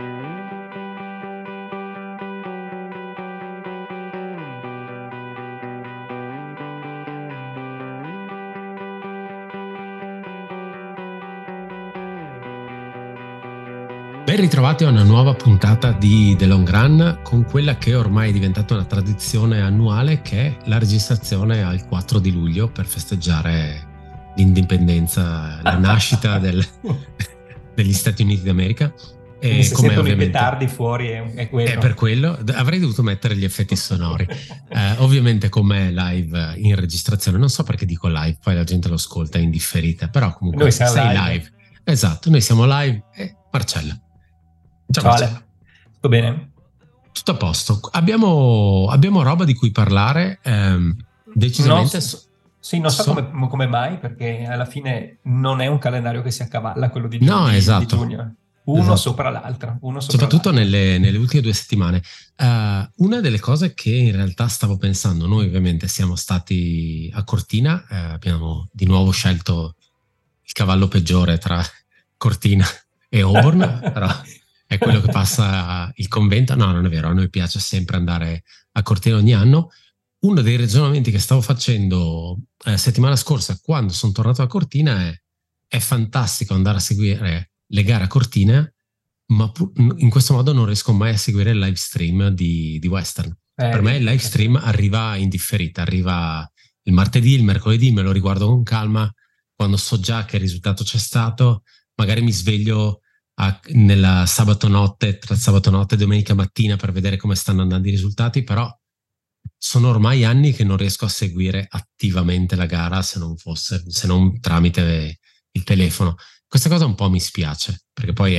Ben ritrovati a una nuova puntata di The Long Run con quella che ormai è diventata una tradizione annuale, che è la registrazione al 4 di luglio per festeggiare l'indipendenza, la nascita degli Stati Uniti d'America. Quindi se sentono i petardi fuori è quello. È per quello, avrei dovuto mettere gli effetti sonori. Ovviamente con me live in registrazione, non so perché dico live, poi la gente lo ascolta in differita, però comunque noi siamo sei live. Esatto, noi siamo live e Marcella. Ciao Ale, tutto bene? Tutto a posto. Abbiamo roba di cui parlare, decisamente. Non so come mai, perché alla fine non è un calendario che si accavalla quello di esatto. di giugno. Uno sopra l'altro. Soprattutto nelle ultime 2 settimane. Una delle cose che in realtà stavo pensando, noi ovviamente siamo stati a Cortina, abbiamo di nuovo scelto il cavallo peggiore tra Cortina e Auburn, però è quello che passa il convento. No, non è vero, a noi piace sempre andare a Cortina ogni anno. Uno dei ragionamenti che stavo facendo settimana scorsa quando sono tornato a Cortina è fantastico andare a seguire le gare a Cortina, ma in questo modo non riesco mai a seguire il live stream di Western. Per me il live stream arriva in differita, arriva il martedì, il mercoledì, me lo riguardo con calma, quando so già che risultato c'è stato, magari mi sveglio nella sabato notte, tra sabato notte e domenica mattina per vedere come stanno andando i risultati, però sono ormai anni che non riesco a seguire attivamente la gara se non tramite il telefono. Questa cosa un po' mi spiace, perché poi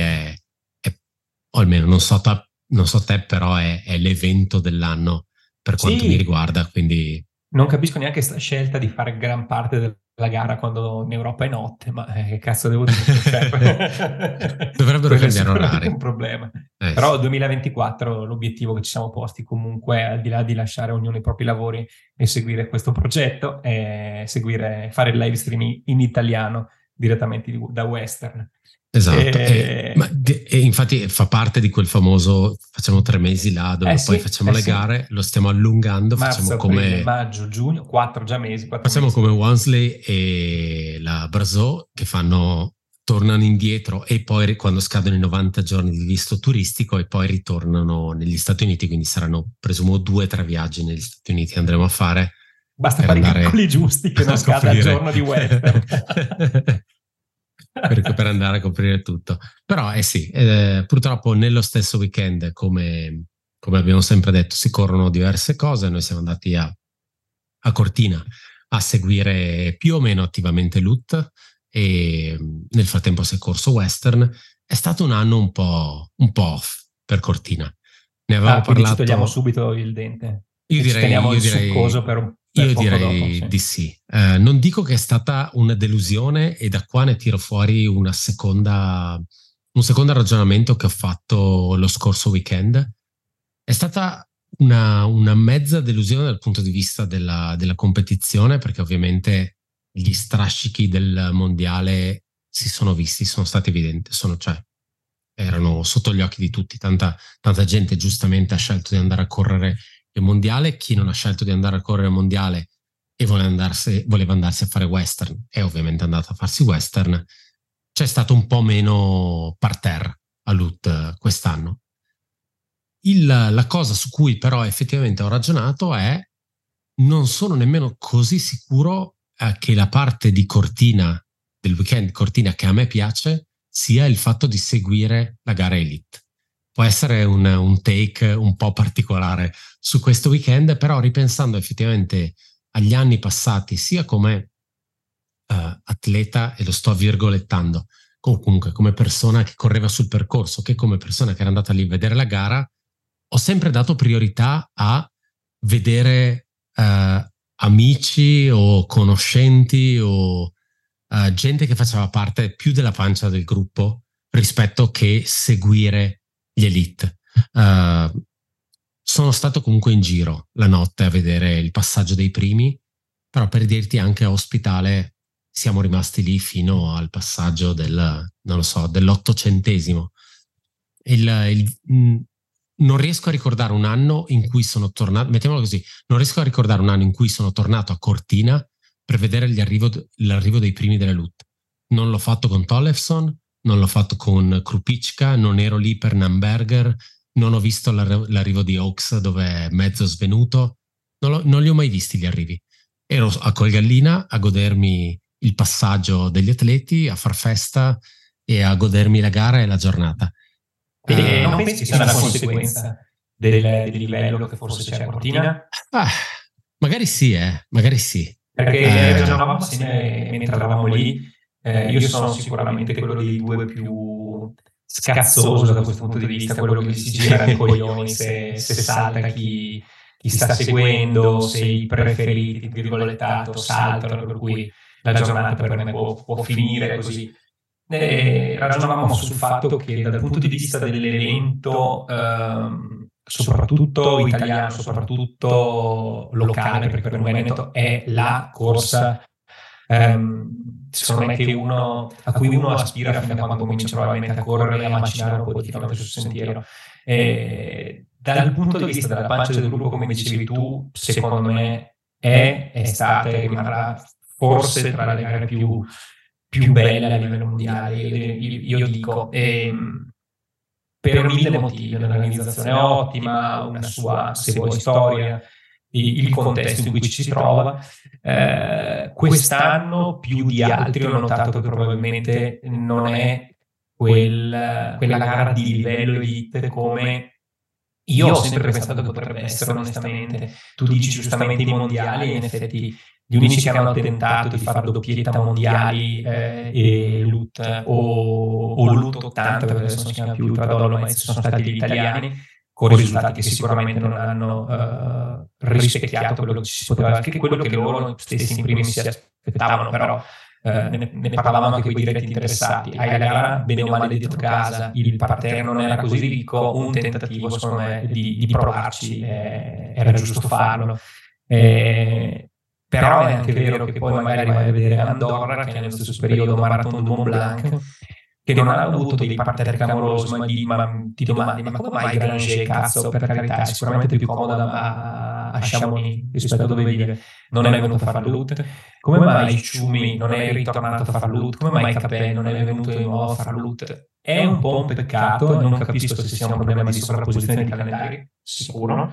o almeno non so te, però è l'evento dell'anno per quanto mi riguarda, quindi non capisco neanche questa scelta di fare gran parte della gara quando in Europa è notte, ma che cazzo devo dire? Dovrebbero cambiare orari. È un problema. Però 2024 l'obiettivo che ci siamo posti comunque, al di là di lasciare ognuno i propri lavori e seguire questo progetto, è fare il live streaming in italiano direttamente da Western. Esatto, e infatti fa parte di quel famoso facciamo 3 mesi là dove poi facciamo le gare, lo stiamo allungando, marzo, facciamo aprile, come maggio, giugno, 4 mesi. Facciamo come Wansley e la Brazzò che tornano indietro e poi quando scadono i 90 giorni di visto turistico e poi ritornano negli Stati Uniti, quindi saranno presumo 2 o 3 viaggi negli Stati Uniti andremo a fare. Basta fare i calcoli giusti che non scada il giorno di Western. per andare a coprire tutto. Però purtroppo nello stesso weekend, come abbiamo sempre detto, si corrono diverse cose. Noi siamo andati a Cortina a seguire più o meno attivamente LUT e nel frattempo si è corso Western. È stato un anno un po' off per Cortina. Ne avevamo parlato. Ci togliamo subito il dente. Io direi succoso per direi dopo, di sì. Non dico che è stata una delusione e da qua ne tiro fuori un secondo ragionamento che ho fatto lo scorso weekend. È stata una mezza delusione dal punto di vista della competizione, perché ovviamente gli strascichi del mondiale si sono visti, sono stati evidenti, erano sotto gli occhi di tutti. Tanta gente giustamente ha scelto di andare a correre il mondiale, chi non ha scelto di andare a correre il mondiale e voleva andarsi a fare Western è ovviamente andato a farsi Western. C'è stato un po' meno parterre a LUT quest'anno. La cosa su cui però effettivamente ho ragionato è non sono nemmeno così sicuro che la parte di Cortina, del weekend Cortina che a me piace, sia il fatto di seguire la gara Elite. Può essere un take un po' particolare su questo weekend, però ripensando effettivamente agli anni passati, sia come atleta, e lo sto virgolettando, comunque come persona che correva sul percorso, che come persona che era andata lì a vedere la gara, ho sempre dato priorità a vedere amici o conoscenti o gente che faceva parte più della pancia del gruppo rispetto che seguire gli elite. Sono stato comunque in giro la notte a vedere il passaggio dei primi, però per dirti anche a Ospitale siamo rimasti lì fino al passaggio dell'800°. non riesco a ricordare un anno in cui sono tornato, mettiamolo così, non riesco a ricordare un anno in cui sono tornato a Cortina per vedere l'arrivo dei primi delle LUT. Non l'ho fatto con Tollefson, non l'ho fatto con Krupicka, non ero lì per Namberger, non ho visto l'arrivo di Oaks dove è mezzo svenuto, non li ho mai visti gli arrivi. Ero a Colgallina a godermi il passaggio degli atleti, a far festa e a godermi la gara e la giornata. Non pensi che sia una conseguenza del livello che forse c'è a Cortina? Magari sì, magari sì. Perché ragionavamo assieme mentre eravamo lì. Io sono sicuramente quello dei due più scazzoso da questo punto di vista, quello che si gira i coglioni se salta chi sta seguendo, se i preferiti, virgolettato, saltano, per cui la giornata per me può finire così. Ragionavamo sul fatto che dal punto di vista dell'evento, soprattutto italiano, soprattutto locale, perché per un Veneto è la corsa secondo me che a cui uno aspira fin da quando comincia probabilmente a correre e a macinare un po' di chilometri sul sentiero. Dal punto di vista della pancia del gruppo, come dicevi tu, secondo me è stata e rimarrà forse tra le gare più belle a livello mondiale, io dico, per mille motivi: un'organizzazione ottima, una sua, se vuoi, storia, il contesto in cui ci si trova. Quest'anno più di altri ho notato che probabilmente non è quella gara di livello elite come io ho sempre pensato che potrebbe essere, onestamente. Tu dici giustamente i mondiali, e in effetti gli unici che hanno tentato di fare doppietta mondiali e LUT o LUT 80, perché adesso non si chiama più Ultra Dolomites, sono stati gli italiani, con risultati che sicuramente non hanno rispecchiato quello che ci si poteva, che quello che loro stessi in primis si aspettavano, però ne parlavamo anche con i diretti interessati. Hai la gara bene o male dietro casa, il parterre non era così ricco, un tentativo secondo me di provarci era giusto farlo. Però è anche vero che poi magari vai a vedere Andorra, che è nello stesso periodo Marathon du Mont Blanc, che non hanno avuto dei parterre clamorosi, ma ti domandi, ma come mai Granger, cazzo, per carità, è sicuramente più comoda a Chamonix rispetto a dove vive, non è venuto a fare LUT? Come mai Ciumi non è ritornato a fare LUT? Come mai Capè non è venuto di nuovo a fare LUT? È un po' un peccato, non capisco se sia un problema di sovrapposizione di calendari, sicuro.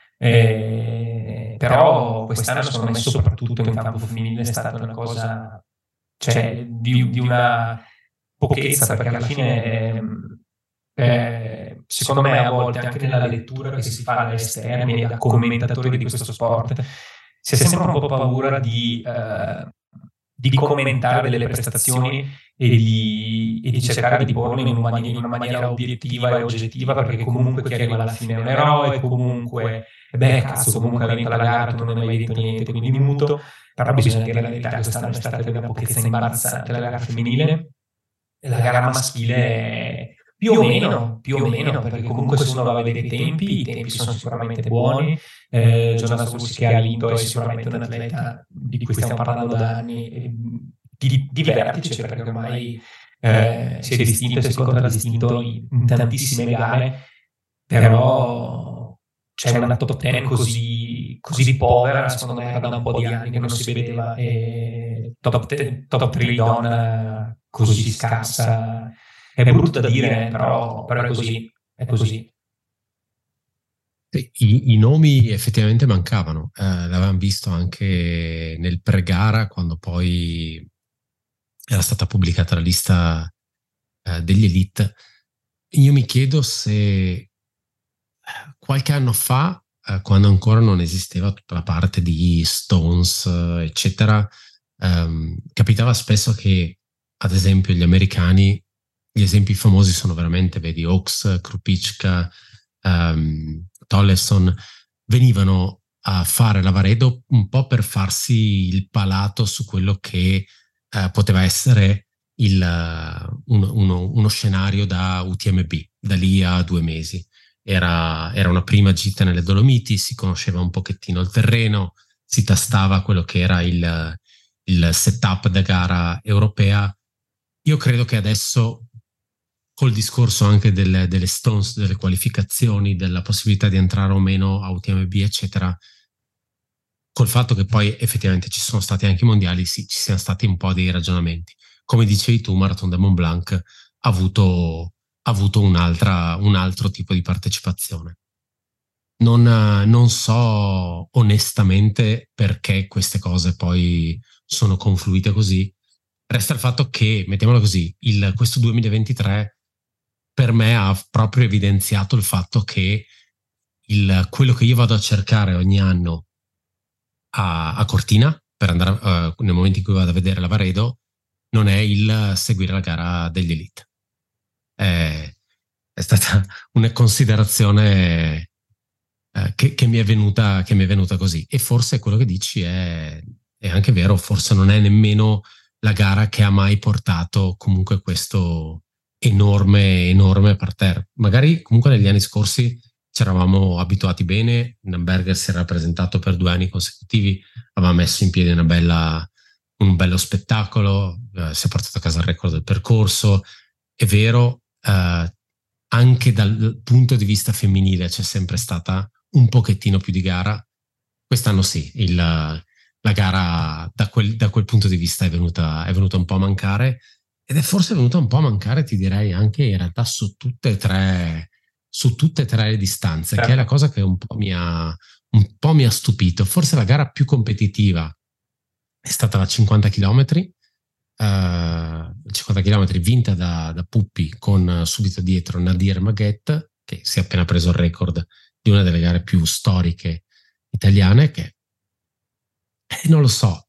Però quest'anno secondo me, soprattutto in campo femminile, è stata una cosa, cioè, di una pochezza, perché alla fine secondo me a volte anche nella lettura che si fa da esterni e da commentatori di questo sport si ha sempre un po' paura di commentare delle prestazioni e di cercare di porle in una maniera obiettiva e oggettiva, perché comunque chi arriva alla fine è un eroe, comunque comunque ha vinto la gara, tu non hai mai vinto niente, quindi muto. Però bisogna dire la verità, quest'anno è stata di una pochezza imbarazzante la gara femminile. La gara maschile più o meno, perché comunque se uno va a vedere i tempi sono sicuramente buoni. Jonas Rossi, che ha vinto, è sicuramente un atleta di cui stiamo parlando da anni, di vertice, perché ormai si è distinto e si è contraddistinto in tantissime gare, però c'è una top 10 così povera, secondo me, da un po' di anni che non si vedeva, e top 3 donna così scarsa. È brutto da dire, però è così, è così. I nomi effettivamente mancavano, l'avevamo visto anche nel pre-gara, quando poi era stata pubblicata la lista degli elite. Io mi chiedo se qualche anno fa, quando ancora non esisteva tutta la parte di Stones, eccetera, capitava spesso che, ad esempio, gli americani, gli esempi famosi sono veramente, vedi, Oaks, Krupicka, Tollefson, venivano a fare Lavaredo un po' per farsi il palato su quello che poteva essere uno scenario da UTMB, da lì a 2 mesi. Era una prima gita nelle Dolomiti, si conosceva un pochettino il terreno, si tastava quello che era il setup da gara europea. Io credo che adesso col discorso anche delle stones, delle qualificazioni, della possibilità di entrare o meno a UTMB, eccetera, col fatto che poi effettivamente ci sono stati anche i mondiali, sì, ci siano stati un po' dei ragionamenti. Come dicevi tu, Marathon de Mont Blanc ha avuto un altro tipo di partecipazione. Non so onestamente perché queste cose poi sono confluite così. Resta il fatto che, mettiamolo così, questo 2023 per me ha proprio evidenziato il fatto che quello che io vado a cercare ogni anno a Cortina, per andare nel momento in cui vado a vedere la Varedo, non è il seguire la gara degli Elite. È stata una considerazione che mi è venuta così. E forse quello che dici è anche vero, forse non è nemmeno la gara che ha mai portato comunque questo enorme parterre. Magari comunque negli anni scorsi ci eravamo abituati bene, Namberger si era presentato per 2 anni consecutivi, aveva messo in piedi un bello spettacolo, si è portato a casa il record del percorso. È vero, anche dal punto di vista femminile c'è sempre stata un pochettino più di gara. Quest'anno sì, la gara da quel punto di vista è venuta un po' a mancare, ed è forse venuta un po' a mancare, ti direi, anche in realtà su tutte e tre le distanze, che è la cosa che un po' mi ha stupito. Forse la gara più competitiva è stata la 50 km, 50 km vinta da Puppi, con subito dietro Nadir Maghet, che si è appena preso il record di una delle gare più storiche italiane, che non lo so,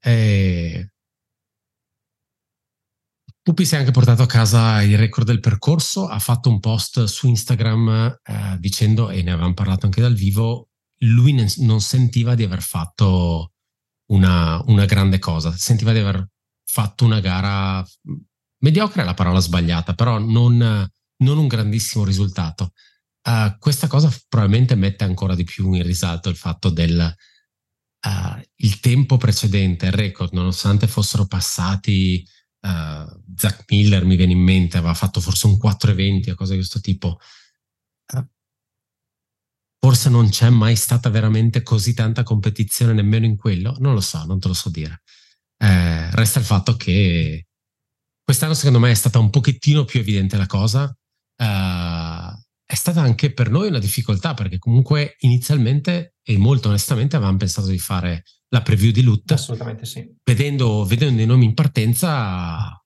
Puppi si è anche portato a casa il record del percorso, ha fatto un post su Instagram dicendo, e ne avevamo parlato anche dal vivo, lui non sentiva di aver fatto una grande cosa, sentiva di aver fatto una gara mediocre, è la parola sbagliata, però non un grandissimo risultato. Questa cosa probabilmente mette ancora di più in risalto il fatto il tempo precedente, il record, nonostante fossero passati, Zach Miller mi viene in mente, aveva fatto forse un 4:20 o cose di questo tipo. Forse non c'è mai stata veramente così tanta competizione nemmeno in quello, non lo so, non te lo so dire. Resta il fatto che quest'anno secondo me è stata un pochettino più evidente la cosa. È stata anche per noi una difficoltà, perché comunque inizialmente e molto onestamente avevamo pensato di fare la preview di LUT. Assolutamente sì. Vedendo i nomi in partenza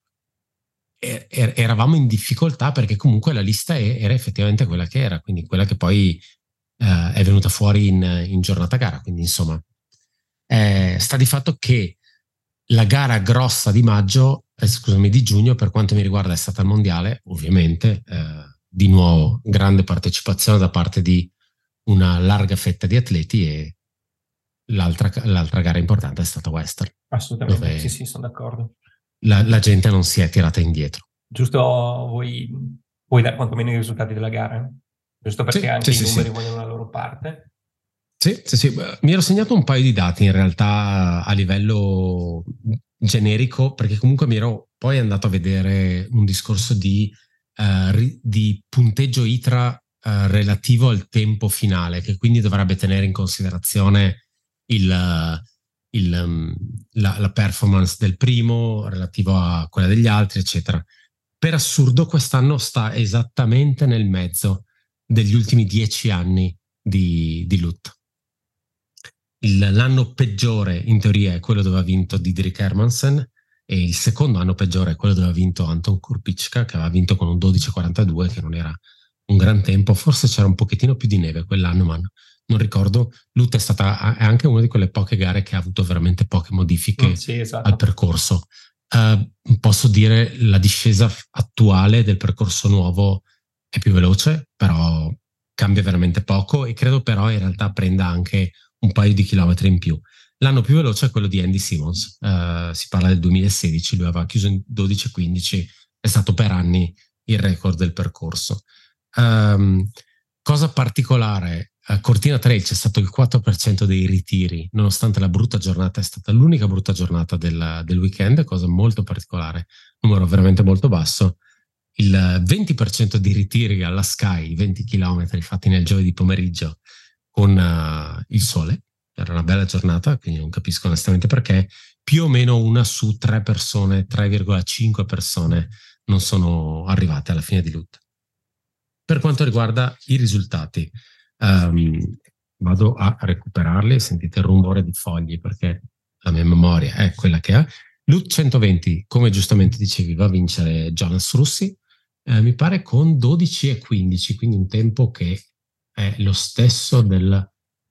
eravamo in difficoltà, perché comunque la lista era effettivamente quella che era, quindi quella che poi è venuta fuori in giornata gara. Quindi insomma sta di fatto che la gara grossa di di giugno, per quanto mi riguarda, è stata il mondiale, ovviamente. Di nuovo grande partecipazione da parte di una larga fetta di atleti, e l'altra gara importante è stata Western. Assolutamente, sì, sono d'accordo. La gente non si è tirata indietro. Giusto, vuoi dare quantomeno i risultati della gara? Giusto perché anche i numeri vogliono la loro parte. Sì. Mi ero segnato un paio di dati in realtà a livello generico, perché comunque mi ero poi andato a vedere un discorso di punteggio ITRA relativo al tempo finale, che quindi dovrebbe tenere in considerazione la performance del primo relativo a quella degli altri, eccetera. Per assurdo quest'anno sta esattamente nel mezzo degli ultimi 10 anni di LUT. L'anno peggiore in teoria è quello dove ha vinto Didrik Hermansen, e il secondo anno peggiore è quello dove ha vinto Anton Kurpička, che aveva vinto con un 12:42, che non era un gran tempo. Forse c'era un pochettino più di neve quell'anno, ma non ricordo. LUT è anche una di quelle poche gare che ha avuto veramente poche modifiche al percorso. Posso dire la discesa attuale del percorso nuovo è più veloce, però cambia veramente poco, e credo però in realtà prenda anche un paio di chilometri in più. L'anno più veloce è quello di Andy Simmons, si parla del 2016, lui aveva chiuso in 12:15, è stato per anni il record del percorso. Cosa particolare, a Cortina Trail c'è stato il 4% dei ritiri, nonostante la brutta giornata, è stata l'unica brutta giornata del weekend, cosa molto particolare, numero veramente molto basso. il 20% di ritiri alla Sky, 20 km fatti nel giovedì pomeriggio con il sole. Era una bella giornata, quindi non capisco onestamente perché. Più o meno 1 su 3 persone, 3,5 persone non sono arrivate alla fine di LUT. Per quanto riguarda i risultati, vado a recuperarli, sentite il rumore di fogli perché la mia memoria è quella che è. LUT 120, come giustamente dicevi, va a vincere Jonas Russi, mi pare con 12,15, quindi un tempo che è lo stesso del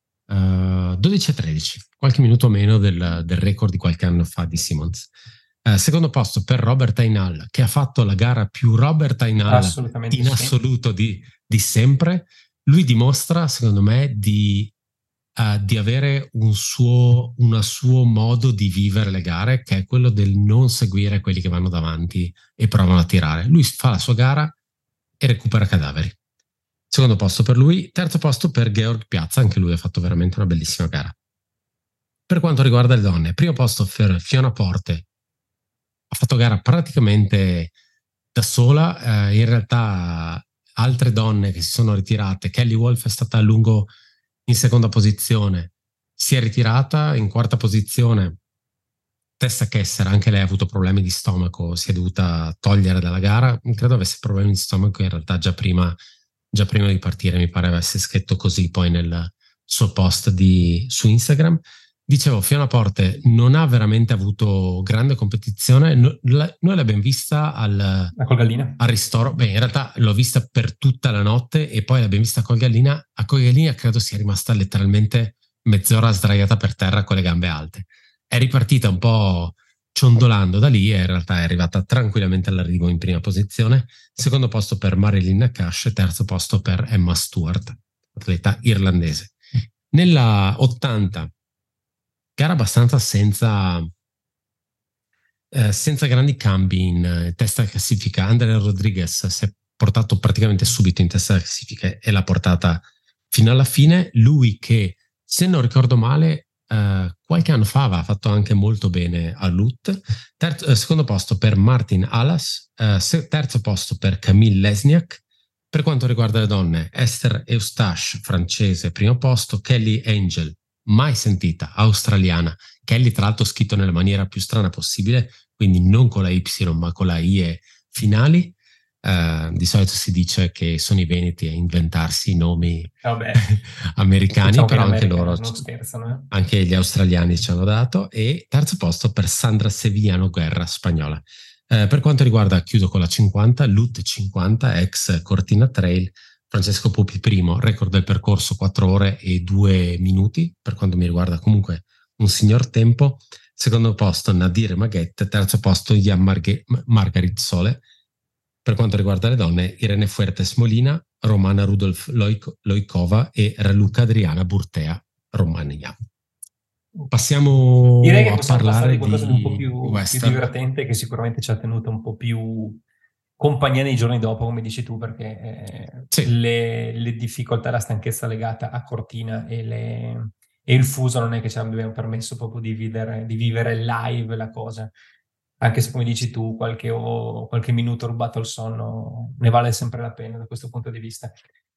12,13, qualche minuto meno del record di qualche anno fa di Simmons. Secondo posto per Robert Einal, che ha fatto la gara più Robert Einal in assoluto di sempre. Lui dimostra, secondo me, di avere un suo modo di vivere le gare, che è quello del non seguire quelli che vanno davanti e provano a tirare. Lui fa la sua gara e recupera cadaveri. Secondo posto per lui. Terzo posto per Georg Piazza, anche lui ha fatto veramente una bellissima gara. Per quanto riguarda le donne, primo posto per Fiona Porte, ha fatto gara praticamente da sola, in realtà altre donne che si sono ritirate, Kelly Wolf è stata a lungo in seconda posizione, si è ritirata in quarta posizione. Tessa Kessler, anche lei ha avuto problemi di stomaco, si è dovuta togliere dalla gara, credo avesse problemi di stomaco in realtà già prima di partire, mi pare avesse scritto così poi nel suo post su Instagram. Dicevo, Fiona Porte non ha veramente avuto grande competizione. Noi l'abbiamo vista al ristoro. Beh, in realtà l'ho vista per tutta la notte e poi l'abbiamo vista a Colgallina. A Colgallina credo sia rimasta letteralmente mezz'ora sdraiata per terra con le gambe alte. È ripartita un po' ciondolando da lì e in realtà è arrivata tranquillamente all'arrivo in prima posizione. Secondo posto per Marilyn Nakash, terzo posto per Emma Stewart, atleta irlandese. Nella 80, gara abbastanza senza grandi cambi in testa classifica. Andrea Rodriguez si è portato praticamente subito in testa classifica e l'ha portata fino alla fine. Lui che, se non ricordo male, qualche anno fa aveva fatto anche molto bene a LUT. Secondo posto per Martin Alas, terzo posto per Camille Lesniak. Per quanto riguarda le donne, Esther Eustache, francese, primo posto, Kelly Angel, mai sentita, australiana. Kelly tra l'altro scritto nella maniera più strana possibile, quindi non con la Y ma con la IE finali. Di solito si dice che sono i veneti a inventarsi i nomi americani, diciamo, però anche loro non scherzano, anche gli australiani ci hanno dato. E terzo posto per Sandra Sevillano Guerra, spagnola. Per quanto riguarda, chiudo con la 50, LUT 50, ex Cortina Trail, Francesco Pupi primo, record del percorso 4 ore e 2 minuti, per quanto mi riguarda comunque un signor tempo. Secondo posto Nadir Maghet, terzo posto Jan Margarit Sole. Per quanto riguarda le donne, Irene Fuertes Molina, Romana Rudolf Loikova e Raluca Adriana Burtea Romania. Passiamo Direi che a parlare di qualcosa di un po' più western, divertente, che sicuramente ci ha tenuto un po' più compagnia nei giorni dopo, come dici tu, perché sì. le difficoltà e la stanchezza legata a Cortina e il fuso non è che ci abbiamo permesso proprio di vivere live la cosa, anche se, come dici tu, qualche minuto rubato al sonno ne vale sempre la pena da questo punto di vista.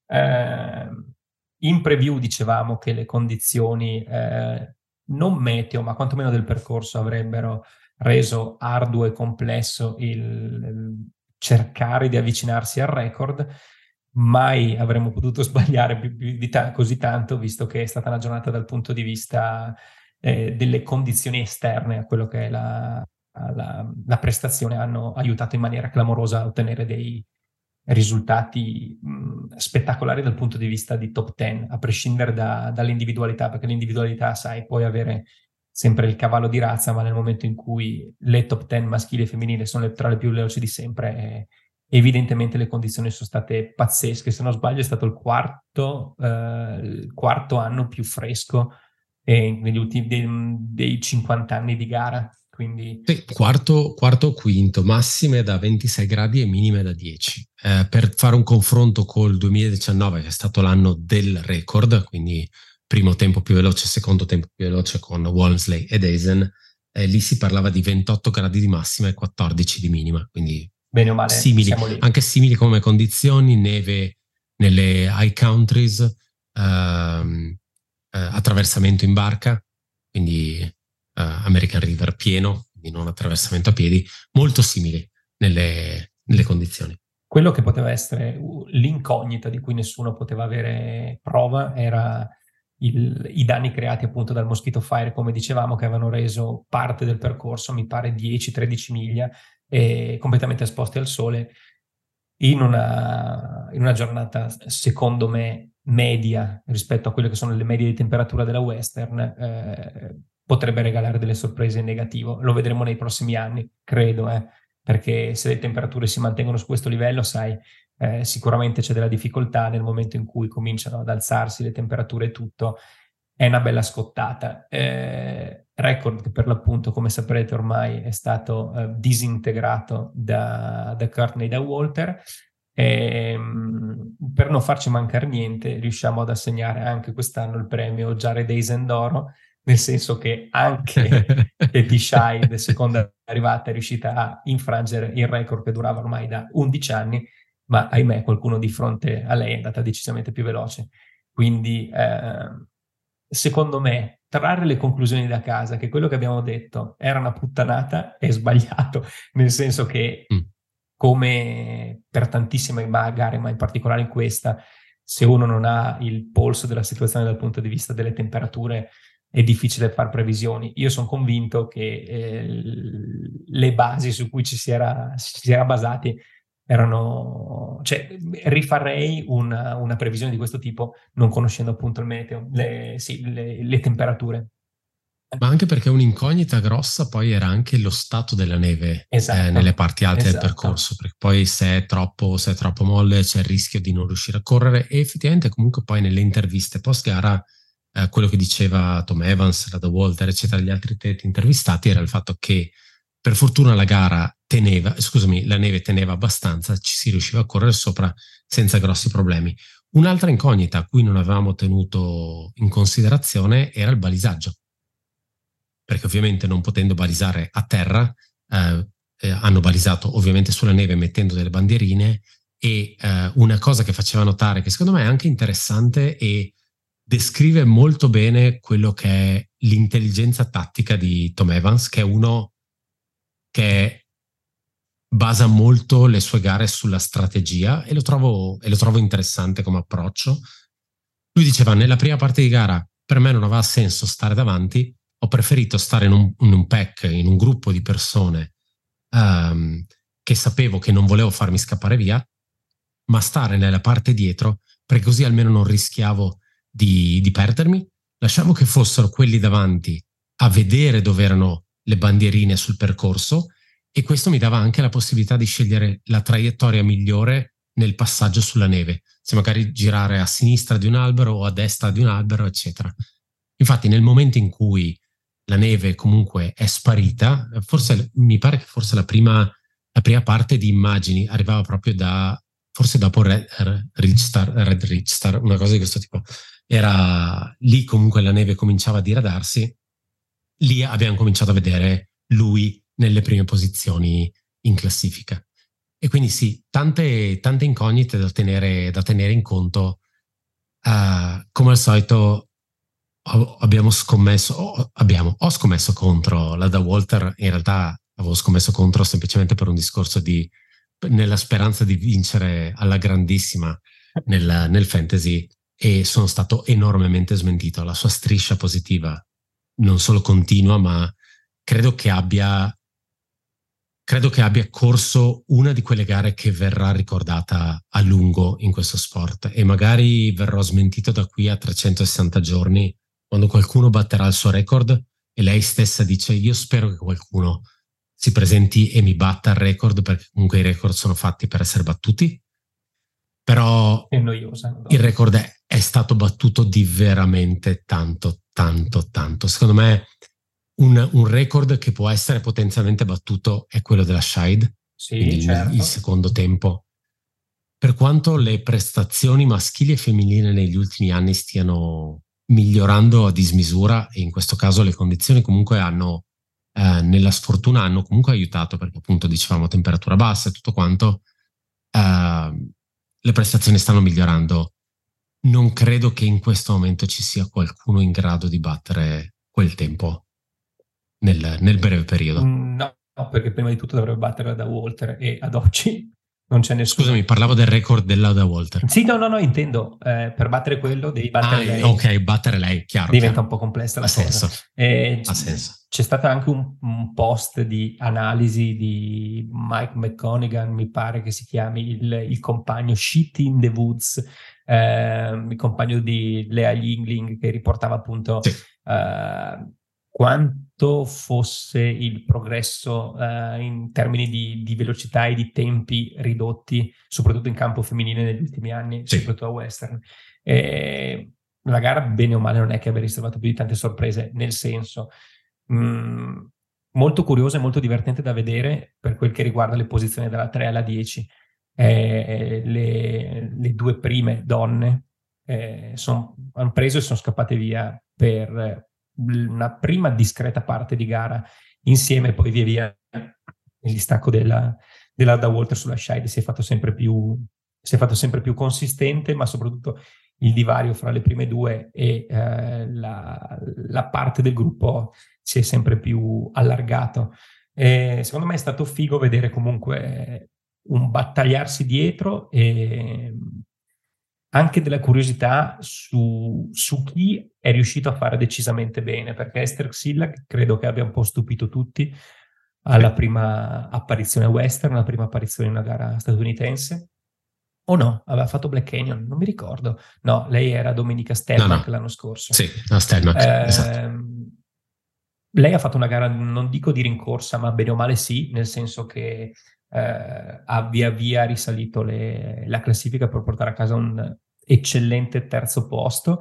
In preview dicevamo che le condizioni non meteo, ma quantomeno del percorso, avrebbero reso arduo e complesso il cercare di avvicinarsi al record. Mai avremmo potuto sbagliare così tanto, visto che è stata una giornata dal punto di vista delle condizioni esterne a quello che è la prestazione, hanno aiutato in maniera clamorosa a ottenere dei risultati spettacolari dal punto di vista di top 10, a prescindere dall'individualità, perché l'individualità, sai, puoi avere sempre il cavallo di razza, ma nel momento in cui le top 10 maschili e femminili sono tra le più veloci di sempre, evidentemente le condizioni sono state pazzesche. Se non sbaglio è stato il quarto anno più fresco negli ultimi dei 50 anni di gara. Quindi sì, quarto o quinto, massime da 26 gradi e minime da 10. Per fare un confronto col 2019, che è stato l'anno del record, quindi primo tempo più veloce, secondo tempo più veloce con Walmsley ed Eisen, lì si parlava di 28 gradi di massima e 14 di minima, quindi bene o male simili, siamo lì. anche simili come condizioni, neve nelle high countries, attraversamento in barca, quindi American River pieno, quindi non attraversamento a piedi, molto simili nelle condizioni. Quello che poteva essere l'incognita di cui nessuno poteva avere prova era i danni creati appunto dal Mosquito Fire, come dicevamo, che avevano reso parte del percorso, mi pare 10-13 miglia, completamente esposti al sole, in una giornata, secondo me, media rispetto a quelle che sono le medie di temperatura della Western, potrebbe regalare delle sorprese in negativo. Lo vedremo nei prossimi anni, credo, perché se le temperature si mantengono su questo livello, sai, sicuramente c'è della difficoltà nel momento in cui cominciano ad alzarsi le temperature e tutto, è una bella scottata. Record che per l'appunto, come saprete ormai, è stato disintegrato da Courtney, da Walter. Per non farci mancare niente, riusciamo ad assegnare anche quest'anno il premio Jared Eisendoro, nel senso che anche Katie Scheid, seconda arrivata, è riuscita a infrangere il record che durava ormai da 11 anni, ma ahimè qualcuno di fronte a lei è andata decisamente più veloce. Quindi secondo me trarre le conclusioni da casa che quello che abbiamo detto era una puttanata è sbagliato, nel senso che come per tantissime gare, ma in particolare in questa, se uno non ha il polso della situazione dal punto di vista delle temperature, è difficile fare previsioni. Io sono convinto che le basi su cui ci si era basati erano... Cioè, rifarei una previsione di questo tipo non conoscendo appunto il meteo, le temperature. Ma anche perché un'incognita grossa poi era anche lo stato della neve, esatto, nelle parti alte del percorso, perché poi se è troppo molle c'è il rischio di non riuscire a correre, e effettivamente comunque poi nelle interviste post gara quello che diceva Tom Evans, Lada Walter, eccetera, gli altri intervistati, era il fatto che per fortuna la neve teneva abbastanza, ci si riusciva a correre sopra senza grossi problemi. Un'altra incognita a cui non avevamo tenuto in considerazione era il balisaggio, perché ovviamente non potendo balisare a terra, hanno balisato ovviamente sulla neve mettendo delle bandierine, e una cosa che faceva notare, che secondo me è anche interessante e descrive molto bene quello che è l'intelligenza tattica di Tom Evans, che è uno che basa molto le sue gare sulla strategia, e lo trovo interessante come approccio. Lui diceva: nella prima parte di gara per me non aveva senso stare davanti, ho preferito stare in un pack, in un gruppo di persone che sapevo che non volevo farmi scappare via, ma stare nella parte dietro, perché così almeno non rischiavo di perdermi. Lasciavo che fossero quelli davanti a vedere dove erano le bandierine sul percorso, e questo mi dava anche la possibilità di scegliere la traiettoria migliore nel passaggio sulla neve, se magari girare a sinistra di un albero o a destra di un albero, eccetera. Infatti nel momento in cui la neve comunque è sparita, mi pare che forse la prima parte di immagini arrivava proprio forse dopo Red Ridge Star, una cosa di questo tipo. Era lì comunque la neve cominciava a diradarsi, lì abbiamo cominciato a vedere lui nelle prime posizioni in classifica. E quindi sì, tante incognite da tenere in conto. Come al solito ho scommesso contro la da Walter. In realtà avevo scommesso contro semplicemente per un discorso nella speranza di vincere alla grandissima nel fantasy, e sono stato enormemente smentito. La sua striscia positiva non solo continua, ma credo che abbia corso una di quelle gare che verrà ricordata a lungo in questo sport, e magari verrò smentito da qui a 360 giorni, quando qualcuno batterà il suo record e lei stessa dice: io spero che qualcuno si presenti e mi batta il record, perché comunque i record sono fatti per essere battuti. Però è noiosa, no? Il record è stato battuto di veramente tanto. Secondo me un record che può essere potenzialmente battuto è quello della Scheid, sì, certo. Il secondo tempo. Per quanto le prestazioni maschili e femminili negli ultimi anni stiano migliorando a dismisura, e in questo caso le condizioni comunque hanno nella sfortuna hanno comunque aiutato, perché appunto dicevamo temperatura bassa e tutto quanto, le prestazioni stanno migliorando. Non credo che in questo momento ci sia qualcuno in grado di battere quel tempo nel breve periodo. No, perché prima di tutto dovrebbe battere da Walter e ad oggi non c'è nessuno. Scusami, parlavo del record da Walter. Sì, no, intendo, per battere quello devi battere lei. Ok, battere lei, chiaro. Diventa un po' complessa la cosa. Ha senso. C'è stato anche un post di analisi di Mike McConaughey, mi pare che si chiami, il compagno Shit in the Woods, il compagno di Lea Yingling, che riportava appunto quanto fosse il progresso in termini di velocità e di tempi ridotti, soprattutto in campo femminile negli ultimi anni, soprattutto a Western. La gara, bene o male, non è che abbia riservato più di tante sorprese, nel senso molto curiosa e molto divertente da vedere per quel che riguarda le posizioni dalla 3 alla 10. Le due prime donne hanno preso e sono scappate via per una prima discreta parte di gara insieme, poi via via il distacco dell'Ada Walter sulla Shide si è fatto sempre più consistente, ma soprattutto il divario fra le prime due e la parte del gruppo si è sempre più allargato. Secondo me è stato figo vedere comunque un battagliarsi dietro e anche della curiosità su chi è riuscito a fare decisamente bene, perché Esther Xilla credo che abbia un po' stupito tutti alla prima apparizione western, alla prima apparizione in una gara statunitense. O no, aveva fatto Black Canyon, non mi ricordo. No, lei era Domenica Stelmach l'anno scorso. Sì, la Stelmach, esatto. Lei ha fatto una gara, non dico di rincorsa, ma bene o male sì, nel senso che ha via via risalito la classifica per portare a casa un eccellente terzo posto.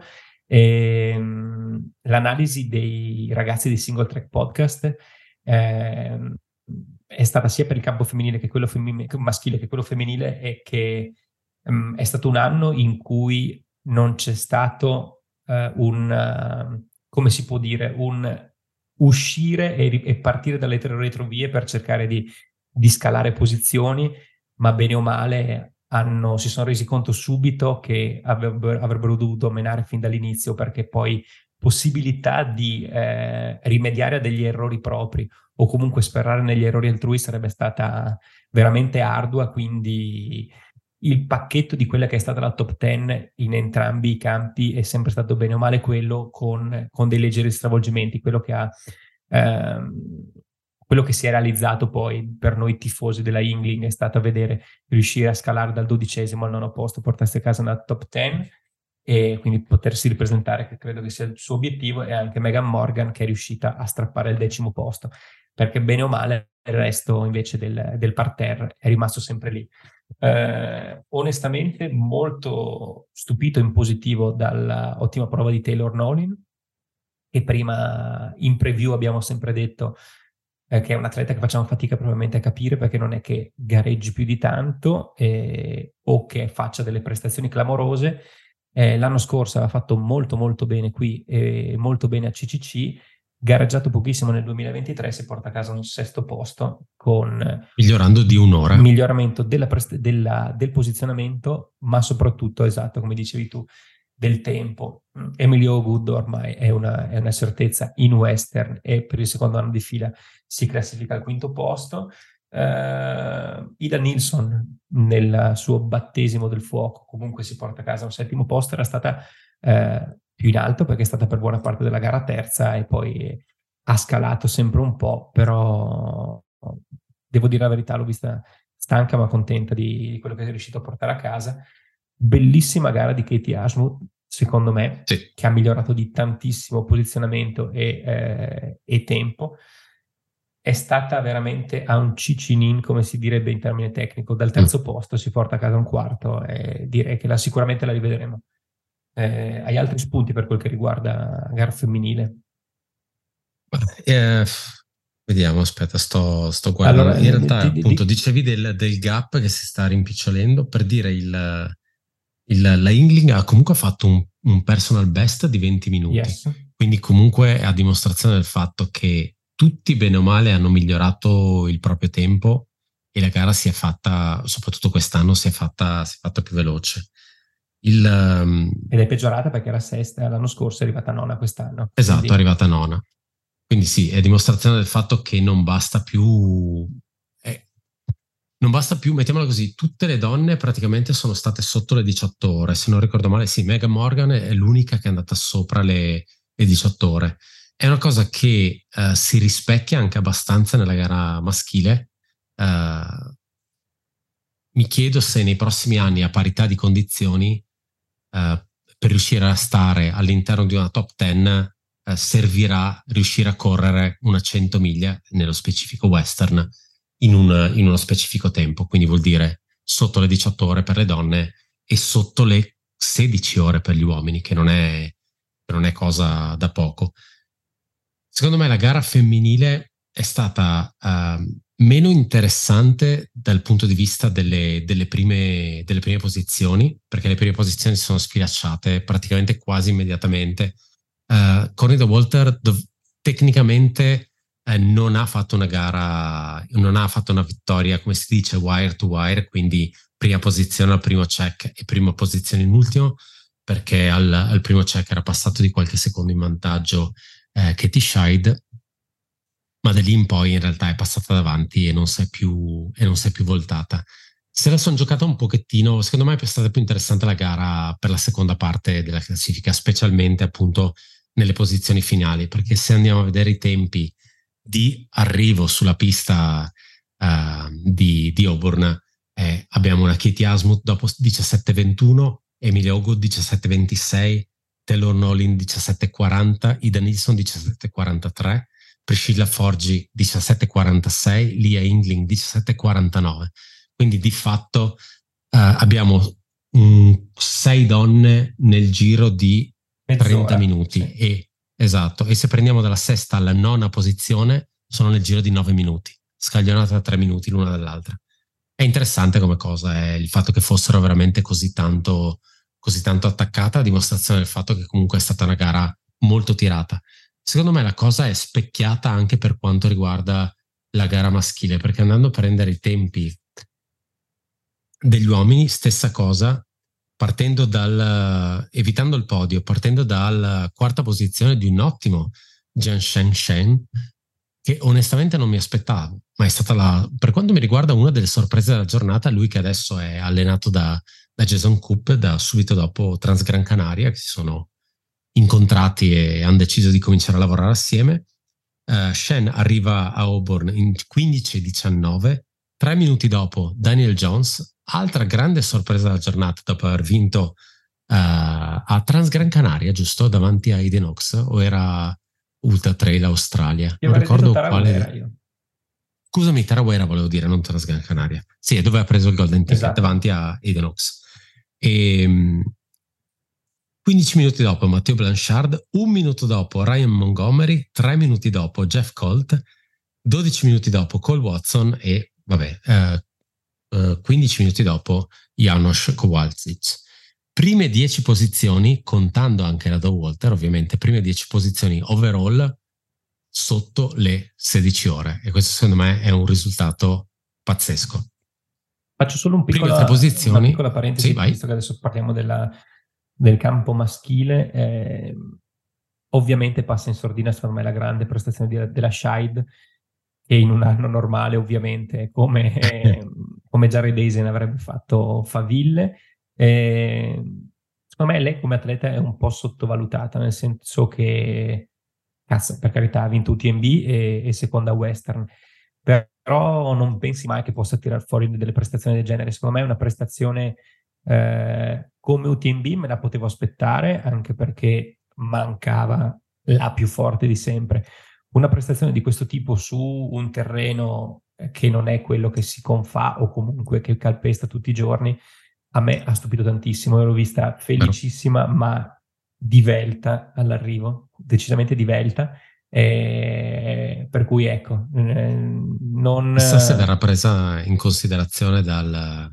L'analisi dei ragazzi di Single Track Podcast è stata sia per il campo femminile che quello maschile che quello femminile, e che è stato un anno in cui non c'è stato come si può dire, un uscire e partire dalle retrovie per cercare di scalare posizioni, ma bene o male si sono resi conto subito che avrebbero dovuto menare fin dall'inizio, perché poi possibilità di rimediare a degli errori propri o comunque sperare negli errori altrui sarebbe stata veramente ardua. Quindi il pacchetto di quella che è stata la top 10 in entrambi i campi è sempre stato bene o male quello con dei leggeri stravolgimenti. Quello che si è realizzato poi per noi tifosi della Yingling è stato riuscire a scalare dal 12° al 9° posto, portarsi a casa una top 10 e quindi potersi ripresentare, che credo che sia il suo obiettivo, e anche Megan Morgan, che è riuscita a strappare il 10° posto, perché bene o male il resto invece del parterre è rimasto sempre lì. Onestamente molto stupito in positivo dall'ottima prova di Taylor Nolin, che prima in preview abbiamo sempre detto che è un atleta che facciamo fatica probabilmente a capire, perché non è che gareggi più di tanto o che faccia delle prestazioni clamorose. L'anno scorso aveva fatto molto molto bene qui e molto bene a CCC, gareggiato pochissimo nel 2023, si porta a casa un 6° posto con migliorando di un'ora, miglioramento del posizionamento, ma soprattutto, esatto, come dicevi tu, del tempo. Emilio Good ormai è una certezza in Western e per il secondo anno di fila si classifica al 5° posto. Ida Nilsson nel suo battesimo del fuoco comunque si porta a casa un 7° posto, era stata più in alto perché è stata per buona parte della gara terza e poi ha scalato sempre un po', però devo dire la verità, l'ho vista stanca ma contenta di quello che è riuscito a portare a casa. Bellissima gara di Katie Ashwood, secondo me, sì, che ha migliorato di tantissimo posizionamento e tempo. È stata veramente a un cicinin, come si direbbe in termine tecnico. Dal terzo posto si porta a casa un 4° e direi che sicuramente la rivedremo. Hai altri spunti per quel che riguarda gara femminile? Vediamo, aspetta, sto guardando. Allora, in realtà, appunto, dicevi del gap che si sta rimpicciolendo. Per dire, la Yingling ha comunque fatto un personal best di 20 minuti. Yes. Quindi comunque è a dimostrazione del fatto che tutti bene o male hanno migliorato il proprio tempo e la gara si è fatta, soprattutto quest'anno, si è fatta più veloce. Ed è peggiorata perché era sesta l'anno scorso, è arrivata nona quest'anno. Esatto, quindi... è arrivata nona. Quindi sì, è dimostrazione del fatto che non basta più, mettiamola così, tutte le donne praticamente sono state sotto le 18 ore, se non ricordo male, sì, Megan Morgan è l'unica che è andata sopra le 18 ore. È una cosa che si rispecchia anche abbastanza nella gara maschile. Mi chiedo se nei prossimi anni, a parità di condizioni, per riuscire a stare all'interno di una top 10, servirà riuscire a correre una 100 miglia, nello specifico western, in uno specifico tempo. Quindi vuol dire sotto le 18 ore per le donne e sotto le 16 ore per gli uomini, che non è cosa da poco. Secondo me la gara femminile è stata meno interessante dal punto di vista delle prime posizioni, perché le prime posizioni si sono sfilacciate praticamente quasi immediatamente. Corinne Dauwalter tecnicamente non ha fatto una gara, non ha fatto una vittoria, come si dice, wire to wire, quindi prima posizione al primo check e prima posizione in ultimo, perché al primo check era passato di qualche secondo in vantaggio Katie Scheid, ma da lì in poi in realtà è passata davanti e non si è più voltata. Se la sono giocata un pochettino, secondo me è stata più interessante la gara per la seconda parte della classifica, specialmente appunto nelle posizioni finali, perché se andiamo a vedere i tempi di arrivo sulla pista di Auburn, abbiamo una Katie Asmuth dopo 17:21, Emilia Ogo 17:26, Taylor Nolin 17:40, Ida Nilsson 17:43, Priscilla Forgi 17:46, Lia Ingling 17:49. Quindi di fatto abbiamo 6 donne nel giro di 30 minuti. Sì. Esatto, e se prendiamo dalla sesta alla nona posizione sono nel giro di 9 minuti, scaglionate da 3 minuti l'una dall'altra. È interessante come cosa è il fatto che fossero veramente così tanto attaccata, a dimostrazione del fatto che comunque è stata una gara molto tirata. Secondo me la cosa è specchiata anche per quanto riguarda la gara maschile, perché andando a prendere i tempi degli uomini, stessa cosa, evitando il podio, partendo dalla quarta posizione di un ottimo Jian Shen, che onestamente non mi aspettavo, ma è stata per quanto mi riguarda una delle sorprese della giornata, lui che adesso è allenato da Jason Koop, da subito dopo Transgran Canaria, che si sono incontrati e hanno deciso di cominciare a lavorare assieme. Shen arriva a Auburn in 15:19, 3 minuti dopo Daniel Jones, altra grande sorpresa della giornata dopo aver vinto a Transgran Canaria, giusto? Davanti a Aiden Oaks, o era Ultra Trail Australia? Non ricordo quale. Scusami, Tarawera volevo dire, non Transgran Canaria. Sì, è dove ha preso il Golden Ticket, esatto, davanti a Aiden Oaks. 15 minuti dopo Matteo Blanchard, 1 minuto dopo Ryan Montgomery, 3 minuti dopo Jeff Colt, 12 minuti dopo Cole Watson e 15 minuti dopo Janos Kowalczyk. Prime 10 posizioni, contando anche la Dauwalter, ovviamente, prime 10 posizioni overall sotto le 16 ore. E questo secondo me è un risultato pazzesco. Faccio solo una piccola parentesi, sì, visto che adesso parliamo del campo maschile. Ovviamente passa in sordina, secondo me, la grande prestazione della Scheid, che in un anno normale, ovviamente, come Jared Eisen avrebbe fatto faville. Secondo me lei come atleta è un po' sottovalutata, nel senso che, cazzo, per carità, ha vinto UTMB e seconda Western, però non pensi mai che possa tirar fuori delle prestazioni del genere. Secondo me è una prestazione come UTMB me la potevo aspettare, anche perché mancava la più forte di sempre. Una prestazione di questo tipo su un terreno che non è quello che si confà o comunque che calpesta tutti i giorni, a me ha stupito tantissimo. Io l'ho vista felicissima, ma divelta all'arrivo, decisamente divelta. Per cui ecco, non... Chissà se verrà presa in considerazione dagli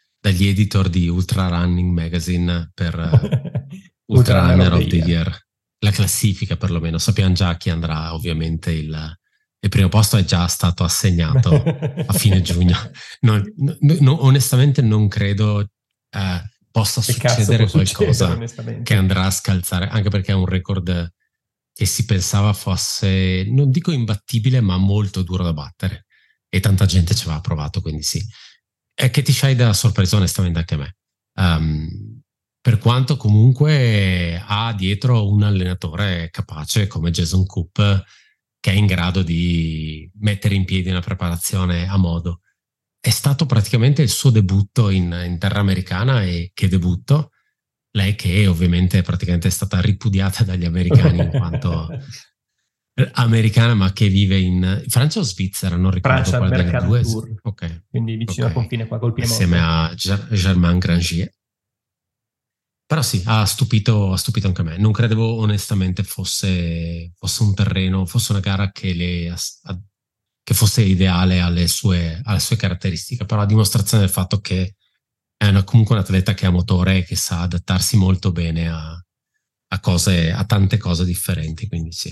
editor di Ultra Running Magazine per Ultra Runner of the Year. la classifica perlomeno, sappiamo già chi andrà, ovviamente il primo posto è già stato assegnato a fine giugno. Onestamente non credo possa Che cazzo succedere può succedere, qualcosa che onestamente? andrà a scalzare, anche perché è un record che si pensava fosse, non dico imbattibile, ma molto duro da battere. E tanta gente ci aveva provato, quindi sì. È che ti fai da sorpresa onestamente anche a me. Per quanto comunque ha dietro un allenatore capace come Jason Koop, che è in grado di mettere in piedi una preparazione a modo. È stato praticamente il suo debutto in terra americana, e che debutto, lei che ovviamente praticamente è stata ripudiata dagli americani in quanto americana, ma che vive in Francia o Svizzera, non ricordo Francia, quale delle due. Mercantour, Ok, quindi vicino al ok. confine qua col Assieme Piemonte. a Germain Grangier. Però sì, ha stupito anche me. Non credevo onestamente fosse un terreno, fosse una gara che fosse ideale alle sue caratteristiche, però a dimostrazione del fatto che è comunque un atleta che ha motore e che sa adattarsi molto bene a tante cose differenti, quindi sì.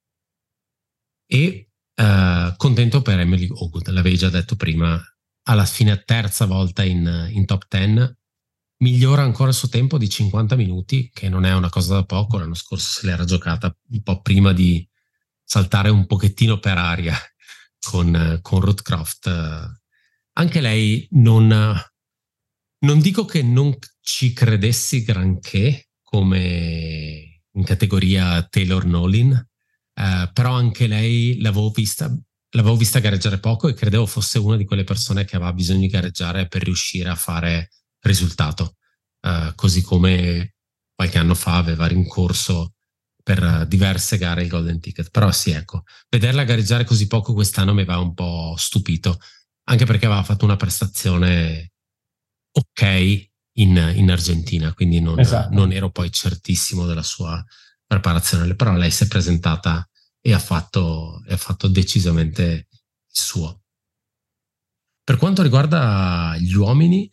E contento per Emily Ogut, l'avevi già detto prima, alla fine terza volta in top 10, migliora ancora il suo tempo di 50 minuti, che non è una cosa da poco. L'anno scorso se l'era giocata un po' prima di saltare un pochettino per aria con Ruth Croft. Anche lei non dico che non ci credessi granché come in categoria Taylor Nolin, però anche lei l'avevo vista gareggiare poco e credevo fosse una di quelle persone che aveva bisogno di gareggiare per riuscire a fare risultato, così come qualche anno fa aveva rincorso per diverse gare il Golden Ticket. Però sì, ecco, vederla gareggiare così poco quest'anno mi aveva un po' stupito, anche perché aveva fatto una prestazione ok in Argentina, quindi non Esatto. ero poi certissimo della sua preparazione, però lei si è presentata e ha fatto decisamente il suo. Per quanto riguarda gli uomini,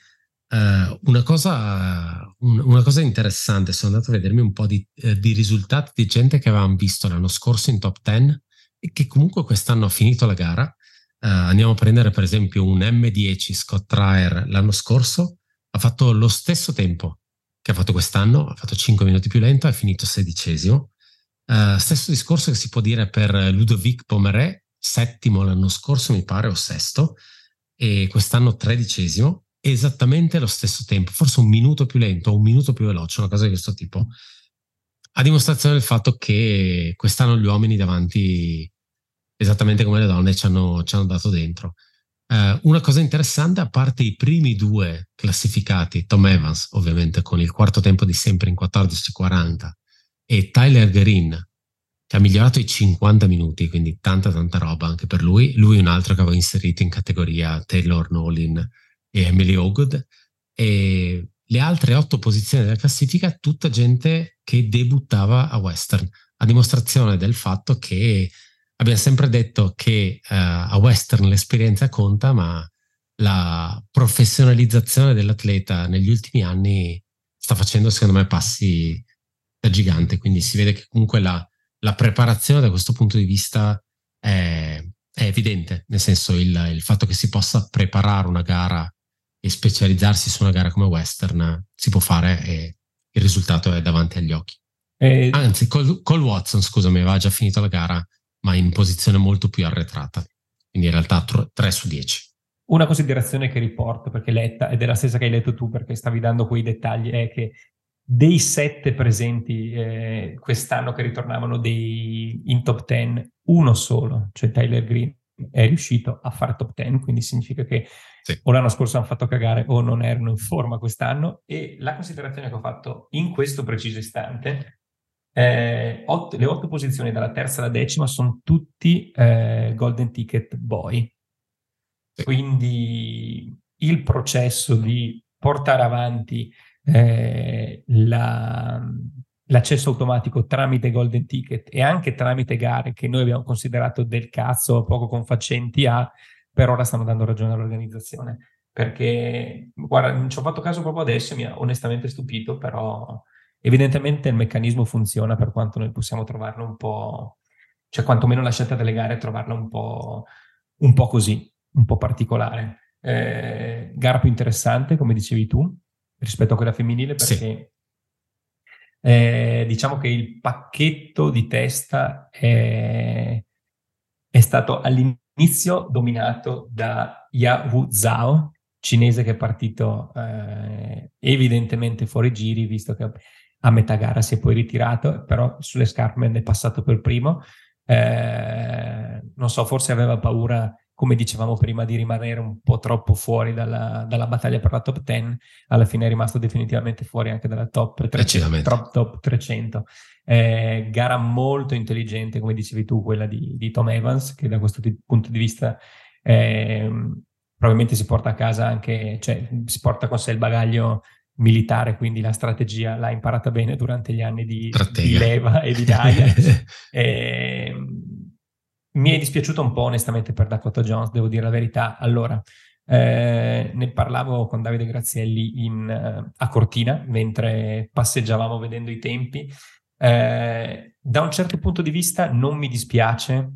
una cosa interessante, sono andato a vedermi un po' di risultati di gente che avevamo visto l'anno scorso in top 10 e che comunque quest'anno ha finito la gara. Andiamo a prendere per esempio un M10 Scott Trier l'anno scorso, ha fatto lo stesso tempo che ha fatto quest'anno, ha fatto 5 minuti più lento, è finito 16esimo. Stesso discorso che si può dire per Ludovic Pomeré, settimo l'anno scorso mi pare, o sesto, e quest'anno 13esimo, esattamente lo stesso tempo, forse un minuto più lento o un minuto più veloce, una cosa di questo tipo, a dimostrazione del fatto che quest'anno gli uomini davanti, esattamente come le donne, ci hanno dato dentro. Una cosa interessante, a parte i primi due classificati, Tom Evans ovviamente con il quarto tempo di sempre in 14:40 e Tyler Green che ha migliorato i 50 minuti, quindi tanta roba anche per lui. Lui un altro che avevo inserito in categoria Taylor Nolin e Emily Ogood. E le altre 8 posizioni della classifica, tutta gente che debuttava a Western, a dimostrazione del fatto che abbiamo sempre detto che a Western l'esperienza conta, ma la professionalizzazione dell'atleta negli ultimi anni sta facendo, secondo me, passi da gigante. Quindi si vede che comunque la preparazione da questo punto di vista è evidente, nel senso il fatto che si possa preparare una gara e specializzarsi su una gara come Western si può fare e il risultato è davanti agli occhi. Anzi, Cole Watson, scusami, aveva già finito la gara, ma in posizione molto più arretrata. Quindi in realtà 3 su 10. Una considerazione che riporto, perché letta, ed è la stessa che hai letto tu perché stavi dando quei dettagli, è che dei 7 presenti quest'anno che ritornavano in top 10, uno solo, cioè Tyler Green, è riuscito a fare top 10, quindi significa che sì. O l'anno scorso hanno fatto cagare o non erano in forma quest'anno. E la considerazione che ho fatto in questo preciso istante, le 8 posizioni dalla terza alla decima sono tutti Golden Ticket Boy. Sì. Quindi il processo di portare avanti l'accesso automatico tramite Golden Ticket e anche tramite gare che noi abbiamo considerato del cazzo, poco confacenti per ora stanno dando ragione all'organizzazione. Perché, guarda, ci ho fatto caso proprio adesso e mi ha onestamente stupito, però Evidentemente il meccanismo funziona, per quanto noi possiamo trovarlo un po', cioè quantomeno la scelta delle gare trovarla un po' così, un po' particolare. Gara più interessante, come dicevi tu, rispetto a quella femminile, perché diciamo che il pacchetto di testa è stato all'inizio dominato da Yahu Zhao, cinese, che è partito evidentemente fuori giri, visto che a metà gara si è poi ritirato, però sulle scarpe è passato per primo. Non so, forse aveva paura, come dicevamo prima, di rimanere un po' troppo fuori dalla battaglia per la top 10. Alla fine è rimasto definitivamente fuori anche dalla top 300, top 300. Gara molto intelligente, come dicevi tu, quella di Tom Evans, che da questo punto di vista probabilmente si porta a casa anche, cioè si porta con sé il bagaglio militare, quindi la strategia l'ha imparata bene durante gli anni di leva e di Daya. Mi è dispiaciuto un po' onestamente per Dakota Jones, devo dire la verità. Allora, ne parlavo con Davide Grazielli a Cortina mentre passeggiavamo vedendo i tempi. Da un certo punto di vista non mi dispiace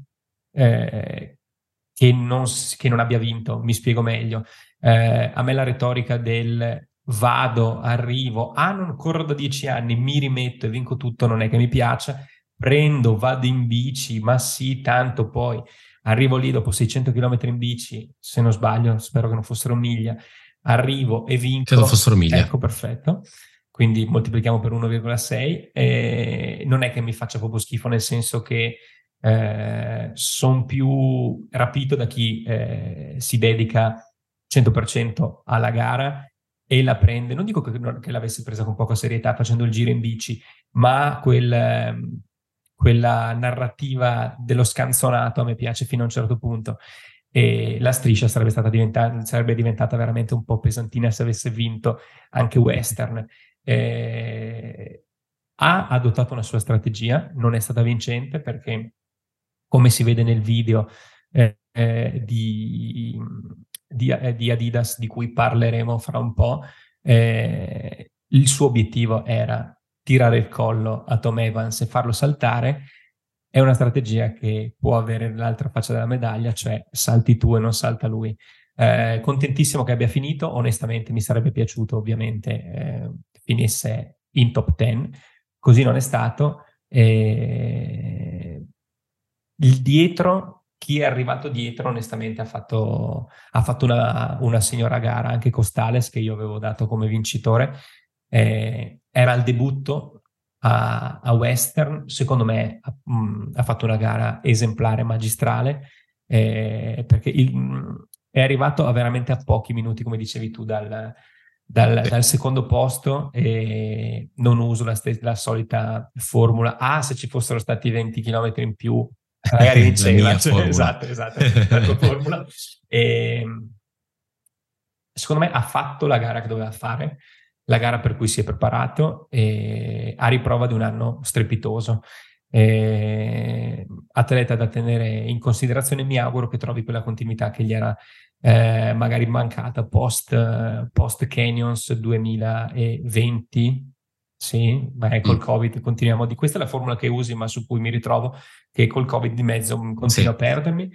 che non abbia vinto, mi spiego meglio. A me la retorica del vado, arrivo, non corro da 10 anni, mi rimetto e vinco tutto, non è che mi piace. Prendo, vado in bici, ma sì, tanto poi arrivo lì dopo 600 km in bici, se non sbaglio, spero che non fossero miglia, arrivo e vinco. Credo fossero miglia. Ecco, perfetto. Quindi moltiplichiamo per 1,6. Non è che mi faccia proprio schifo, nel senso che sono più rapito da chi si dedica 100% alla gara e la prende, non dico che l'avesse presa con poca serietà facendo il giro in bici, ma quella narrativa dello scanzonato a me piace fino a un certo punto, e la striscia sarebbe diventata veramente un po' pesantina se avesse vinto anche Western. Ha adottato una sua strategia, non è stata vincente perché, come si vede nel video di Adidas, di cui parleremo fra un po', il suo obiettivo era tirare il collo a Tom Evans e farlo saltare. È una strategia che può avere l'altra faccia della medaglia, cioè salti tu e non salta lui. Contentissimo che abbia finito, onestamente mi sarebbe piaciuto ovviamente finisse in top 10, così non è stato. Il dietro, chi è arrivato dietro onestamente ha fatto una signora gara, anche Costales, che io avevo dato come vincitore. Era il debutto a Western, secondo me ha fatto una gara esemplare, magistrale, perché è arrivato veramente a pochi minuti, come dicevi tu, dal secondo posto, e non uso la solita formula. Se ci fossero stati 20 km in più magari vinceva. Esatto, la tua formula. Secondo me ha fatto la gara che doveva fare, la gara per cui si è preparato, a riprova di un anno strepitoso. Atleta da tenere in considerazione. Mi auguro che trovi quella continuità che gli era magari mancata post Canyons 2020. Sì, beh, col Covid continuiamo. Questa è la formula che usi, ma su cui mi ritrovo, che col Covid di mezzo continuo a perdermi.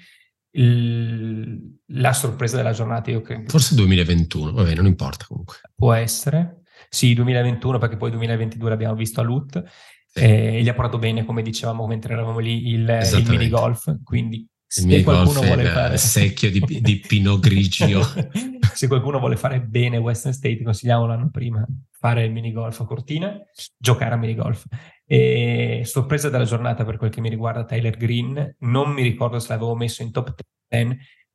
La sorpresa della giornata, io credo. Forse 2021, vabbè, non importa comunque. Può essere. Sì, 2021, perché poi 2022 l'abbiamo visto a LUT. E gli ha portato bene, come dicevamo mentre eravamo lì, il mini golf. Quindi se qualcuno vuole fare secchio di Pinot Grigio. Se qualcuno vuole fare bene Western State, consigliamo l'anno prima fare il mini golf a Cortina, giocare a mini golf. E sorpresa della giornata per quel che mi riguarda, Tyler Green. Non mi ricordo se l'avevo messo in top 10.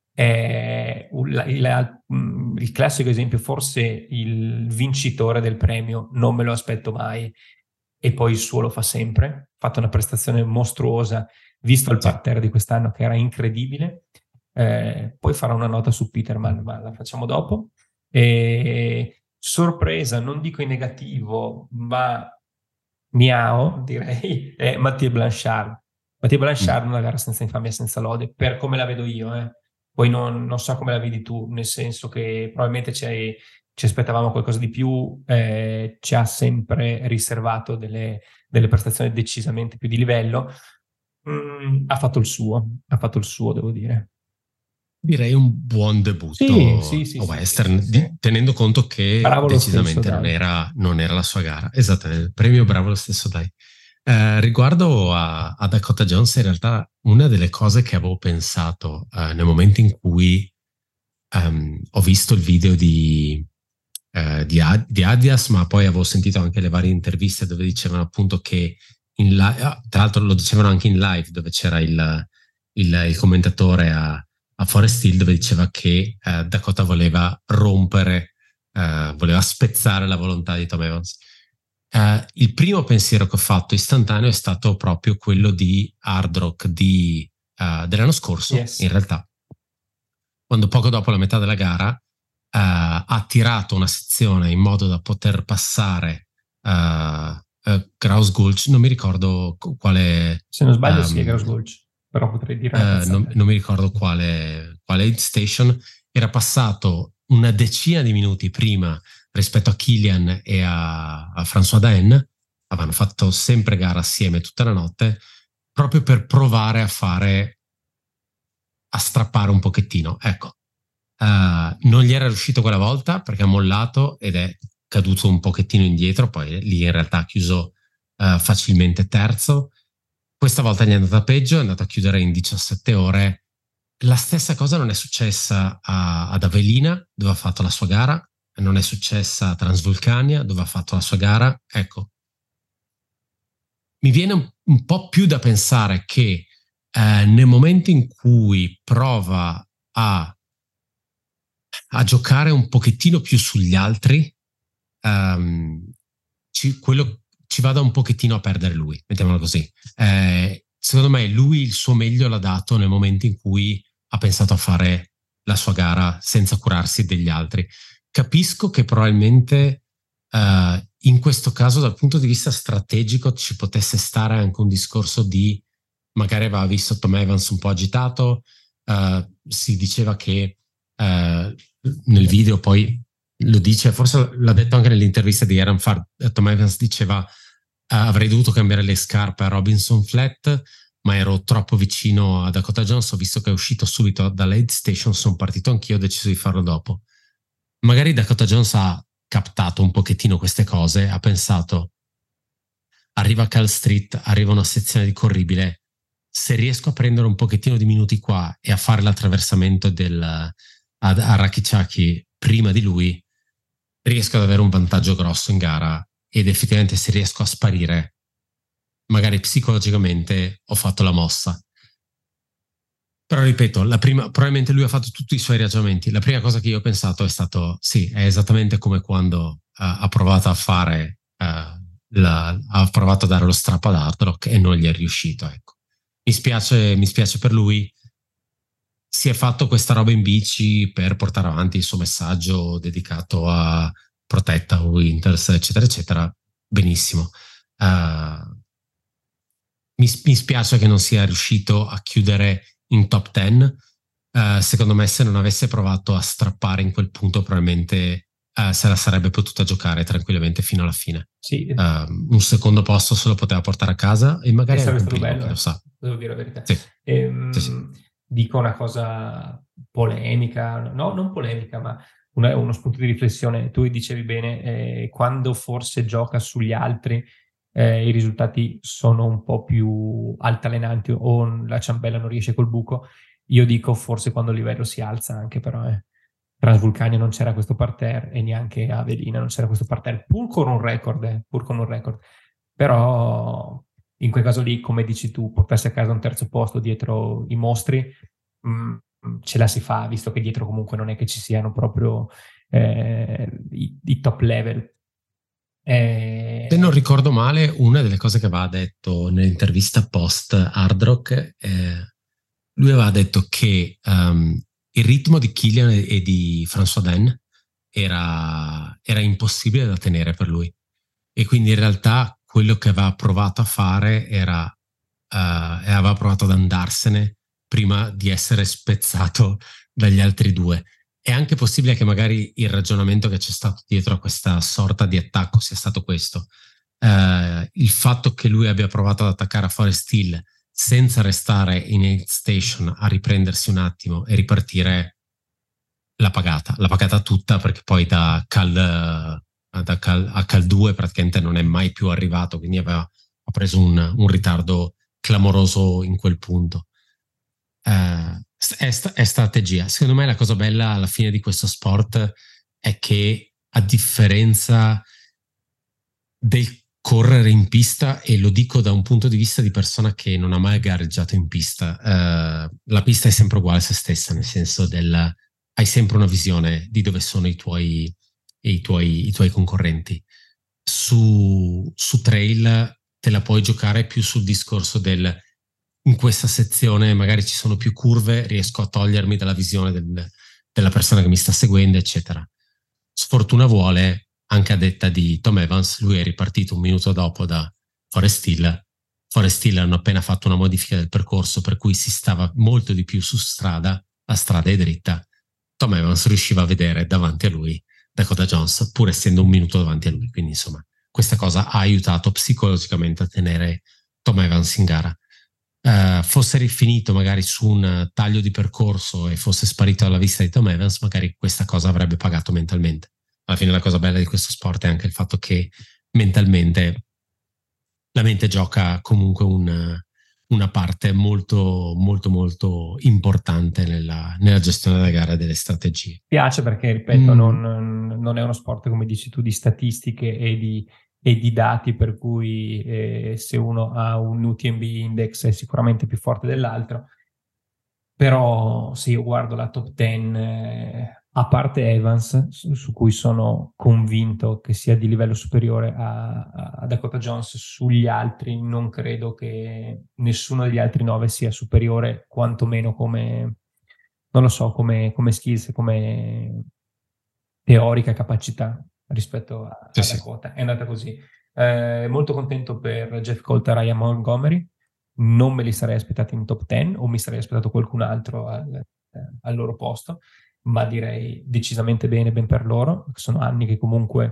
Il classico esempio, forse il vincitore del premio, non me lo aspetto mai, e poi il suo lo fa sempre. Ha fatto una prestazione mostruosa, visto il parterre di quest'anno che era incredibile. Poi farà una nota su Peterman, ma la facciamo dopo. Sorpresa, non dico in negativo, ma miao, direi, è Mathieu Blanchard. Mathieu Blanchard, una gara senza infamia, senza lode, per come la vedo io. Poi non so come la vedi tu, nel senso che probabilmente ci aspettavamo qualcosa di più, ci ha sempre riservato delle prestazioni decisamente più di livello. Ha fatto il suo, devo dire. Direi un buon Sì, debutto sì, sì, a sì, western, sì, sì. tenendo conto che Bravo lo stesso, decisamente dai. non era la sua gara. Esatto, il premio bravo lo stesso, dai. Riguardo a Dakota Jones, in realtà una delle cose che avevo pensato nel momento in cui ho visto il video di Adidas, ma poi avevo sentito anche le varie interviste dove dicevano appunto che tra l'altro lo dicevano anche in live dove c'era il commentatore a Forest Hill dove diceva che Dakota voleva rompere, voleva spezzare la volontà di Tom Evans. Il primo pensiero che ho fatto istantaneo è stato proprio quello di Hard Rock dell'anno scorso, Yes. in realtà, quando poco dopo la metà della gara ha tirato una sezione in modo da poter passare Grouse Gulch, non mi ricordo quale... Se non sbaglio sì, è Grouse Gulch, però potrei dire una cazzata. Non mi ricordo quale aid station, era passato una decina di minuti prima rispetto a Kilian e a François Daen, avevano fatto sempre gara assieme tutta la notte, proprio per provare a strappare un pochettino. Ecco, non gli era riuscito quella volta perché ha mollato ed è caduto un pochettino indietro, poi lì in realtà ha chiuso facilmente terzo. Questa volta gli è andata peggio, è andato a chiudere in 17 ore. La stessa cosa non è successa ad Avellina, dove ha fatto la sua gara, non è successa a Transvulcania, dove ha fatto la sua gara. Ecco, mi viene un po' più da pensare che nel momento in cui prova a giocare un pochettino più sugli altri, quello ci vada un pochettino a perdere lui, mettiamolo così. Secondo me lui il suo meglio l'ha dato nel momento in cui ha pensato a fare la sua gara senza curarsi degli altri. Capisco che probabilmente in questo caso dal punto di vista strategico ci potesse stare anche un discorso di magari aveva visto Tom Evans un po' agitato, si diceva che nel video poi lo dice, forse l'ha detto anche nell'intervista di Aaron Farr, Tom Evans diceva avrei dovuto cambiare le scarpe a Robinson Flat, ma ero troppo vicino a Dakota Jones, ho visto che è uscito subito dall'aid station, sono partito anch'io, ho deciso di farlo dopo. Magari Dakota Jones ha captato un pochettino queste cose, ha pensato arriva Cal Street, arriva una sezione di corribile, se riesco a prendere un pochettino di minuti qua e a fare l'attraversamento a Rakichaki prima di lui, riesco ad avere un vantaggio grosso in gara ed effettivamente se riesco a sparire, magari psicologicamente ho fatto la mossa. Però ripeto, probabilmente lui ha fatto tutti i suoi ragionamenti. La prima cosa che io ho pensato è stato, sì, è esattamente come quando ha provato a fare, ha provato a dare lo strappo ad Hard Rock e non gli è riuscito, ecco. Mi spiace per lui. Si è fatto questa roba in bici per portare avanti il suo messaggio dedicato a Protetta Winters, eccetera, eccetera. Benissimo. Mi spiace che non sia riuscito a chiudere in top 10. Secondo me se non avesse provato a strappare in quel punto probabilmente se la sarebbe potuta giocare tranquillamente fino alla fine. Sì. Un secondo posto se lo poteva portare a casa e magari sarebbe anche un stato primo, bello, lo sa. devo dire la verità. Sì. Sì. Dico una cosa polemica, no, non polemica, ma uno spunto di riflessione. Tu dicevi bene, quando forse gioca sugli altri i risultati sono un po' più altalenanti o la ciambella non riesce col buco. Io dico forse quando il livello si alza anche, però Transvulcania non c'era questo parterre e neanche a Avelina non c'era questo parterre, pur con un record. Però in quel caso lì, come dici tu, portarsi a casa un terzo posto dietro i mostri, ce la si fa, visto che dietro comunque non è che ci siano proprio i top level. Se non ricordo male, una delle cose che aveva detto nell'intervista post Hard Rock, lui aveva detto che il ritmo di Kilian e di François Daen era impossibile da tenere per lui. E quindi in realtà quello che aveva provato a fare aveva provato ad andarsene prima di essere spezzato dagli altri due. è anche possibile che magari il ragionamento che c'è stato dietro a questa sorta di attacco sia stato questo. Il fatto che lui abbia provato ad attaccare a Forest Hill senza restare in aid station a riprendersi un attimo e ripartire, l'ha pagata tutta, perché poi a Cal 2 praticamente non è mai più arrivato, quindi ha preso un ritardo clamoroso in quel punto. È strategia. Secondo me la cosa bella alla fine di questo sport è che, a differenza del correre in pista, e lo dico da un punto di vista di persona che non ha mai gareggiato in pista, la pista è sempre uguale a se stessa, nel senso hai sempre una visione di dove sono i tuoi concorrenti. Su trail te la puoi giocare più sul discorso in questa sezione magari ci sono più curve, riesco a togliermi dalla visione della persona che mi sta seguendo, eccetera. Sfortuna vuole, anche a detta di Tom Evans, lui è ripartito un minuto dopo da Forest Hill. Forest Hill hanno appena fatto una modifica del percorso per cui si stava molto di più su strada, la strada è dritta. Tom Evans riusciva a vedere davanti a lui Dakota Jones, pur essendo un minuto davanti a lui. Quindi insomma, questa cosa ha aiutato psicologicamente a tenere Tom Evans in gara. Fosse rifinito magari su un taglio di percorso e fosse sparito dalla vista di Tom Evans, magari questa cosa avrebbe pagato mentalmente. Alla fine la cosa bella di questo sport è anche il fatto che mentalmente la mente gioca comunque una parte molto molto molto importante nella gestione della gara e delle strategie. Mi piace perché, ripeto, non è uno sport, come dici tu, di statistiche e di dati, per cui se uno ha un UTMB index è sicuramente più forte dell'altro. Però se io guardo la top 10, a parte Evans, su cui sono convinto che sia di livello superiore a Dakota Jones, sugli altri non credo che nessuno degli altri 9 sia superiore, quantomeno come, non lo so, come skills, come teorica capacità rispetto a Dakota. È andata così. Molto contento per Jeff Colt e Ryan Montgomery. Non me li sarei aspettati in top 10, o mi sarei aspettato qualcun altro al loro posto, ma direi decisamente bene, ben per loro. Sono anni che comunque,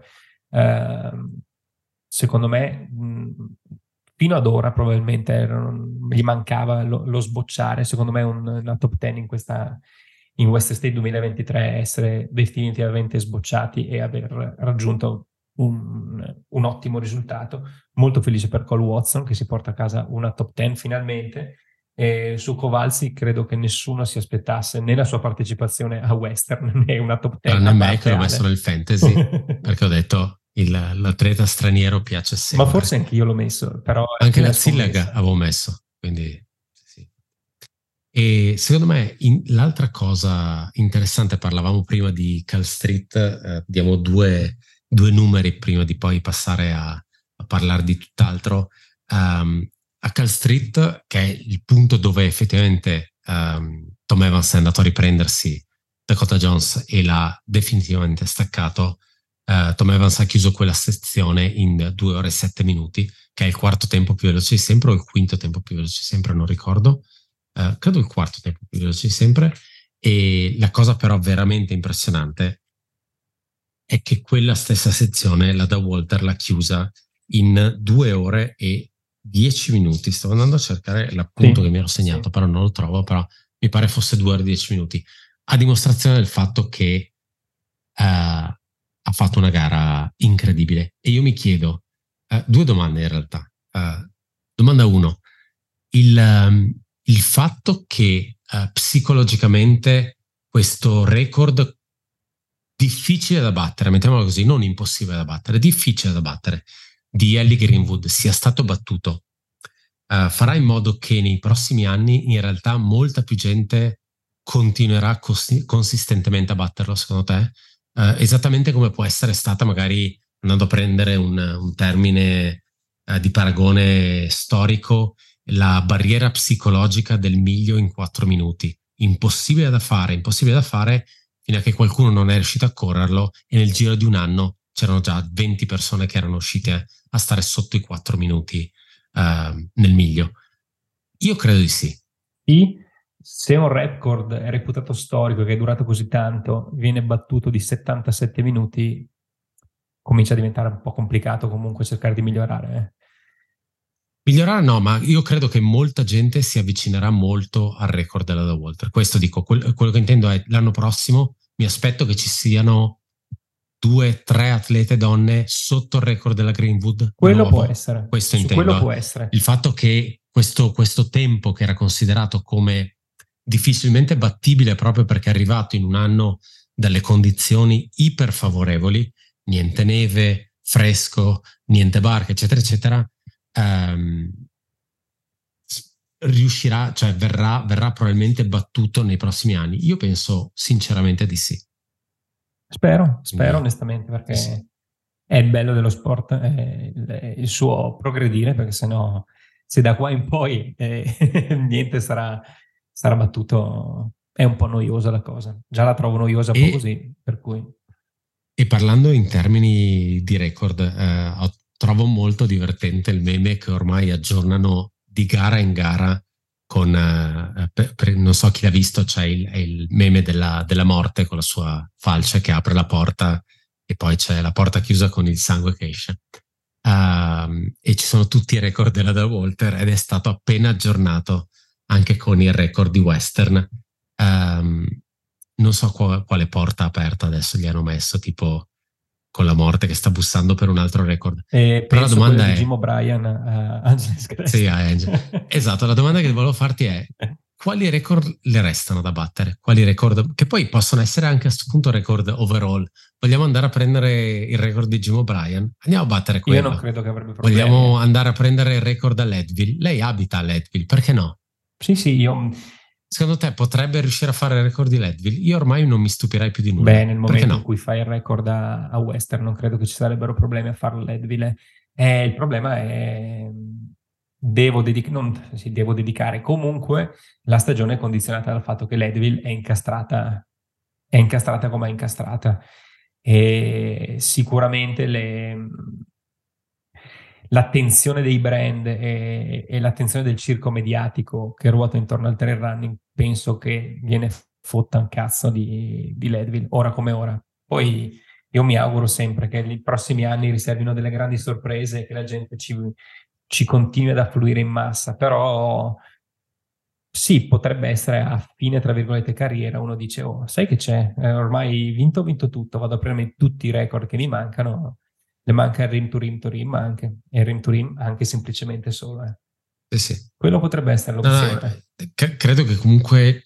secondo me, fino ad ora probabilmente gli mancava lo sbocciare. Secondo me una top 10 in West State 2023 essere definitivamente sbocciati e aver raggiunto un ottimo risultato. Molto felice per Cole Watson, che si porta a casa una top 10 finalmente. E su Kowalski credo che nessuno si aspettasse né la sua partecipazione a Western né una top 10. Tranne a me, che l'ho messo nel fantasy perché ho detto l'atleta straniero piace sempre. Ma forse anche io l'ho messo, però anche la Zillag avevo messo, quindi sì. E secondo me l'altra cosa interessante, parlavamo prima di Cal Street, diamo due numeri prima di poi passare a parlare di tutt'altro. A Cal Street, che è il punto dove effettivamente Tom Evans è andato a riprendersi Dakota Jones e l'ha definitivamente staccato. Tom Evans ha chiuso quella sezione in 2 ore e 7 minuti, che è il quarto tempo più veloce di sempre, o il quinto tempo più veloce di sempre, non ricordo. Credo il quarto tempo più veloce di sempre. E la cosa però veramente impressionante è che quella stessa sezione la da Walter l'ha chiusa in 2 ore e 10 minuti. Stavo andando a cercare l'appunto che mi ero segnato, però non lo trovo, però mi pare fosse 2 ore e 10 minuti, a dimostrazione del fatto che ha fatto una gara incredibile. E io mi chiedo 2 domande in realtà. Domanda 1, il fatto che psicologicamente questo record difficile da battere, mettiamolo così, non impossibile da battere, difficile da battere, di Ellie Greenwood sia stato battuto, farà in modo che nei prossimi anni in realtà molta più gente continuerà consistentemente a batterlo, secondo te? Esattamente come può essere stata, magari andando a prendere un termine di paragone storico, la barriera psicologica del miglio in 4 minuti. Impossibile da fare fino a che qualcuno non è riuscito a correrlo, e nel giro di un anno c'erano già 20 persone che erano riuscite a stare sotto i 4 minuti nel miglio. Io credo di sì. Sì, se un record è reputato storico che è durato così tanto, viene battuto di 77 minuti, comincia a diventare un po' complicato comunque cercare di migliorare. Migliorare no, ma io credo che molta gente si avvicinerà molto al record della da Walter. Questo dico, quello che intendo è l'anno prossimo mi aspetto che ci siano 2-3 atlete donne sotto il record della Greenwood. Quello può essere. Questo intendo. Quello può essere. Il fatto che questo tempo che era considerato come difficilmente battibile proprio perché è arrivato in un anno dalle condizioni iper favorevoli, niente neve, fresco, niente barche, eccetera, eccetera, riuscirà, cioè verrà probabilmente battuto nei prossimi anni. Io penso sinceramente di sì. Spero onestamente, perché sì, è il bello dello sport, è il suo progredire, perché sennò se da qua in poi niente sarà battuto, è un po' noiosa la cosa. Già la trovo noiosa un po' così, per cui... E parlando in termini di record, trovo molto divertente il meme che ormai aggiornano di gara in gara con, non so chi l'ha visto, c'è il meme della morte con la sua falce che apre la porta e poi c'è la porta chiusa con il sangue che esce. E ci sono tutti i record della da Walter ed è stato appena aggiornato anche con il record di Western. Non so quale porta aperta adesso gli hanno messo, tipo con la morte che sta bussando per un altro record. Però la domanda è... Jim O'Brien a Angeles Crest. Sì, a Angel. Esatto, la domanda che volevo farti è quali record le restano da battere? Quali record, che poi possono essere anche a questo punto record overall. Vogliamo andare a prendere il record di Jim O'Brien? Andiamo a battere quello. Io non credo che avrebbe problemi. Vogliamo andare a prendere il record a Leadville? Lei abita a Leadville, perché no? Sì, io... Secondo te potrebbe riuscire a fare il record di Leadville? Io ormai non mi stupirei più di nulla. Beh, nel momento in cui fai il record a Western non credo che ci sarebbero problemi a farlo a Leadville. Il problema è... Devo dedicare. Comunque la stagione è condizionata dal fatto che Leadville è incastrata come è incastrata. E sicuramente l'attenzione dei brand e l'attenzione del circo mediatico che ruota intorno al trail running penso che viene fotta un cazzo di Leadville, ora come ora. Poi io mi auguro sempre che i prossimi anni riservino delle grandi sorprese e che la gente ci continui ad affluire in massa, però sì, potrebbe essere a fine, tra virgolette, carriera, uno dice, oh, sai che c'è? Ormai ho vinto tutto, vado a prendermi tutti i record che mi mancano, le manca il Rim to Rim to Rim anche, e il Rim to Rim anche semplicemente solo. Sì. Quello potrebbe essere l'opzione. Credo che comunque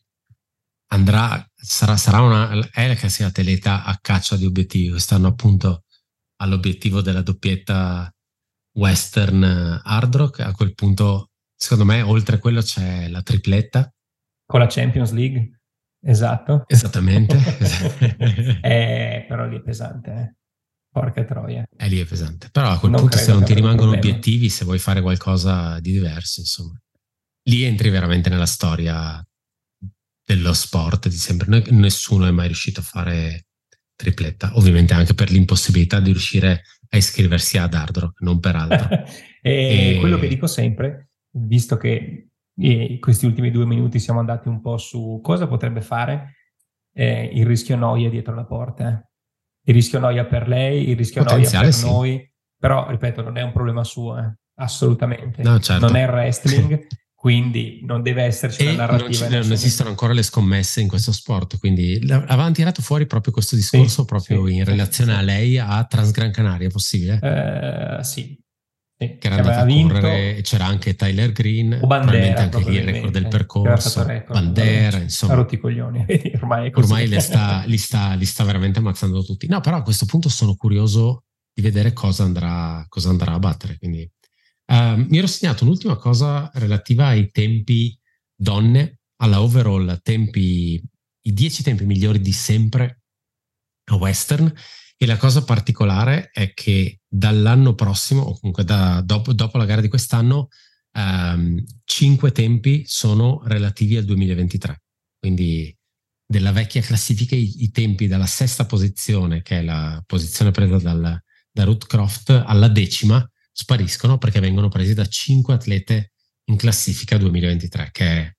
sarà è la classificata l'età a caccia di obiettivi. Quest'anno appunto all'obiettivo della doppietta Western Hard Rock. A quel punto, secondo me, oltre a quello c'è la tripletta. Con la Champions League, esatto. Esattamente. Però lì è pesante, Porca troia. Lì è pesante. Però a quel punto se non ti rimangono obiettivi, se vuoi fare qualcosa di diverso, insomma, lì entri veramente nella storia dello sport di sempre. Nessuno è mai riuscito a fare tripletta, ovviamente anche per l'impossibilità di riuscire a iscriversi ad Hard Rock, non per altro. e quello che dico sempre, visto che questi ultimi 2 minuti siamo andati un po' su cosa potrebbe fare, il rischio noia dietro la porta. Il rischio noia per lei, il rischio noia per noi, però ripeto, non è un problema suo, assolutamente. No, certo. Non è il wrestling, quindi non deve esserci una narrativa. Non esistono ancora le scommesse in questo sport, quindi avevano tirato fuori proprio questo discorso in relazione a lei a Transgran Canaria, è possibile? Sì. Che era andato a correre, c'era anche Tyler Green, probabilmente anche lì il record del percorso, Bandera, insomma. Ha rotti i coglioni, ormai li sta veramente ammazzando tutti. No, però a questo punto sono curioso di vedere cosa andrà a battere. Quindi mi ero segnato un'ultima cosa relativa ai tempi donne, alla overall i 10 tempi migliori di sempre a Western. E la cosa particolare è che dall'anno prossimo, o comunque dopo la gara di quest'anno, 5 tempi sono relativi al 2023. Quindi della vecchia classifica i tempi dalla 6ª posizione, che è la posizione presa da Ruth Croft, alla 10ª spariscono perché vengono presi da 5 atlete in classifica 2023, che è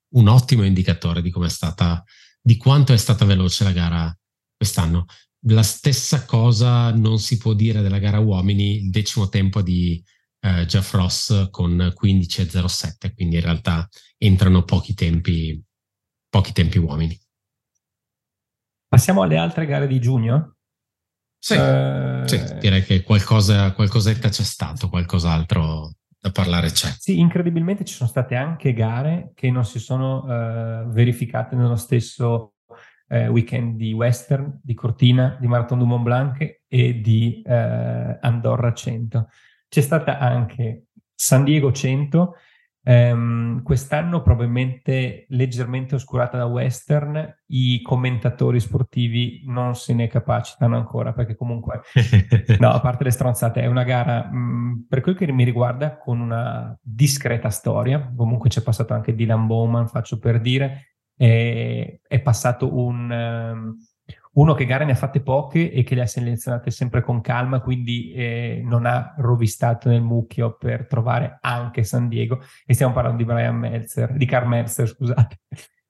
un ottimo indicatore di come è stata, di quanto è stata veloce la gara quest'anno. La stessa cosa non si può dire della gara uomini, il 10° tempo di Jeff Ross con 15:07, quindi in realtà entrano pochi tempi uomini. Passiamo alle altre gare di giugno? Sì, direi che qualcosetta c'è stato, qualcos'altro da parlare c'è. Sì, incredibilmente ci sono state anche gare che non si sono verificate nello stesso weekend di Western, di Cortina, di Marathon du Mont Blanc e di Andorra 100. C'è stata anche San Diego 100, quest'anno probabilmente leggermente oscurata da Western. I commentatori sportivi non se ne capacitano ancora, perché comunque, no, a parte le stronzate, è una gara, per quel che mi riguarda, con una discreta storia. Comunque c'è passato anche Dylan Bowman, faccio per dire, è passato uno che gare ne ha fatte poche e che le ha selezionate sempre con calma, quindi non ha rovistato nel mucchio per trovare anche San Diego. E stiamo parlando di Karl Meltzer, scusate,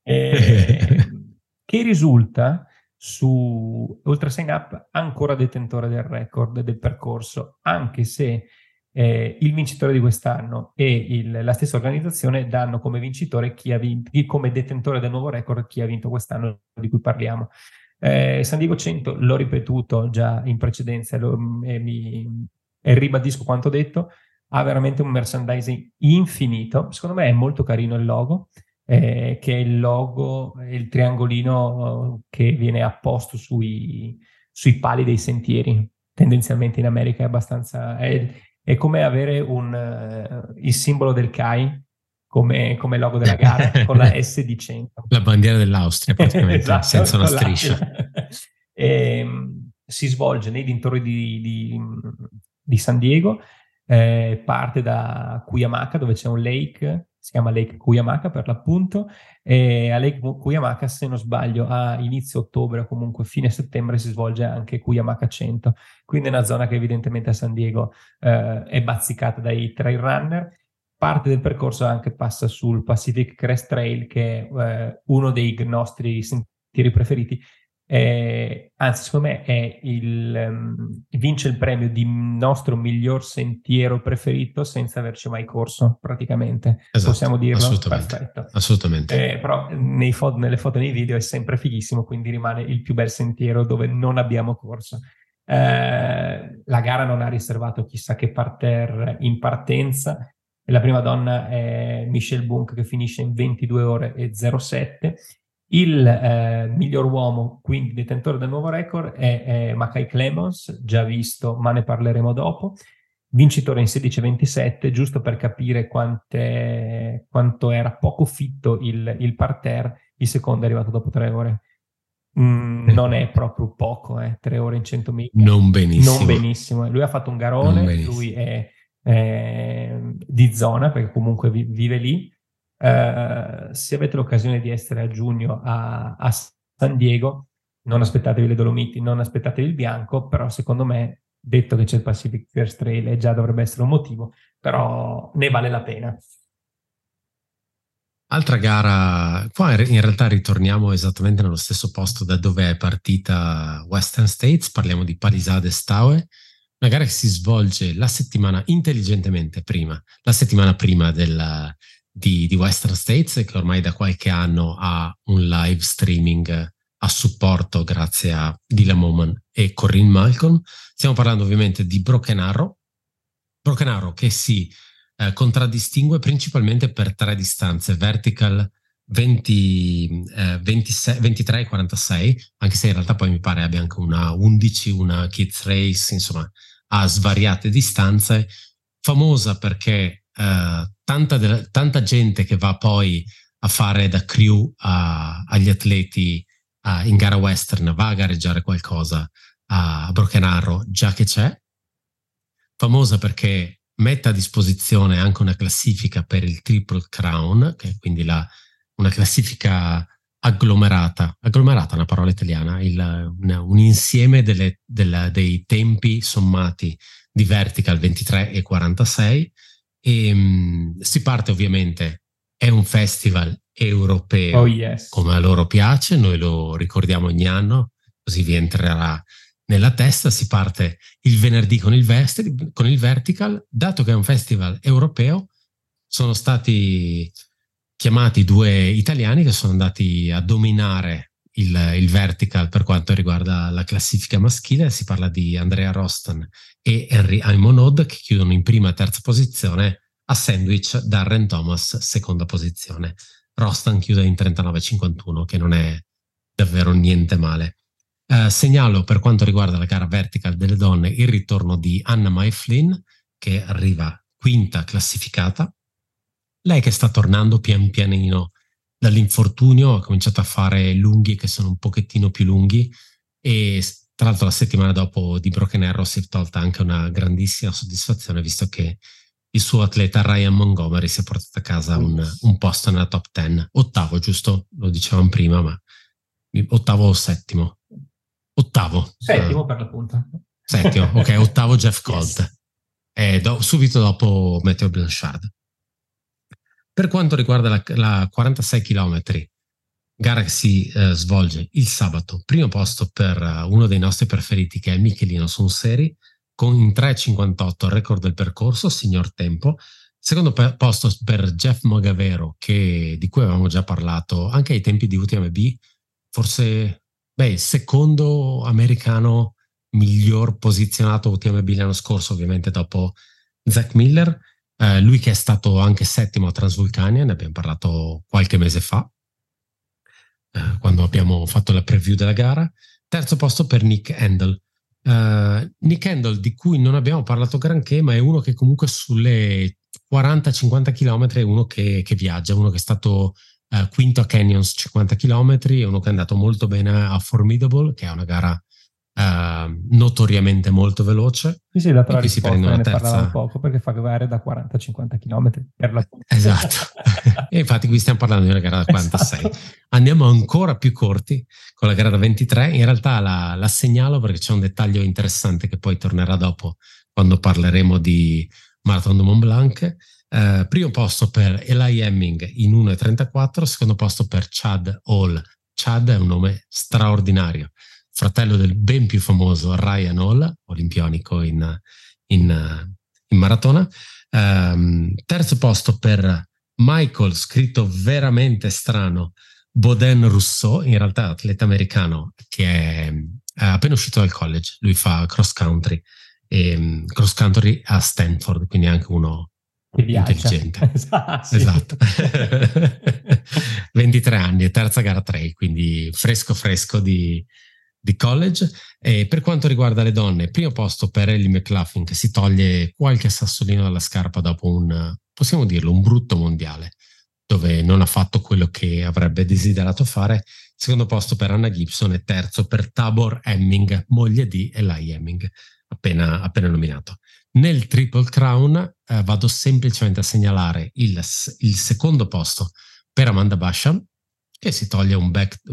che risulta su Ultra Sign Up ancora detentore del record del percorso, anche se il vincitore di quest'anno e la stessa organizzazione danno come vincitore chi ha vinto, come detentore del nuovo record chi ha vinto quest'anno di cui parliamo. San Diego 100, l'ho ripetuto già in precedenza e ribadisco quanto detto, ha veramente un merchandising infinito. Secondo me è molto carino il logo, che è il logo, il triangolino che viene apposto sui pali dei sentieri. Tendenzialmente in America è abbastanza... È come avere il simbolo del CAI come logo della gara, con la S di 100. La bandiera dell'Austria praticamente, esatto, senza una striscia. Si svolge nei dintorni di San Diego, parte da Cuyamaca, dove c'è un lake, si chiama Lake Cuyamaca per l'appunto, e a Lake Cuyamaca, se non sbaglio, a inizio ottobre o comunque fine settembre si svolge anche Cuyamaca 100, quindi è una zona che evidentemente a San Diego è bazzicata dai trail runner. Parte del percorso anche passa sul Pacific Crest Trail, che è uno dei nostri sentieri preferiti. Anzi, secondo me vince il premio di nostro miglior sentiero preferito senza averci mai corso, praticamente. Esatto, possiamo dirlo? Assolutamente. Perfetto. Assolutamente. Però nelle foto e nei video è sempre fighissimo, quindi rimane il più bel sentiero dove non abbiamo corso. La gara non ha riservato chissà che parterre in partenza. La prima donna è Michelle Bunk, che finisce in 22 ore e 07. Il miglior uomo, quindi detentore del nuovo record, è Mackay Clemons, già visto, ma ne parleremo dopo. Vincitore in 16:27, giusto per capire quanto era poco fitto il parterre. Il secondo è arrivato dopo 3 ore. Non è proprio poco, 3 ore in 100 miglia. Non benissimo. Non benissimo. Lui ha fatto un garone, lui è di zona, perché comunque vive lì. Se avete l'occasione di essere a giugno a San Diego, non aspettatevi le Dolomiti, non aspettatevi il bianco, però secondo me, detto che c'è il Pacific Crest Trail, già dovrebbe essere un motivo, però ne vale la pena. Altra gara, qua in realtà ritorniamo esattamente nello stesso posto da dove è partita Western States, parliamo di Palisades Tahoe, una gara che si svolge la settimana intelligentemente prima, la settimana prima di Western States, che ormai da qualche anno ha un live streaming a supporto grazie a Dylan Bowman e Corinne Malcolm. Stiamo parlando ovviamente di Broken Arrow che si contraddistingue principalmente per 3 distanze: vertical 23 e 46, anche se in realtà poi mi pare abbia anche una 11, una kids race, insomma ha svariate distanze, famosa perché tanta gente che va poi a fare da crew agli atleti in gara western va a gareggiare qualcosa a Broken Arrow, già che c'è. Famosa perché mette a disposizione anche una classifica per il Triple Crown, che è quindi una classifica agglomerata è una parola italiana, un insieme dei tempi sommati di vertical 23 e 46. E si parte ovviamente, è un festival europeo, come a loro piace, noi lo ricordiamo ogni anno, così vi entrerà nella testa. Si parte il venerdì con il Vertical. Dato che è un festival europeo, sono stati chiamati due italiani che sono andati a dominare il Vertical per quanto riguarda la classifica maschile. Si parla di Andrea Rostan e Henry Aymonod, che chiudono in prima e terza posizione, a sandwich Darren Thomas, seconda posizione. Rostan chiude in 39,51, che non è davvero niente male. Segnalo, per quanto riguarda la gara vertical delle donne, il ritorno di Anna Mae Flynn, che arriva quinta classificata. Lei che sta tornando pian pianino dall'infortunio, ha cominciato a fare lunghi che sono un pochettino più lunghi, e tra l'altro la settimana dopo di Broken Arrow si è tolta anche una grandissima soddisfazione, visto che il suo atleta Ryan Montgomery si è portato a casa un posto nella top 10, ottavo, giusto? Lo dicevamo prima, ma ottavo o settimo? Ottavo. Settimo per l'appunto. Settimo, ok, ottavo Jeff Colt. Yes. Subito dopo Matteo Blanchard. Per quanto riguarda la 46 km, gara che si svolge il sabato, primo posto per uno dei nostri preferiti, che è Michelino Sunseri, con in 3,58 il record del percorso, signor tempo. Secondo posto per Jeff Mogavero, di cui avevamo già parlato anche ai tempi di UTMB, forse il secondo americano miglior posizionato UTMB l'anno scorso, ovviamente dopo Zach Miller. Lui che è stato anche settimo a Transvulcania, ne abbiamo parlato qualche mese fa, quando abbiamo fatto la preview della gara. Terzo posto per Nick Handel. Nick Handel, di cui non abbiamo parlato granché, ma è uno che comunque sulle 40-50 km è uno che viaggia, uno che è stato quinto a Canyons 50 km, è uno che è andato molto bene a Formidable, che è una gara notoriamente molto veloce. Sì, dato la risposta, ne parlavamo poco, perché fa gare da 40-50 km per la... Esatto. E infatti qui stiamo parlando di una gara da 46. Esatto. Andiamo ancora più corti con la gara da 23. In realtà la segnalo perché c'è un dettaglio interessante che poi tornerà dopo quando parleremo di Marathon du Mont Blanc. Primo posto per Eli Hemming in 1,34, secondo posto per Chad Hall. Chad è un nome straordinario, fratello del ben più famoso Ryan Hall, olimpionico in maratona. Terzo posto per Michael, scritto veramente strano, Baudin Rousseau, in realtà atleta americano che è appena uscito dal college. Lui fa cross country a Stanford, quindi anche uno intelligente. Esatto. 23 anni e terza gara trail, quindi fresco di college. E per quanto riguarda le donne, primo posto per Ellie McLaughlin, che si toglie qualche sassolino dalla scarpa dopo possiamo dirlo, un brutto mondiale, dove non ha fatto quello che avrebbe desiderato fare. Secondo posto per Anna Gibson e terzo per Tabor Hemming, moglie di Eli Hemming, appena nominato. Nel Triple Crown vado semplicemente a segnalare il secondo posto per Amanda Basham, che si toglie un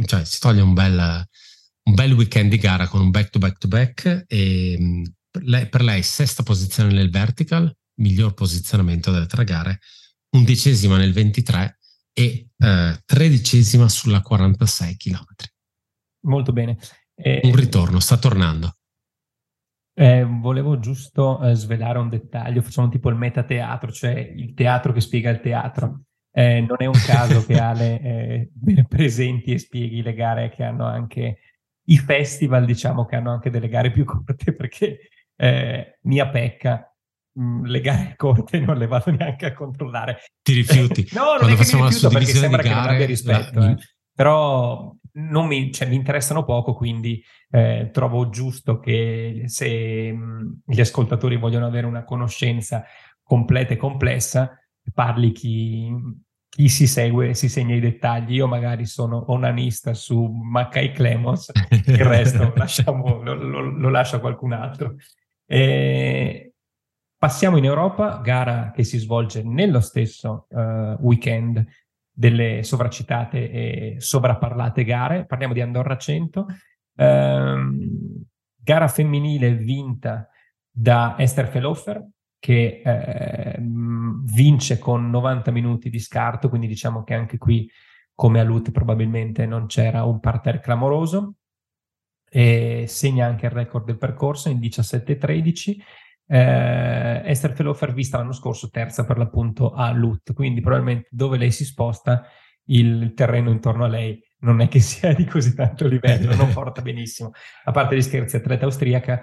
bel weekend di gara con un back-to-back-to-back, e per lei sesta posizione nel vertical, miglior posizionamento delle tre gare, 11ª nel 23 e 13ª sulla 46 km. Molto bene. Un ritorno, sta tornando. Volevo giusto svelare un dettaglio, facciamo tipo il metateatro, cioè il teatro che spiega il teatro. Non è un caso che Ale presenti e spieghi le gare che hanno anche i festival, diciamo, che hanno anche delle gare più corte, perché mia pecca, le gare corte non le vado neanche a controllare. Ti rifiuti? No, non è che mi rifiuto, perché sembra che non abbia rispetto, però mi interessano poco, quindi trovo giusto che se gli ascoltatori vogliono avere una conoscenza completa e complessa, parli chi si segue, si segna i dettagli. Io magari sono onanista su Mackay Clemons, il resto lo lascio a qualcun altro. Passiamo in Europa, gara che si svolge nello stesso weekend delle sovracitate e sovrapparlate gare. Parliamo di Andorra 100, gara femminile vinta da Esther Felhofer, che vince con 90 minuti di scarto, quindi diciamo che anche qui come a Lut probabilmente non c'era un parterre clamoroso, e segna anche il record del percorso in 17:13. Esther Felofer vista l'anno scorso terza per l'appunto a Lut, quindi probabilmente dove lei si sposta il terreno intorno a lei non è che sia di così tanto livello, non porta benissimo. A parte gli scherzi, atleta austriaca,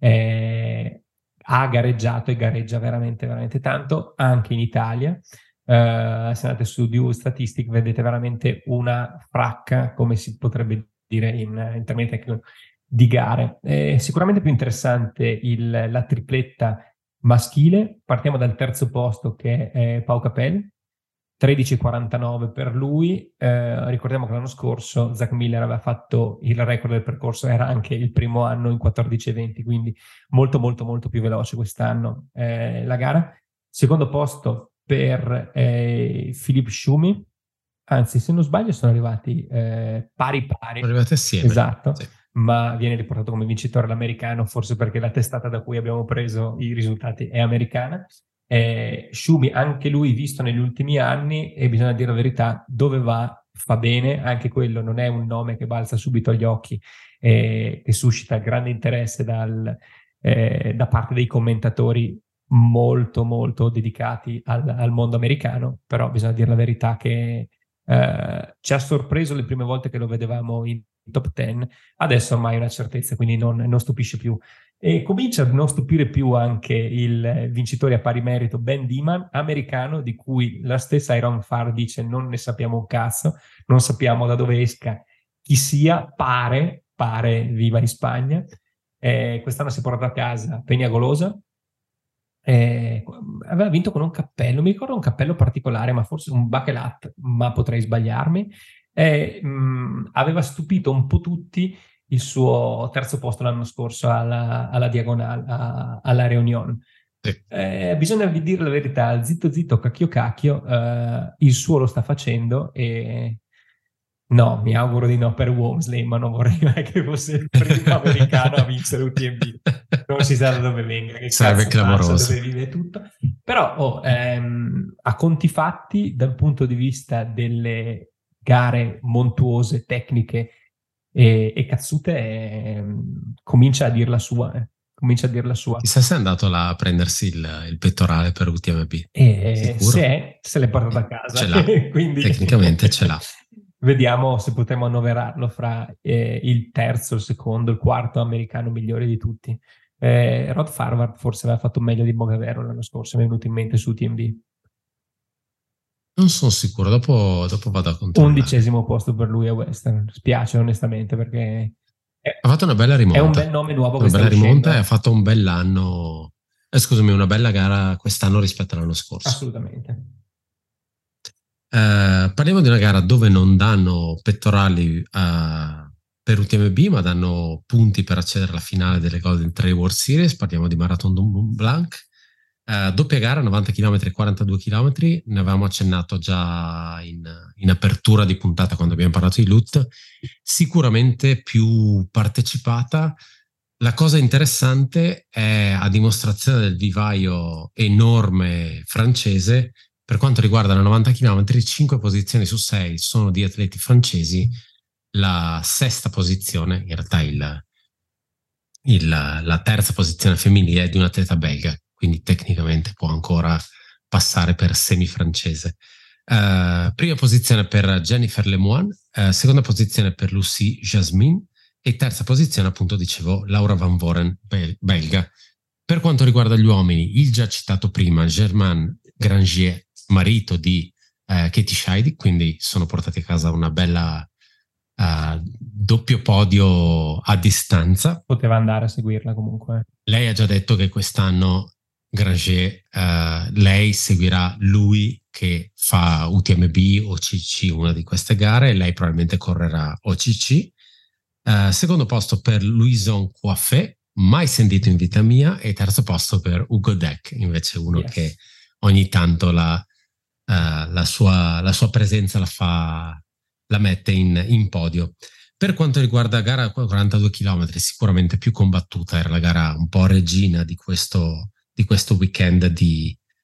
ha gareggiato e gareggia veramente veramente tanto anche in Italia. Se andate su Due Statistic vedete veramente una fracca, come si potrebbe dire in termini tecnici, di gare. Sicuramente più interessante la tripletta maschile. Partiamo dal terzo posto, che è Pau Capel, 13:49 per lui. Ricordiamo che l'anno scorso Zach Miller aveva fatto il record del percorso, era anche il primo anno in 14:20, quindi molto molto molto più veloce quest'anno la gara. Secondo posto per Philippe Schumi, anzi se non sbaglio sono arrivati pari. Sono arrivati assieme. Esatto. Sì. Ma viene riportato come vincitore l'americano, forse perché la testata da cui abbiamo preso i risultati è americana. Schumi, anche lui visto negli ultimi anni, e bisogna dire la verità, dove va fa bene, anche quello non è un nome che balza subito agli occhi, che suscita grande interesse da parte dei commentatori molto molto dedicati al mondo americano, però bisogna dire la verità che ci ha sorpreso le prime volte che lo vedevamo in top 10, adesso ormai è una certezza, quindi non stupisce più. E comincia a non stupire più anche il vincitore a pari merito Ben Diman, americano, di cui la stessa Iron Farr dice non ne sappiamo un cazzo, non sappiamo da dove esca chi sia, pare viva in Spagna. Quest'anno si è portato a casa Peñagolosa, aveva vinto con un cappello, mi ricordo un cappello particolare, ma forse un bucket hat, ma potrei sbagliarmi. Aveva stupito un po' tutti il suo terzo posto l'anno scorso alla Diagonale, alla Reunion. Bisogna dire la verità, zitto zitto, cacchio cacchio, il suo lo sta facendo e no, mi auguro di no per Walmsley, ma non vorrei mai che fosse il primo americano a vincere UTMB. Non si sa da dove venga, che sarebbe clamoroso, dove vive tutto. Però a conti fatti, dal punto di vista delle gare montuose, tecniche e cazzute, comincia a dir la sua. Comincia a dir la sua. Chissà se è andato là a prendersi il pettorale per UTMB. Se l'è portato a casa. Ce l'ha, quindi tecnicamente ce l'ha. Vediamo se potremo annoverarlo fra il terzo, il secondo, il quarto americano migliore di tutti. Rod Farvard forse aveva fatto meglio di Bogavero l'anno scorso, mi è venuto in mente su UTMB. Non sono sicuro, dopo vado a controllare. 11° posto per lui a Western, spiace onestamente perché ha fatto una bella rimonta. È un bel nome nuovo una bella rimonta e ha fatto un bell'anno, una bella gara quest'anno rispetto all'anno scorso. Assolutamente. Parliamo di una gara dove non danno pettorali per UTMB, ma danno punti per accedere alla finale delle Golden Trail World Series. Parliamo di Marathon du Mont Blanc. Doppia gara, 90 km e 42 km, ne avevamo accennato già in apertura di puntata quando abbiamo parlato di Lut, sicuramente più partecipata. La cosa interessante è, a dimostrazione del vivaio enorme francese, per quanto riguarda la 90 km, 5 posizioni su 6 sono di atleti francesi, la sesta posizione, in realtà la terza posizione femminile è di un atleta belga, quindi tecnicamente può ancora passare per semifrancese. Prima posizione per Jennifer Lemoine, seconda posizione per Lucie Jasmin e terza posizione, appunto dicevo, Laura Van Voren, belga. Per quanto riguarda gli uomini, il già citato prima Germain Grangier, marito di Katie Scheide, quindi sono portati a casa una bella doppio podio a distanza. Poteva andare a seguirla comunque. Lei ha già detto che quest'anno Grangier, lei seguirà lui che fa UTMB o OCC, una di queste gare, e lei probabilmente correrà OCC. Secondo posto per Louison Coiffé, mai sentito in vita mia, e terzo posto per Ugo Deck, invece uno che ogni tanto la sua presenza la mette in podio. Per quanto riguarda la gara 42 km, sicuramente più combattuta, era la gara un po' regina di questo weekend di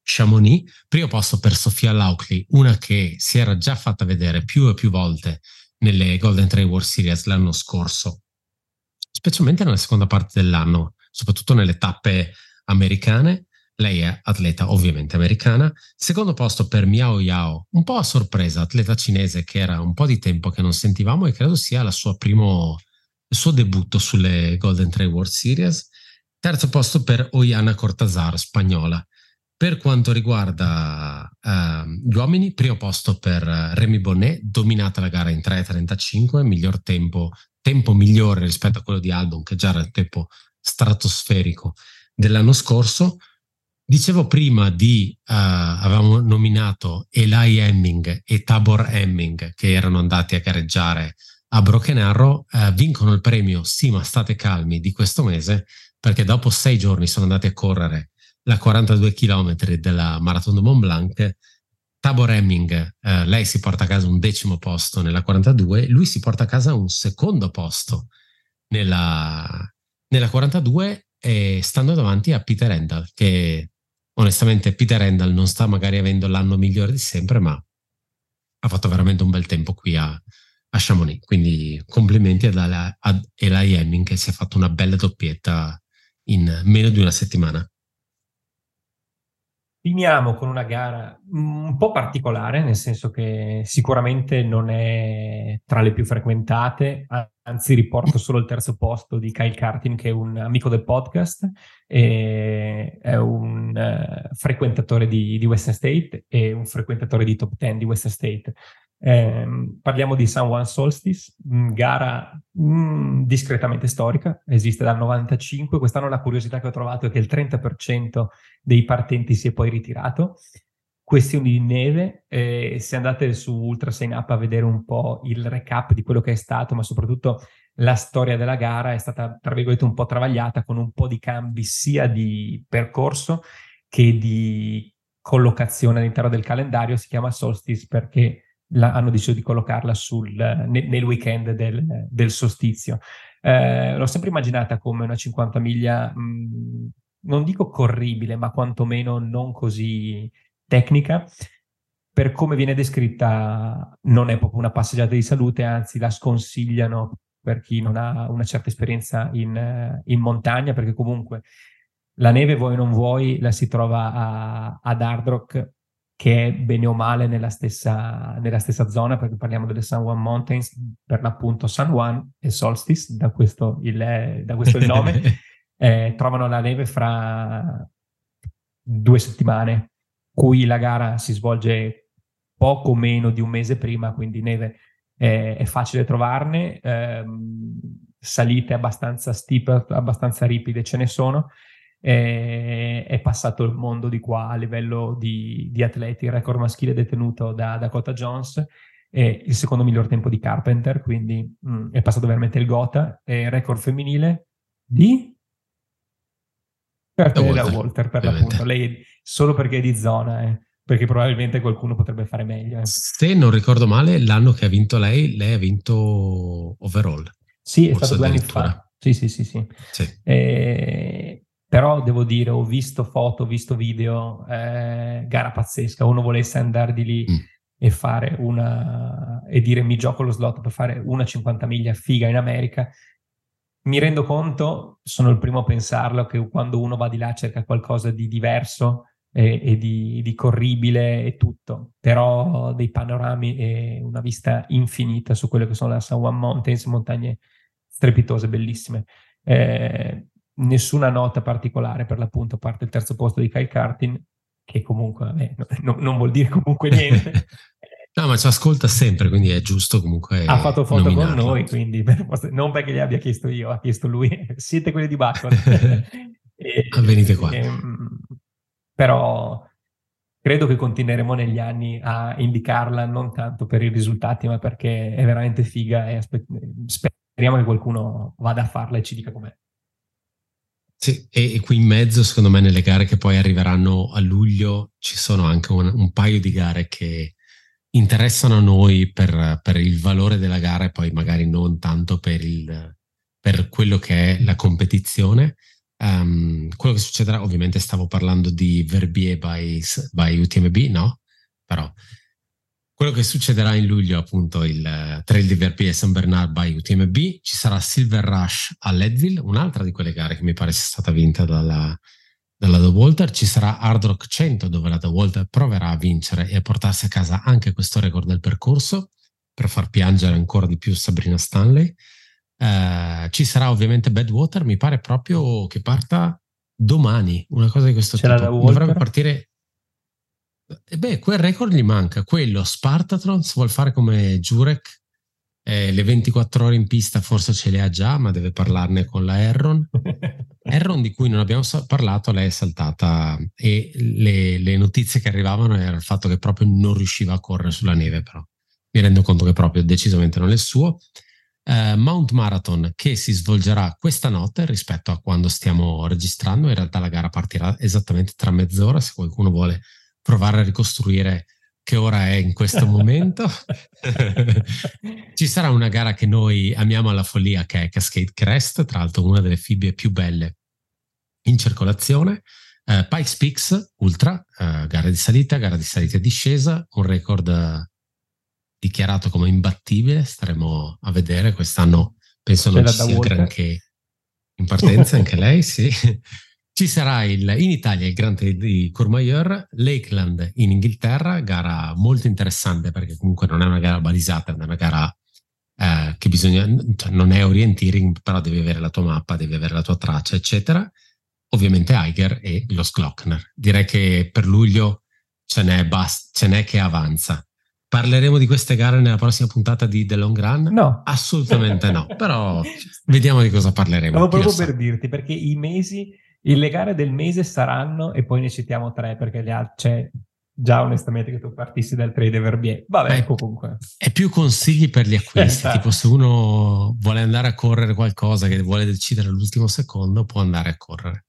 Chamonix, primo posto per Sofia Lauchley, una che si era già fatta vedere più e più volte nelle Golden Trail World Series l'anno scorso, specialmente nella seconda parte dell'anno, soprattutto nelle tappe americane. Lei è atleta ovviamente americana. Secondo posto per Miao Yao, un po' a sorpresa, atleta cinese che era un po' di tempo che non sentivamo e credo sia il suo debutto sulle Golden Trail World Series. Terzo posto per Oyana Cortazar, spagnola. Per quanto riguarda gli uomini, primo posto per Remy Bonnet, dominata la gara in 3:35, miglior tempo migliore rispetto a quello di Albon, che già era il tempo stratosferico dell'anno scorso. Dicevo prima avevamo nominato Eli Hemming e Tabor Hemming, che erano andati a gareggiare a Broken Arrow, vincono il premio Sì ma state calmi di questo mese, perché dopo 6 giorni sono andati a correre la 42 km della Marathon de Mont Blanc. Tabor Hemming, lei si porta a casa un 10° posto nella 42, lui si porta a casa un 2° posto nella 42, e stando davanti a Peter Endal, che onestamente Peter Endal non sta magari avendo l'anno migliore di sempre, ma ha fatto veramente un bel tempo qui a Chamonix, quindi complimenti ad Eli Hemming, che si è fatto una bella doppietta in meno di una settimana. Finiamo con una gara un po' particolare, nel senso che sicuramente non è tra le più frequentate, anzi riporto solo il terzo posto di Kyle Cartin, che è un amico del podcast, è un frequentatore di Western State e un frequentatore di Top 10 di Western State. Parliamo di San Juan Solstice, gara discretamente storica, esiste dal 95. Quest'anno la curiosità che ho trovato è che il 30% dei partenti si è poi ritirato. Questioni di neve, se andate su Ultra Sign Up a vedere un po' il recap di quello che è stato, ma soprattutto la storia della gara è stata, tra virgolette, un po' travagliata, con un po' di cambi sia di percorso che di collocazione all'interno del calendario. Si chiama Solstice perché hanno deciso di collocarla nel weekend del solstizio. L'ho sempre immaginata come una 50 miglia, non dico corribile, ma quantomeno non così tecnica. Per come viene descritta, non è proprio una passeggiata di salute, anzi la sconsigliano per chi non ha una certa esperienza in montagna, perché comunque la neve, vuoi o non vuoi, la si trova ad Hard Rock, che è bene o male nella stessa zona, perché parliamo delle San Juan Mountains, per l'appunto San Juan e Solstice, da questo il nome. Trovano la neve fra 2 settimane, cui la gara si svolge poco meno di un mese prima, quindi neve è facile trovarne, salite abbastanza steep, abbastanza ripide ce ne sono. È passato il mondo di qua a livello di atleti. Il record maschile detenuto da Dakota Jones e il secondo miglior tempo di Carpenter, quindi è passato veramente il gota. E il record femminile di Walter, per l'appunto. Lei solo perché è di zona, perché probabilmente qualcuno potrebbe fare meglio. Se non ricordo male, l'anno che ha vinto lei ha vinto overall. Sì, è stato 2 anni fa. Sì. Però devo dire, ho visto foto, ho visto video, gara pazzesca. Uno volesse andare di lì e fare e dire mi gioco lo slot per fare una 50 miglia figa in America. Mi rendo conto, sono il primo a pensarlo, che quando uno va di là cerca qualcosa di diverso e di corribile e tutto, però dei panorami e una vista infinita su quelle che sono le San Juan Mountains, montagne strepitose, bellissime. Nessuna nota particolare, per l'appunto, a parte il terzo posto di Kyle Cartin, che comunque non vuol dire comunque niente. No, ma ci ascolta sempre, quindi è giusto comunque ha fatto foto nominarlo. con noi, quindi non perché gli abbia chiesto io, ha chiesto lui. Siete quelli di Bacco. Venite qua. Però credo che continueremo negli anni a indicarla, non tanto per i risultati, ma perché è veramente figa e speriamo che qualcuno vada a farla e ci dica com'è. Sì, e qui in mezzo, secondo me, nelle gare che poi arriveranno a luglio, ci sono anche un paio di gare che interessano a noi per il valore della gara e poi magari non tanto per quello che è la competizione. Quello che succederà, ovviamente stavo parlando di Verbier by UTMB, no? Però quello che succederà in luglio, appunto, il Trail di Verbier Saint Bernard by UTMB, ci sarà Silver Rush a Leadville, un'altra di quelle gare che mi pare sia stata vinta dalla The Walter. Ci sarà Hard Rock 100, dove la The Walter proverà a vincere e a portarsi a casa anche questo record del percorso per far piangere ancora di più Sabrina Stanley. Ci sarà ovviamente Badwater, mi pare proprio che parta domani, una cosa di questo C'era tipo. Dovrebbe partire. Quel record gli manca. Quello Spartathlon vuol fare come Jurek, le 24 ore in pista forse ce le ha già, ma deve parlarne con la Herron. Herron, di cui non abbiamo parlato, lei è saltata, e le notizie che arrivavano era il fatto che proprio non riusciva a correre sulla neve, però mi rendo conto che proprio decisamente non è il suo. Mount Marathon, che si svolgerà questa notte rispetto a quando stiamo registrando. In realtà la gara partirà esattamente tra mezz'ora, se qualcuno vuole provare a ricostruire che ora è in questo momento. Ci sarà una gara che noi amiamo alla follia, che è Cascade Crest, tra l'altro una delle fibbie più belle in circolazione. Pikes Peaks Ultra, gara di salita e discesa, un record dichiarato come imbattibile. Staremo a vedere, quest'anno penso non ci sia granché in partenza, anche lei, sì. Ci sarà in Italia il Grand Prix di Courmayeur, Lakeland in Inghilterra, gara molto interessante perché comunque non è una gara balisata, è una gara che bisogna, cioè non è orienteering, però devi avere la tua mappa, devi avere la tua traccia, eccetera. Ovviamente Eiger e lo Glockner. Direi che per luglio ce n'è che avanza. Parleremo di queste gare nella prossima puntata di The Long Run? No. Assolutamente no, però vediamo di cosa parleremo. Stavo proprio per dirti, perché le gare del mese saranno, e poi ne citiamo 3, perché c'è già onestamente che tu partissi dal Trail Verbier. Vabbè, comunque. È più consigli per gli acquisti, tipo se uno vuole andare a correre qualcosa che vuole decidere all'ultimo secondo, può andare a correre.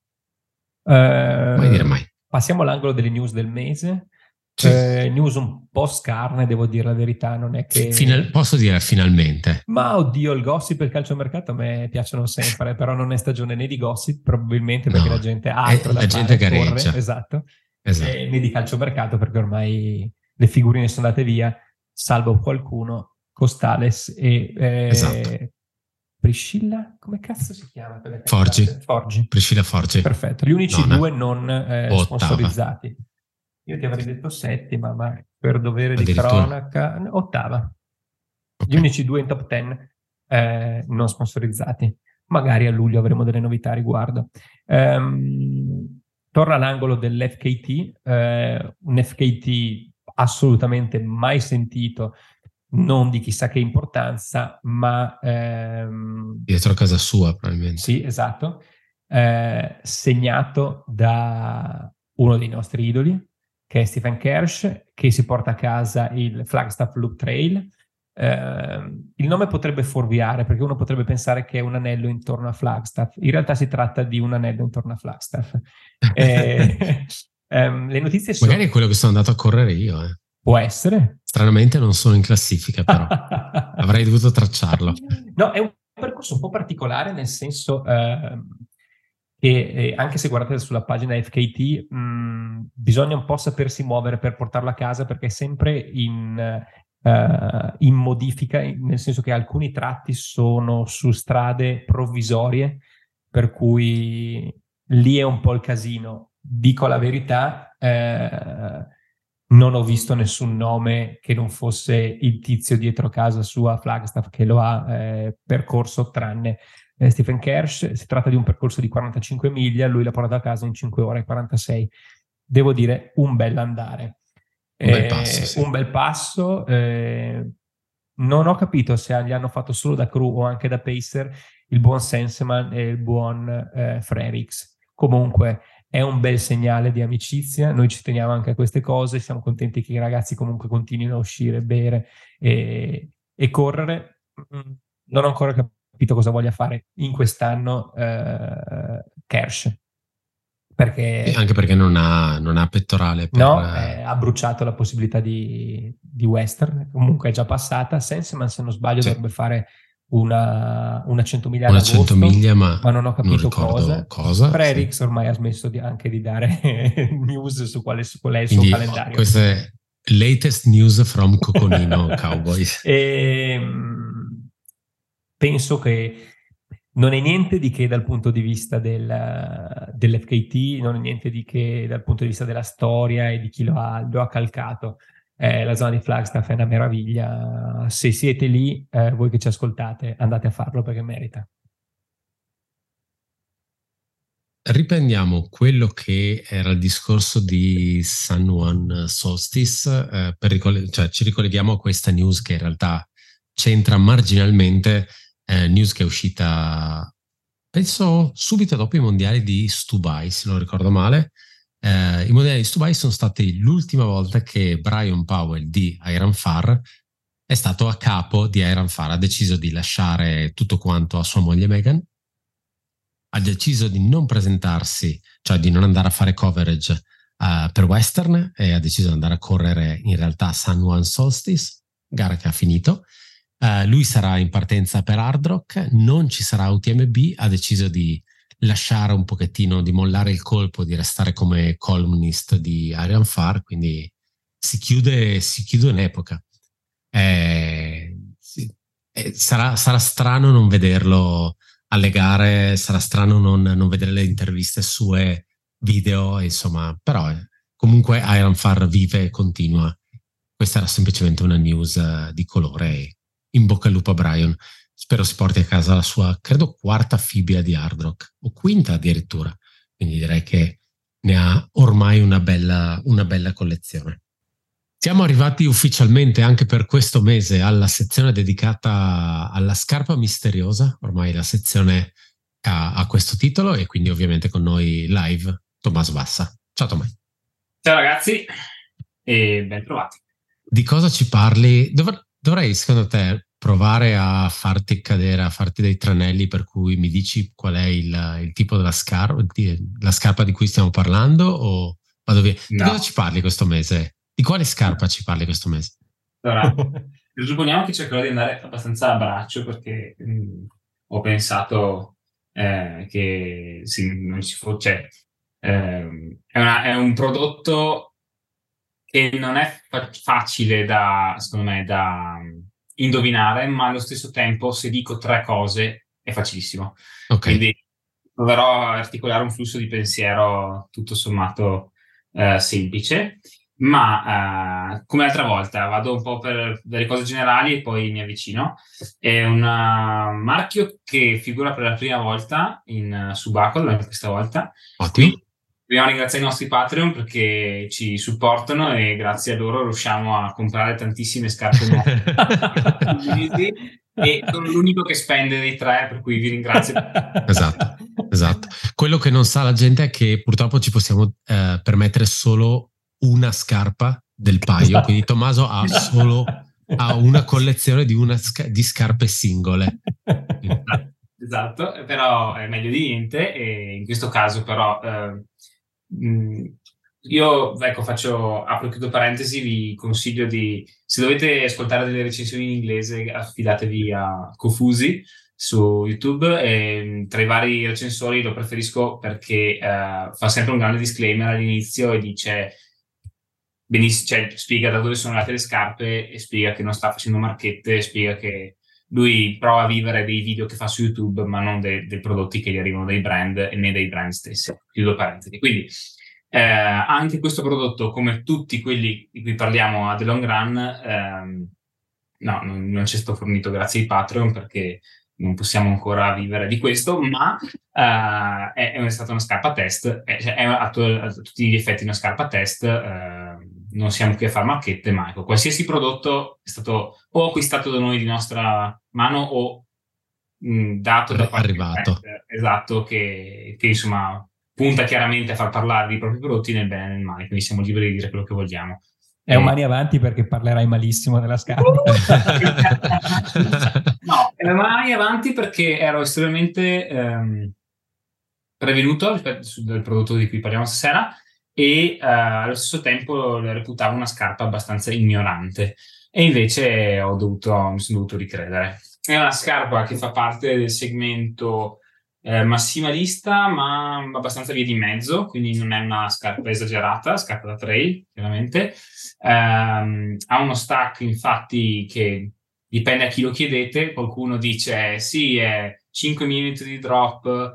Mai dire mai. Passiamo all'angolo delle news del mese. News un po' scarne, devo dire la verità, non è che... Posso dire finalmente. Ma oddio, il gossip e il calciomercato a me piacciono sempre, però non è stagione né di gossip, probabilmente perché la gente ha altro da fare. La gente gareggia. Esatto. Né di calciomercato, perché ormai le figurine sono andate via, salvo qualcuno, Costales e... esatto. Priscilla? Come cazzo si chiama? Forgi. Priscilla Forgi. Perfetto, gli unici due non sponsorizzati. Io ti avrei detto 7ª, ma per dovere di cronaca, 8ª. Okay. Gli unici 2 in top 10 non sponsorizzati. Magari a luglio avremo delle novità a riguardo. Torna all'angolo dell'FKT, un FKT assolutamente mai sentito, non di chissà che importanza, ma... dietro a casa sua, probabilmente. Sì, esatto. Segnato da uno dei nostri idoli, che è Stephen Kersh, che si porta a casa il Flagstaff Loop Trail. Il nome potrebbe fuorviare, perché uno potrebbe pensare che è un anello intorno a Flagstaff. In realtà si tratta di un anello intorno a Flagstaff. Le notizie sono... Magari è quello che sono andato a correre io. Può essere. Stranamente non sono in classifica, però. Avrei dovuto tracciarlo. No, è un percorso un po' particolare, nel senso... e anche se guardate sulla pagina FKT bisogna un po' sapersi muovere per portarlo a casa, perché è sempre in modifica, nel senso che alcuni tratti sono su strade provvisorie, per cui lì è un po' il casino. Dico la verità, non ho visto nessun nome che non fosse il tizio dietro casa sua, Flagstaff, che lo ha percorso, tranne Stephen Kersh. Si tratta di un percorso di 45 miglia, lui l'ha portato a casa in 5 ore e 46. Devo dire, un bel andare. Un bel passo, sì. Un bel passo. Non ho capito se li hanno fatto solo da crew o anche da pacer, il buon Senseman e il buon Frerix. Comunque è un bel segnale di amicizia, noi ci teniamo anche a queste cose, siamo contenti che i ragazzi comunque continuino a uscire, bere e correre. Non ho ancora capito cosa voglia fare in quest'anno Kersh, perché anche perché non ha pettorale per... no, ha bruciato la possibilità di Western, comunque è già passata. Senseman, se non sbaglio, dovrebbe fare una 100 miglia ad Una 100 agosto, miglia, ma non ho capito non ricordo cosa. Prerix Sì. ormai ha smesso anche di dare news su qual è il suo Quindi calendario. questa è latest news from Coconino Cowboys. E, penso che non è niente di che dal punto di vista dell'FKT, non è niente di che dal punto di vista della storia e di chi lo ha calcato. La zona di Flagstaff è una meraviglia. Se siete lì, voi che ci ascoltate, andate a farlo perché merita. Riprendiamo quello che era il discorso di San Juan Solstice, cioè ci ricolleghiamo a questa news che in realtà c'entra marginalmente, news che è uscita, penso, subito dopo i mondiali di Dubai, se non ricordo male. I mondiali di Dubai sono stati l'ultima volta che Brian Powell di Iron Far è stato a capo di Iron Far, ha deciso di lasciare tutto quanto a sua moglie Meghan, ha deciso di non presentarsi, cioè di non andare a fare coverage per Western, e ha deciso di andare a correre in realtà San Juan Solstice, gara che ha finito. Lui sarà in partenza per Hard Rock, non ci sarà UTMB, ha deciso di lasciare un pochettino, di mollare il colpo, di restare come columnist di Iron Far, quindi si chiude un'epoca. Sì, sarà strano non vederlo alle gare, sarà strano non vedere le interviste sue, video, insomma, però comunque Iron Far vive e continua. Questa era semplicemente una news di colore. In bocca al lupo a Brian. Spero si porti a casa la sua, credo, quarta fibbia di Hard Rock, o quinta addirittura. Quindi direi che ne ha ormai una bella collezione. Siamo arrivati ufficialmente anche per questo mese alla sezione dedicata alla scarpa misteriosa, ormai la sezione ha questo titolo, e quindi ovviamente con noi live Tommaso Bassa. Ciao Tommaso. Ciao ragazzi e ben trovati. Di cosa ci parli? Dovrei, secondo te, provare a farti cadere, a farti dei tranelli per cui mi dici qual è il tipo della scarpa, la scarpa di cui stiamo parlando, o vado via? Di cosa ci parli questo mese? Di quale scarpa ci parli questo mese? Allora, presupponiamo che cercherò di andare abbastanza a braccio perché ho pensato che sì, non ci fosse, è un prodotto che non è facile secondo me, da indovinare, ma allo stesso tempo, se dico tre cose, è facilissimo. Okay. Quindi proverò a articolare un flusso di pensiero tutto sommato semplice, ma come l'altra volta vado un po' per delle cose generali e poi mi avvicino. È un marchio che figura per la prima volta su Buckle, questa volta. Ottimo. Quindi dobbiamo ringraziare i nostri Patreon perché ci supportano e grazie a loro riusciamo a comprare tantissime scarpe nuove. E sono l'unico che spende dei tre, per cui vi ringrazio. Esatto. Quello che non sa la gente è che purtroppo ci possiamo permettere solo una scarpa del paio, quindi Tommaso ha una collezione di scarpe singole. Esatto, però è meglio di niente, e in questo caso però io apro e chiudo parentesi, vi consiglio se dovete ascoltare delle recensioni in inglese, affidatevi a Kofusi su YouTube, e tra i vari recensori lo preferisco perché fa sempre un grande disclaimer all'inizio e dice benissimo, cioè spiega da dove sono nate le scarpe e spiega che non sta facendo marchette, spiega che lui prova a vivere dei video che fa su YouTube, ma non dei prodotti che gli arrivano dai brand e né dai brand stessi. Chiudo parentesi. Quindi anche questo prodotto, come tutti quelli di cui parliamo a The Long Run, non ci è stato fornito grazie ai Patreon perché non possiamo ancora vivere di questo, ma è stata una scarpa test, è a tutti gli effetti una scarpa test. Non siamo qui a fare marchette, ma ecco, qualsiasi prodotto è stato o acquistato da noi di nostra mano o dato da parte arrivato. Esatto, che insomma punta chiaramente a far parlare dei propri prodotti nel bene e nel male, quindi siamo liberi di dire quello che vogliamo. È un mani avanti perché parlerai malissimo della scarpa. No, è un mani avanti perché ero estremamente prevenuto rispetto del prodotto di cui parliamo stasera, e allo stesso tempo lo reputavo una scarpa abbastanza ignorante, e invece mi sono dovuto ricredere. è una scarpa che fa parte del segmento massimalista, ma abbastanza via di mezzo, quindi non è una scarpa esagerata, scarpa da trail, chiaramente. Ha uno stack, infatti, che dipende a chi lo chiedete. Qualcuno dice sì, è 5 mm di drop,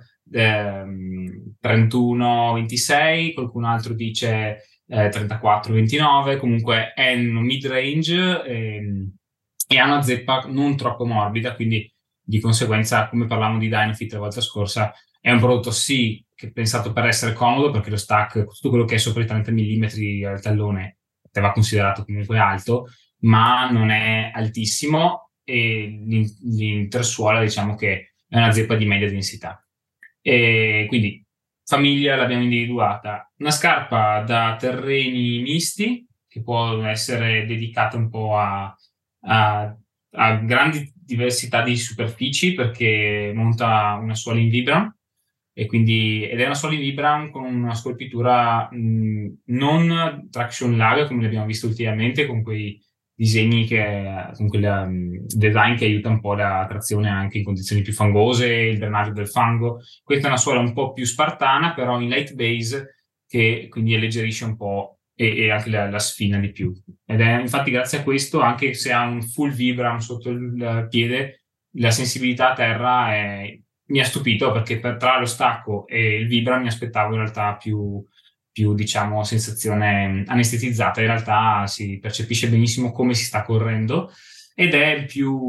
31-26, qualcun altro dice 34-29, comunque è un mid-range e ha una zeppa non troppo morbida, quindi di conseguenza, come parlavamo di Dynafit la volta scorsa, è un prodotto sì che è pensato per essere comodo, perché lo stack, tutto quello che è sopra i 30 mm al tallone te va considerato comunque alto, ma non è altissimo, e l'intersuola diciamo che è una zeppa di media densità. E quindi famiglia l'abbiamo individuata. Una scarpa da terreni misti, che può essere dedicata un po' a grandi diversità di superfici, perché monta una suola in Vibram, ed è una suola in Vibram con una scolpitura non traction lag come l'abbiamo visto ultimamente, con quei disegni con quel design che aiuta un po' la trazione anche in condizioni più fangose, il drenaggio del fango. Questa è una suola un po' più spartana, però in light base, che quindi alleggerisce un po' e anche la sfina di più. Ed è infatti grazie a questo, anche se ha un full Vibram sotto il piede, la sensibilità a terra mi ha stupito, perché tra lo stacco e il Vibram mi aspettavo in realtà più diciamo sensazione anestetizzata. In realtà si percepisce benissimo come si sta correndo, ed è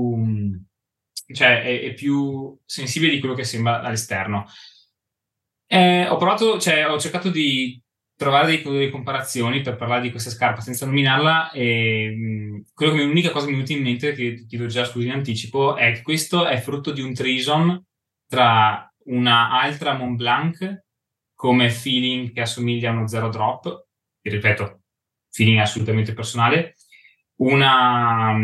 è più sensibile di quello che sembra all'esterno. Ho cercato di trovare delle comparazioni per parlare di questa scarpa senza nominarla, e l'unica cosa che mi è venuta in mente, che ti do già scusi in anticipo, è che questo è frutto di un trison tra una altra Mont Blanc come feeling, che assomiglia a uno zero drop, che ripeto, feeling assolutamente personale, una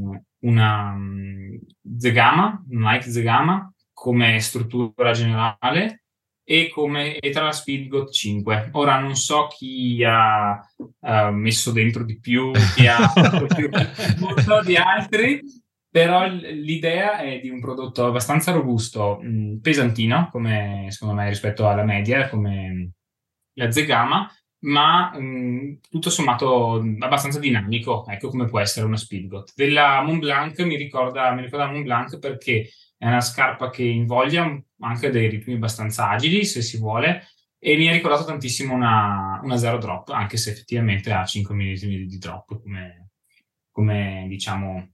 Zegama, una Nike Zegama come struttura generale, e tra la Speedgoat 5. Ora non so chi ha messo dentro di più, chi ha fatto più di altri, però l'idea è di un prodotto abbastanza robusto, pesantino, come secondo me rispetto alla media, come la Zegama, ma tutto sommato abbastanza dinamico, ecco, come può essere una Speedgoat. Della Mont Blanc mi ricorda Mont Blanc, perché è una scarpa che invoglia anche dei ritmi abbastanza agili, se si vuole, e mi ha ricordato tantissimo una zero drop, anche se effettivamente ha 5 mm di drop come diciamo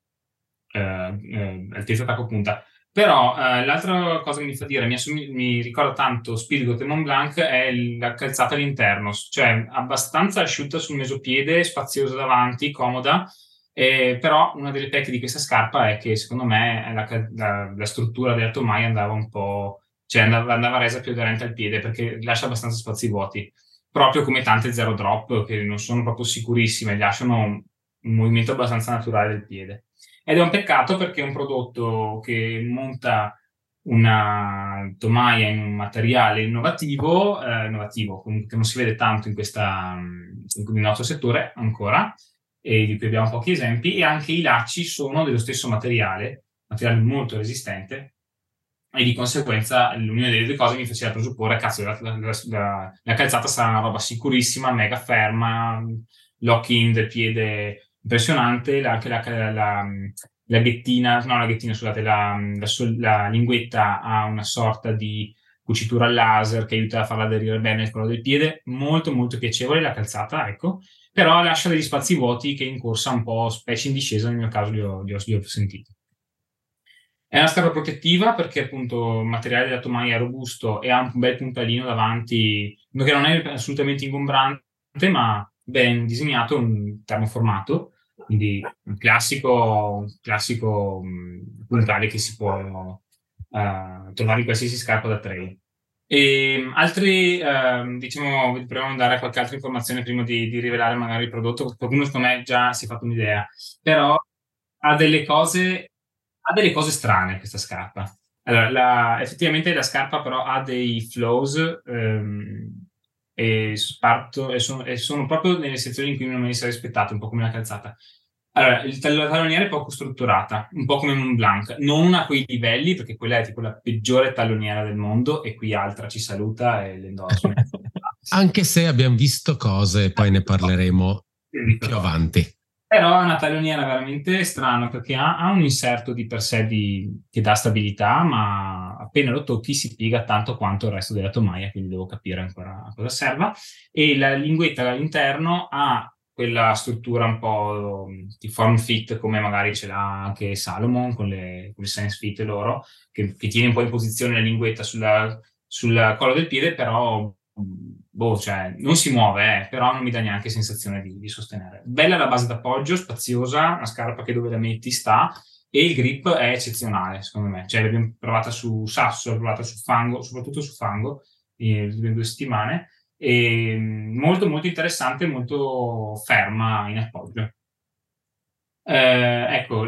altezza tacco punta. Però l'altra cosa che mi fa dire, mi ricorda tanto Speedgoat e Mont Blanc, è la calzata all'interno, cioè abbastanza asciutta sul mesopiede, spaziosa davanti, comoda. Però una delle pecche di questa scarpa è che secondo me la struttura della tomaia andava un po', cioè andava resa più aderente al piede, perché lascia abbastanza spazi vuoti, proprio come tante zero drop che non sono proprio sicurissime, lasciano un movimento abbastanza naturale del piede. Ed è un peccato, perché è un prodotto che monta una tomaia in un materiale innovativo, comunque, che non si vede tanto nel nostro settore ancora, e di cui abbiamo pochi esempi, e anche i lacci sono dello stesso materiale molto resistente, e di conseguenza l'unione delle due cose mi faceva presupporre, cazzo, la calzata sarà una roba sicurissima, mega ferma, lock-in del piede impressionante, anche la ghettina, scusate, la linguetta ha una sorta di cucitura al laser che aiuta a farla aderire bene al collo del piede, molto molto piacevole la calzata, ecco, però lascia degli spazi vuoti che in corsa un po', specie in discesa, nel mio caso li ho sentiti. È una scarpa protettiva, perché appunto il materiale della tomaia è robusto e ha un bel puntalino davanti, che non è assolutamente ingombrante, ma ben disegnato, un termoformato, quindi un classico puntale che si può trovare in qualsiasi scarpa da trail. E altri, diciamo, proviamo a dare qualche altra informazione prima di rivelare magari il prodotto. Qualcuno secondo me già si è fatto un'idea, però ha delle cose strane questa scarpa. Allora, effettivamente la scarpa però ha dei flows e sono proprio nelle sezioni in cui non me ne sarei aspettato, un po' come la calzata. Allora, la talloniera è poco strutturata, un po' come Montblanc, non a quei livelli, perché quella è tipo la peggiore talloniera del mondo, e qui Altra ci saluta e l'endorsement. Anche se abbiamo visto cose, poi ne parleremo più avanti. Però è una talloniera veramente strana, perché ha un inserto di per sé che dà stabilità, ma appena lo tocchi si piega tanto quanto il resto della tomaia, quindi devo capire ancora a cosa serva. E la linguetta all'interno ha quella struttura un po' di form fit, come magari ce l'ha anche Salomon con le Sense Fit loro, che tiene un po' in posizione la linguetta sul collo del piede, però cioè, non si muove, però non mi dà neanche sensazione di sostenere. Bella la base d'appoggio, spaziosa, una scarpa che dove la metti sta, e il grip è eccezionale, secondo me. Cioè, l'abbiamo provata su sasso, l'abbiamo provata su fango, soprattutto su fango, le 2 settimane, e molto molto interessante, molto ferma in appoggio. Ecco,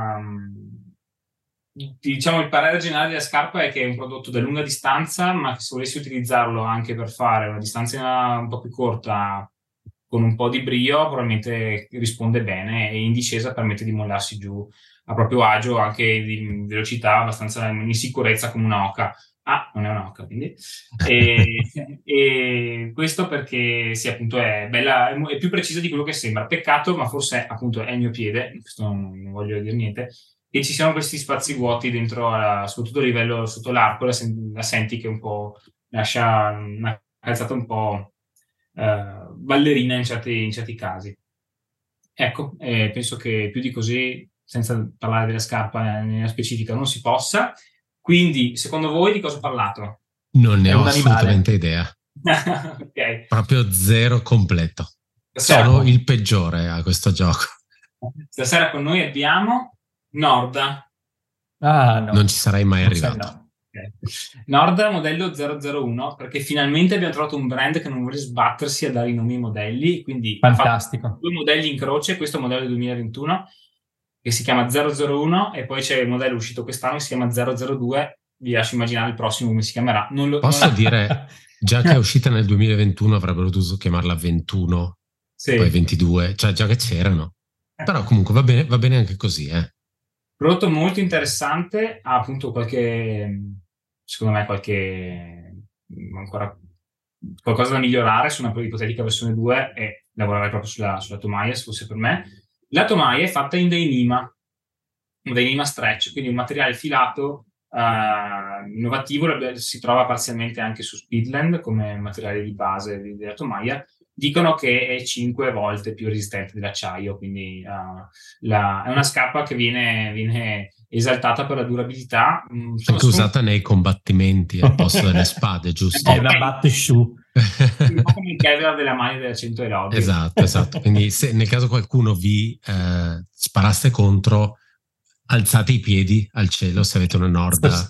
diciamo il parere generale della scarpa è che è un prodotto da lunga distanza, ma che se volessi utilizzarlo anche per fare una distanza un po' più corta con un po' di brio, probabilmente risponde bene, e in discesa permette di mollarsi giù a proprio agio, anche di velocità, abbastanza in sicurezza, come una oca. Ah, non è una oca, quindi. E questo perché sì, appunto è bella, è più precisa di quello che sembra. Peccato, ma forse appunto è il mio piede, questo non voglio dire niente, e ci siano questi spazi vuoti dentro, soprattutto a livello sotto l'arco, la senti che un po' lascia una calzata un po' ballerina in certi casi. Ecco, penso che più di così, senza parlare della scarpa nella specifica, non si possa. Quindi, secondo voi di cosa ho parlato? Non ne ho assolutamente idea. Okay. Proprio zero completo. Sono il peggiore a questo gioco. Stasera con noi abbiamo Norda. Ah, no. Non ci sarei mai arrivato. No. Okay. Norda modello 001, perché finalmente abbiamo trovato un brand che non vuole sbattersi a dare i nomi ai modelli, quindi fantastico. Ha fatto 2 modelli in croce, questo modello del 2021 che si chiama 001, e poi c'è il modello uscito quest'anno che si chiama 002. Vi lascio immaginare il prossimo come si chiamerà. Posso dire, già che è uscita nel 2021 avrebbero dovuto chiamarla 21, sì. Poi 22, cioè già che c'erano. Però comunque va bene anche così. Prodotto molto interessante, ha appunto secondo me ancora qualcosa da migliorare su una ipotetica versione 2, e lavorare proprio sulla tomaia, se fosse per me. La tomaia è fatta in Dyneema stretch, quindi un materiale filato innovativo, si trova parzialmente anche su Speedland come materiale di base della tomaia. Dicono che è 5 volte più resistente dell'acciaio, quindi è una scarpa che viene esaltata per la durabilità. Anche usata nei combattimenti al posto delle spade, giusto? È una batteshoe. Come il Kevlar della maglia della 100 e lodi. Esatto. Quindi se nel caso qualcuno vi sparasse contro, alzate i piedi al cielo se avete una Norda.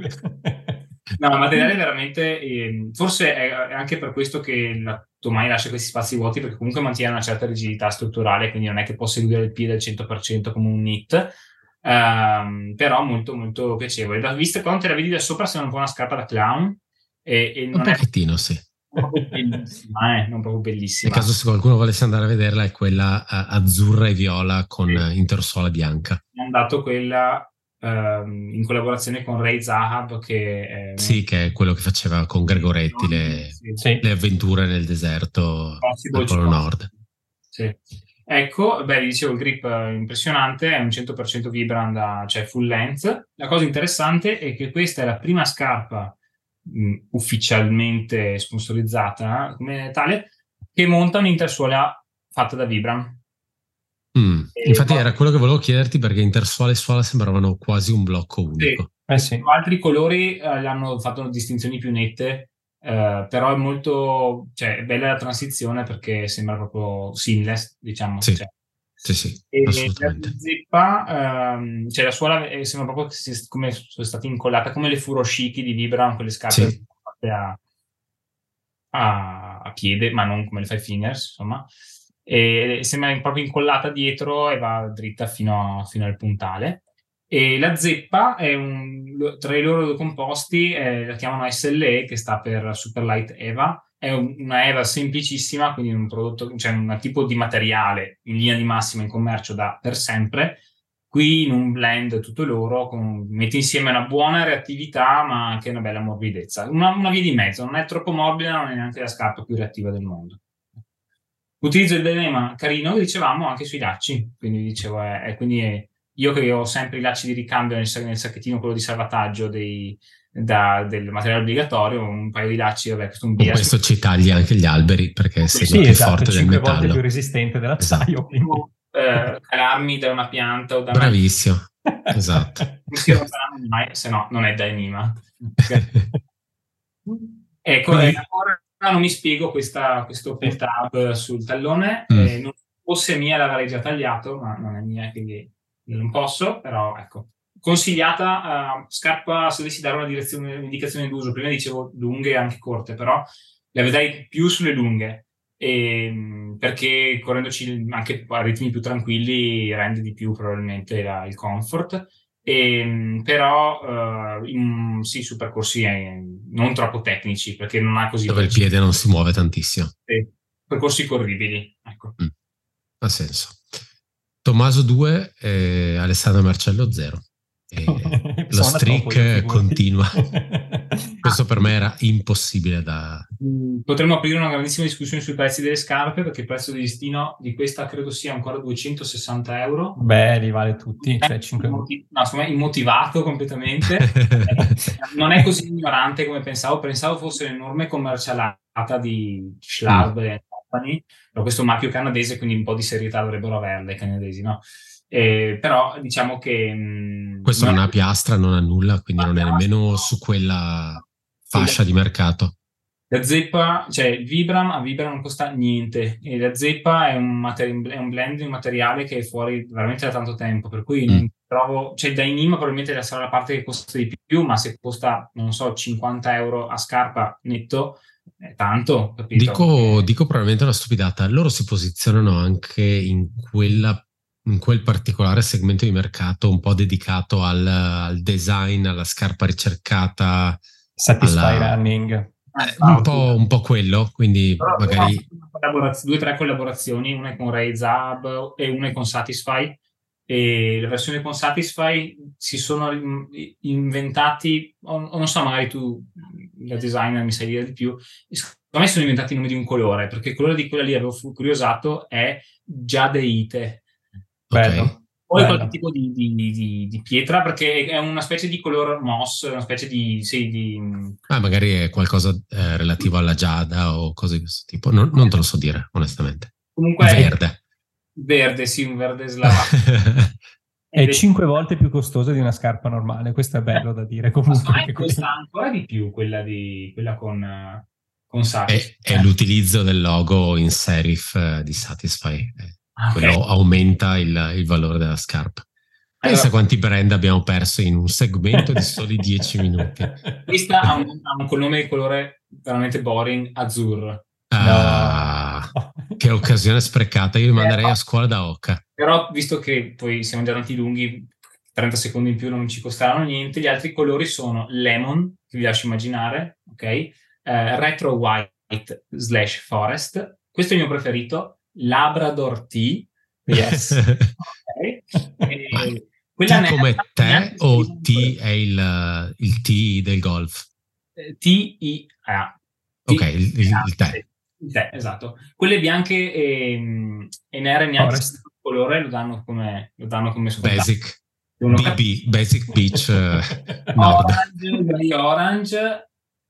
No, il materiale è veramente, forse è anche per questo che la tomaia lascia questi spazi vuoti, perché comunque mantiene una certa rigidità strutturale, quindi non è che può seguire il piede al 100% come un knit, però molto molto piacevole. Vista quando te la vedi da sopra sembra un po' una scarpa da clown, e non un pochettino, sì. Non proprio bellissima, non proprio bellissima. Nel caso se qualcuno volesse andare a vederla, è quella azzurra e viola con intersuola bianca. Hanno dato quella in collaborazione con Ray Zahab, che è quello che faceva con Gregoretti le avventure nel deserto del Polo Nord. Sì. Ecco, vi dicevo, il grip impressionante, è un 100% Vibram, cioè full length. La cosa interessante è che questa è la prima scarpa ufficialmente sponsorizzata come tale che monta un'intersuola fatta da Vibram. Infatti era quello che volevo chiederti, perché intersuola e suola sembravano quasi un blocco unico. Sì. Altri colori hanno fatto distinzioni più nette, però è molto, cioè, è bella la transizione, perché sembra proprio seamless, diciamo. Sì. Cioè. Sì, assolutamente. La zeppa, cioè la suola sembra proprio che come sono state incollate, come le furoshiki di Vibram, quelle scarpe fatte a piede, ma non come le Five Fingers, insomma. E sembra proprio incollata dietro e va dritta fino al puntale. E la zeppa è tra i loro due composti, la chiamano SLE, che sta per Super Light Eva. È una Eva semplicissima, quindi un prodotto, cioè un tipo di materiale in linea di massima in commercio da per sempre. Qui in un blend tutto loro, metti insieme una buona reattività ma anche una bella morbidezza. Una via di mezzo, non è troppo morbida, non è neanche la scarpa più reattiva del mondo. Utilizzo il diadema carino, dicevamo, anche sui lacci, quindi dicevo, io che ho sempre i lacci di ricambio nel sacchettino, quello di salvataggio del materiale obbligatorio, un paio di lacci, vabbè, questo ci taglia anche gli alberi, perché essendo più forte del metallo. 5 volte più resistente dell'acciaio. Esatto. Calarmi da una pianta o da bravissimo, esatto. Non si romperanno mai, se no non è Dyneema. Ecco, ancora non mi spiego questo pull tab sul tallone, non fosse mia l'avrei già tagliato, ma non è mia, quindi non posso, però ecco. Consigliata scarpa, se dovessi dare un'indicazione d'uso, prima dicevo lunghe e anche corte, però la vedrei più sulle lunghe, perché correndoci anche a ritmi più tranquilli rende di più probabilmente il comfort, però sì, su percorsi non troppo tecnici, perché non ha così dove il piede non si muove tantissimo, percorsi corribili, ecco. Ha senso. Tommaso 2 e Alessandro Marcello 0. Lo streak continua. Questo per me era impossibile da... Potremmo aprire una grandissima discussione sui prezzi delle scarpe, perché il prezzo di listino di questa credo sia ancora 260 euro. Beh, li vale tutti, cioè 5 no, insomma, immotivato completamente. Non è così ignorante come pensavo fosse un'enorme commercialata di Schlarb e compagni, però questo marchio canadese, quindi un po' di serietà dovrebbero averle i canadesi, no? Però diciamo che questo non ha piastra, non ha nulla, quindi non è nemmeno su quella fascia di mercato. La zeppa, cioè il Vibram a Vibram non costa niente, e la zeppa è un blend di un materiale che è fuori veramente da tanto tempo, per cui non trovo, cioè Dyneema probabilmente sarà la parte che costa di più, ma se costa, non so, 50 euro a scarpa netto, è tanto, capito? Dico probabilmente una stupidata. Loro si posizionano anche in quel particolare segmento di mercato un po' dedicato al design, alla scarpa ricercata, Satisfy running. Un po' quello, quindi però, magari 2 o 3 collaborazioni, una con Raise Up e una con Satisfy, e la versione con Satisfy si sono inventati, o non so, magari tu la designer mi sai dire di più, secondo me sono inventati i nomi di un colore, perché il colore di quella lì avevo curiosato è Jadeite. Bello. Poi qualche tipo di pietra, perché è una specie di color moss, una specie di magari è qualcosa relativo alla giada o cose di questo tipo, non te lo so dire onestamente. Comunque verde, sì, un verde slavato. È 5 volte più costosa di una scarpa normale, questo è bello da dire comunque. Costa ancora di più quella con Satisfy. È l'utilizzo del logo in serif di Satisfy. Quello aumenta il valore della scarpa. Pensa quanti brand abbiamo perso in un segmento di soli 10 minuti. Questa ha un cognome di colore veramente boring, azzurro. Che occasione sprecata, io li manderei a scuola da Oca. Però visto che poi siamo già andati lunghi, 30 secondi in più non ci costeranno niente, gli altri colori sono Lemon, che vi lascio immaginare, ok? Retro White / Forest, questo è il mio preferito, Labrador T, yes. Okay. T come te o T è il T del golf? T-I-A. Ok, il tè. Il tè, esatto. Quelle bianche e nere neanche il colore lo danno come scontato. Basic. BB, Basic Beach Nord. Orange,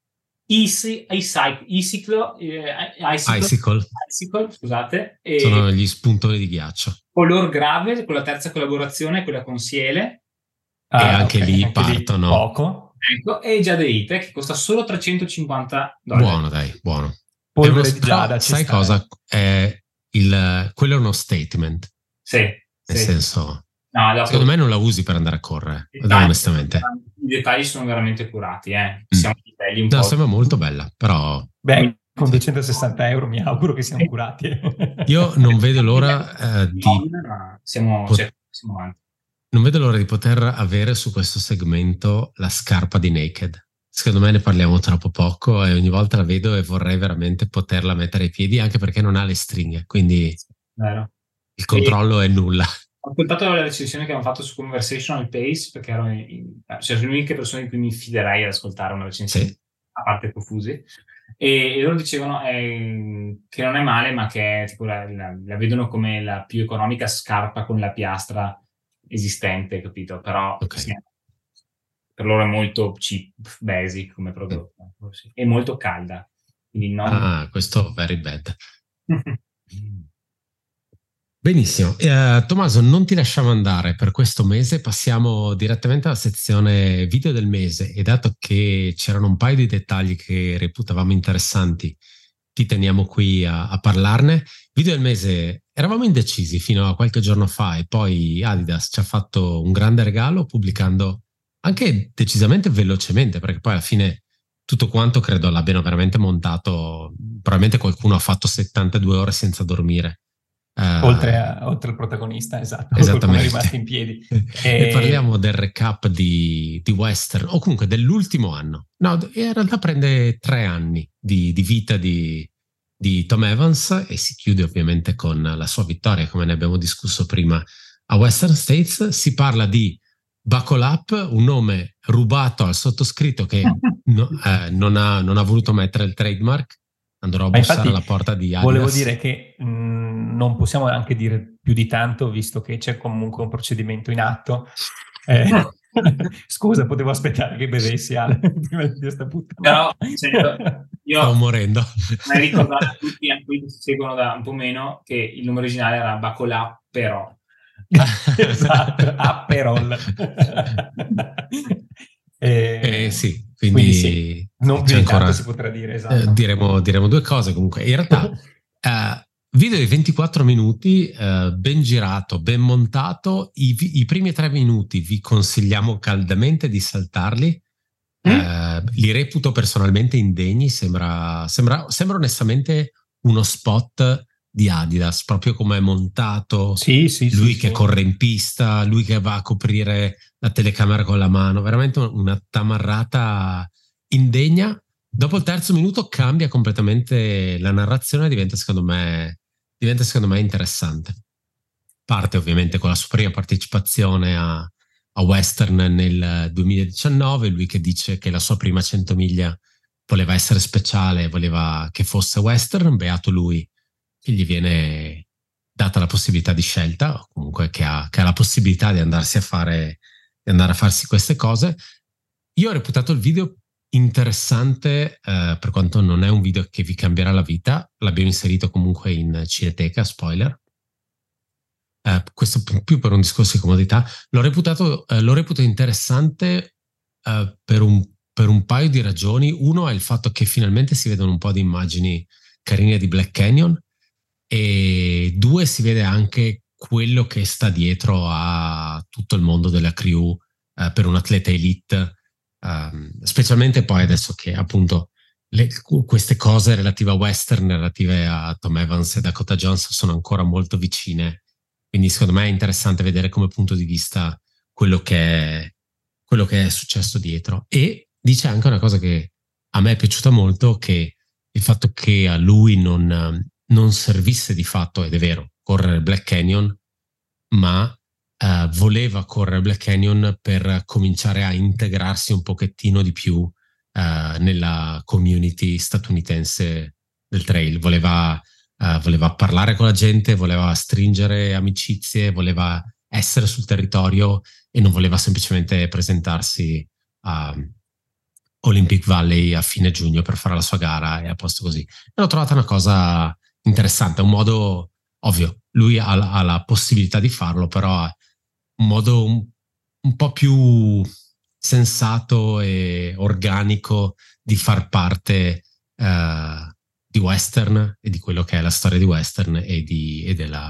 Icicle, scusate. Sono gli spuntoni di ghiaccio. Color Grave, con la terza collaborazione, quella con Siele. E anche lì partono. Poco. Ecco, e Jadeite, che costa solo $350. Buono, dai, buono. Polvere di giada, sai cosa? Quello è uno statement. Sì. Nel senso... secondo me non la usi per andare a correre, onestamente. I dettagli sono veramente curati, Siamo belli un po'. Sembra molto bella, però... Beh, con 260 euro mi auguro che siano curati. Io non vedo l'ora di... Siamo avanti. Non vedo l'ora di poter avere su questo segmento la scarpa di Naked. Secondo me ne parliamo troppo poco e ogni volta la vedo e vorrei veramente poterla mettere ai piedi, anche perché non ha le stringhe, quindi Vero. il controllo è nulla. Ho ascoltato la recensione che hanno fatto su Conversational Pace, perché ero cioè, sono le uniche persone in cui mi fiderei ad ascoltare una recensione, Sì. a parte Confusi, e loro dicevano che non è male, ma che tipo la vedono come la più economica scarpa con la piastra esistente, capito? Però Okay. sì, per loro è molto cheap, basic come prodotto, e molto calda. Quindi non... questo very bad. Benissimo. Tommaso, non ti lasciamo andare per questo mese, passiamo direttamente alla sezione video del mese e dato che c'erano un paio di dettagli che reputavamo interessanti, ti teniamo qui a parlarne. Video del mese, eravamo indecisi fino a qualche giorno fa e poi Adidas ci ha fatto un grande regalo pubblicando anche decisamente velocemente, perché poi alla fine tutto quanto credo l'abbiano veramente montato, probabilmente qualcuno ha fatto 72 ore senza dormire. Oltre al protagonista, esatto, qualcuno è rimasto in piedi. E parliamo del recap di Western, o comunque dell'ultimo anno. No, in realtà prende 3 anni di vita di Tom Evans e si chiude ovviamente con la sua vittoria, come ne abbiamo discusso prima, a Western States. Si parla di Buckle Up, un nome rubato al sottoscritto che non ha voluto mettere il trademark. Andrò a bussare alla porta di Adidas. Volevo dire che non possiamo anche dire più di tanto, visto che c'è comunque un procedimento in atto. Scusa, potevo aspettare che bevessi prima di questa puttana. No, io stavo morendo. Mi ricordato a tutti, anche quelli che ci seguono da un po' meno, che il nome originale era Bacolà, però. Esatto, Aperol. Sì, quindi sì, non più di tanto si potrà dire, esatto. Diremo 2 cose comunque. In realtà, video di 24 minuti, ben girato, ben montato. I primi 3 minuti vi consigliamo caldamente di saltarli. Li reputo personalmente indegni. Sembra onestamente uno spot di Adidas, proprio come è montato, lui che corre in pista, lui che va a coprire la telecamera con la mano, veramente una tamarrata indegna. Dopo il terzo minuto cambia completamente la narrazione, diventa secondo me interessante. Parte ovviamente con la sua prima partecipazione a Western nel 2019, lui che dice che la sua prima 100 miglia voleva essere speciale, voleva che fosse Western, beato lui, che gli viene data la possibilità di scelta, o comunque che ha la possibilità di andare a farsi queste cose. Io ho reputato il video interessante, per quanto non è un video che vi cambierà la vita. L'abbiamo inserito comunque in Cineteca, spoiler. Questo più per un discorso di comodità. L'ho reputo interessante per un paio di ragioni. Uno è il fatto che finalmente si vedono un po' di immagini carine di Black Canyon, e 2 si vede anche quello che sta dietro a tutto il mondo della crew per un atleta elite, specialmente poi adesso che appunto queste cose relative a Western, relative a Tom Evans e Dakota Johnson sono ancora molto vicine, quindi secondo me è interessante vedere come punto di vista quello che è successo dietro. E dice anche una cosa che a me è piaciuta molto, che il fatto che a lui non servisse di fatto, ed è vero, correre Black Canyon, ma voleva correre Black Canyon per cominciare a integrarsi un pochettino di più nella community statunitense del trail. Voleva parlare con la gente, voleva stringere amicizie, voleva essere sul territorio e non voleva semplicemente presentarsi a Olympic Valley a fine giugno per fare la sua gara e a posto così. E l'ho trovata una cosa interessante, un modo ovvio, lui ha la possibilità di farlo, però ha un modo un po' più sensato e organico di far parte di Western e di quello che è la storia di Western e di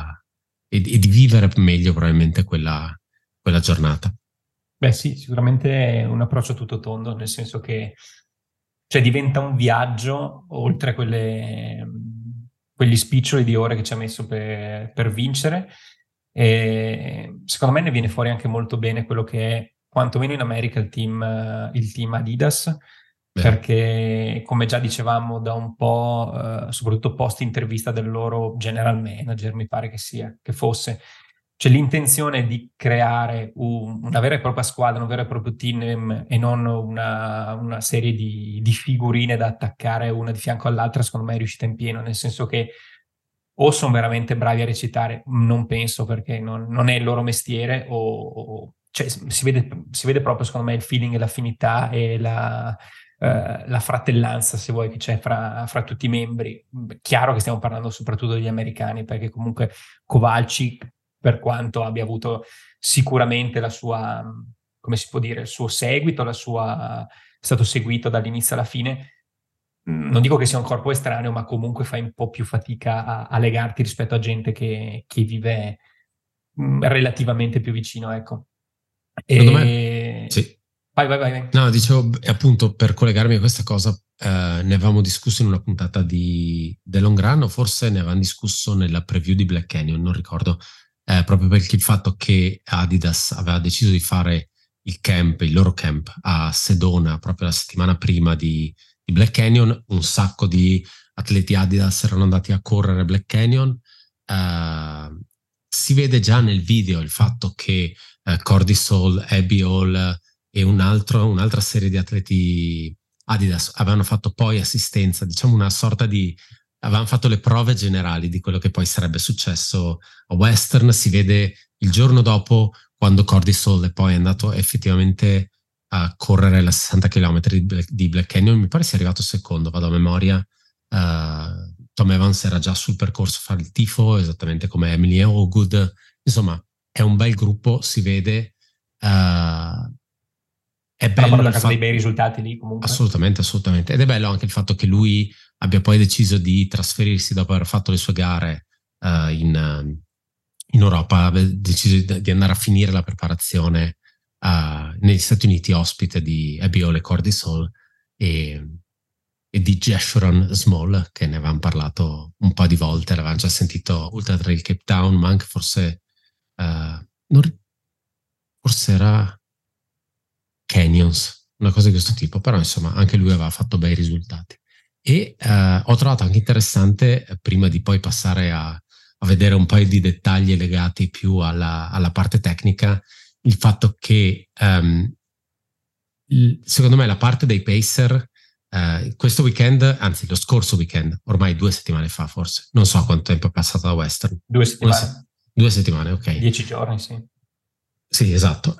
vivere meglio probabilmente quella giornata. Beh sì, sicuramente è un approccio tutto tondo, nel senso che diventa un viaggio oltre quegli spiccioli di ore che ci ha messo per vincere, E secondo me ne viene fuori anche molto bene quello che è, quantomeno in America, il team Adidas, perché come già dicevamo da un po', soprattutto post intervista del loro general manager, mi pare che fosse, c'è l'intenzione di creare una vera e propria squadra, un vero e proprio team, e non una serie di figurine da attaccare una di fianco all'altra. Secondo me è riuscita in pieno, nel senso che o sono veramente bravi a recitare, non penso, perché non è il loro mestiere, cioè, si vede proprio, secondo me, il feeling e l'affinità e la fratellanza, se vuoi, che c'è fra tutti i membri. Chiaro che stiamo parlando soprattutto degli americani, perché comunque Kowalczyk, per quanto abbia avuto sicuramente la sua, come si può dire, il suo seguito, è stato seguito dall'inizio alla fine, non dico che sia un corpo estraneo, ma comunque fai un po' più fatica a legarti rispetto a gente che vive relativamente più vicino, ecco. Secondo me, sì. Vai. No, dicevo, appunto, per collegarmi a questa cosa, ne avevamo discusso in una puntata di The Long Run, o forse ne avevamo discusso nella preview di Black Canyon, non ricordo, proprio perché il fatto che Adidas aveva deciso di fare il loro camp a Sedona proprio la settimana prima di Black Canyon, un sacco di atleti Adidas erano andati a correre Black Canyon. Si vede già nel video il fatto che Cordy Soul, Abby Hall e un'altra serie di atleti Adidas avevano fatto poi assistenza, diciamo una sorta di... avevano fatto le prove generali di quello che poi sarebbe successo a Western. Si vede il giorno dopo, quando Cordy Soul è poi andato effettivamente a correre la 60 km di Black Canyon, mi pare sia arrivato secondo, vado a memoria. Tom Evans era già sul percorso a fare il tifo, esattamente come Emily Ogood. Insomma, è un bel gruppo, si vede. È bello dei bei risultati lì comunque. Assolutamente. Ed è bello anche il fatto che lui abbia poi deciso di trasferirsi dopo aver fatto le sue gare in Europa, ha deciso di andare a finire la preparazione negli Stati Uniti, ospite di Abby Hall e Cordy Soul e di Jeshurun Small, che ne avevamo parlato un po' di volte, l'avevamo già sentito Ultra Trail Cape Town, ma anche forse forse era Canyons, una cosa di questo tipo, però insomma anche lui aveva fatto bei risultati. E ho trovato anche interessante, prima di poi passare a vedere un paio di dettagli legati più alla parte tecnica, il fatto che secondo me la parte dei pacer questo weekend, anzi lo scorso weekend, ormai 2 settimane fa forse, non so quanto tempo è passato da Western. 2 settimane. 2 settimane, ok. 10 giorni, sì. Sì, esatto.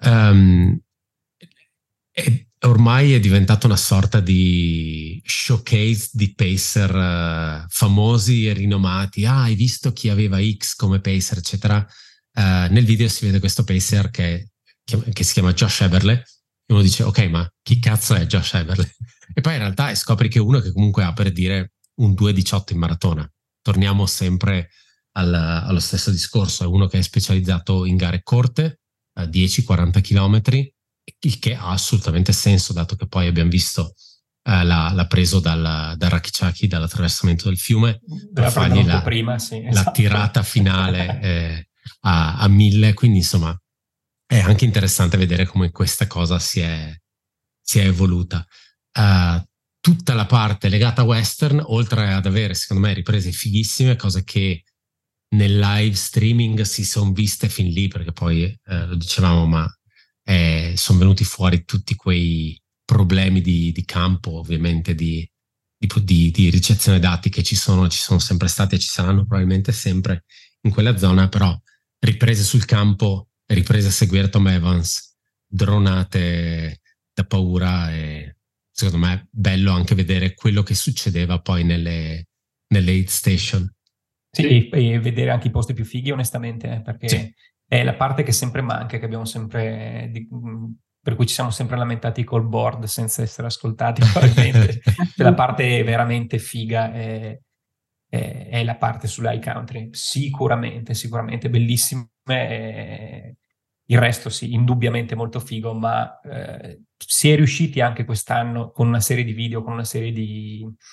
E ormai è diventata una sorta di showcase di pacer famosi e rinomati. Hai visto chi aveva X come pacer, eccetera. Nel video si vede questo pacer che si chiama Josh Eberle, e uno dice, ok, ma chi cazzo è Josh Eberle? E poi in realtà scopri che uno che comunque ha, per dire, un 2:18 in maratona. Torniamo sempre allo stesso discorso, è uno che è specializzato in gare corte, 10-40 km, il che ha assolutamente senso, dato che poi abbiamo visto l'ha preso dal Rakichaki, dall'attraversamento del fiume, per fargli la tirata finale a 1000, quindi insomma è anche interessante vedere come questa cosa si è evoluta. Tutta la parte legata a Western, oltre ad avere secondo me riprese fighissime, cose che nel live streaming si sono viste fin lì, perché poi lo dicevamo, ma sono venuti fuori tutti quei problemi di campo, ovviamente di ricezione dati che ci sono sempre stati e ci saranno probabilmente sempre in quella zona, però riprese sul campo, riprese a seguire Tom Evans, dronate da paura, e secondo me è bello anche vedere quello che succedeva poi nelle aid station. Sì, e vedere anche i posti più fighi, onestamente, perché sì, è la parte che sempre manca, che abbiamo sempre, per cui ci siamo sempre lamentati col board senza essere ascoltati, probabilmente. Cioè, la parte veramente figa è la parte sull'high country, sicuramente bellissime. Il resto sì, indubbiamente molto figo, ma si è riusciti anche quest'anno con una serie di video, con una serie di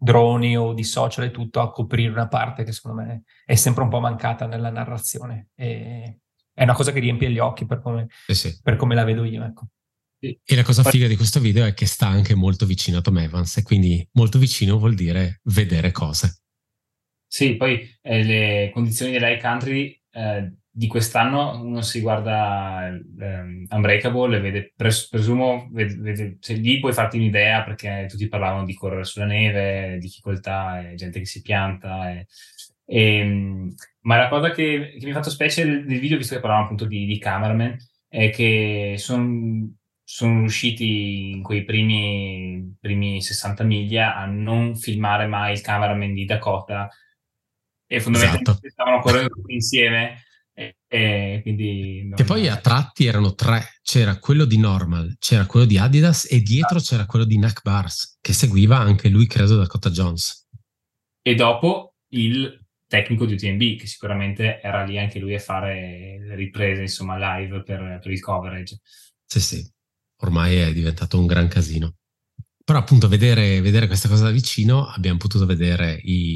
droni o di social e tutto a coprire una parte che secondo me è sempre un po' mancata nella narrazione. E è una cosa che riempie gli occhi per come la vedo io, ecco. E la cosa figa di questo video è che sta anche molto vicino a Tom Evans, e quindi molto vicino vuol dire vedere cose. Sì, poi le condizioni dell'high country di quest'anno, uno si guarda Unbreakable e vede, presumo, cioè, lì puoi farti un'idea, perché tutti parlavano di correre sulla neve, difficoltà, gente che si pianta. Ma la cosa che mi ha fatto specie del video, visto che parlavamo appunto di cameraman, è che sono riusciti in quei primi 60 miglia a non filmare mai il cameraman di Dakota, e fondamentalmente stavano correndo tutti insieme, e quindi che poi a tratti erano 3, c'era quello di Normal, c'era quello di Adidas e dietro c'era quello di Nak Bars, che seguiva anche lui, credo, Dakota Jones, e dopo il tecnico di UTMB, che sicuramente era lì anche lui a fare le riprese, insomma, live per il coverage. Sì, ormai è diventato un gran casino. Però appunto vedere questa cosa da vicino, abbiamo potuto vedere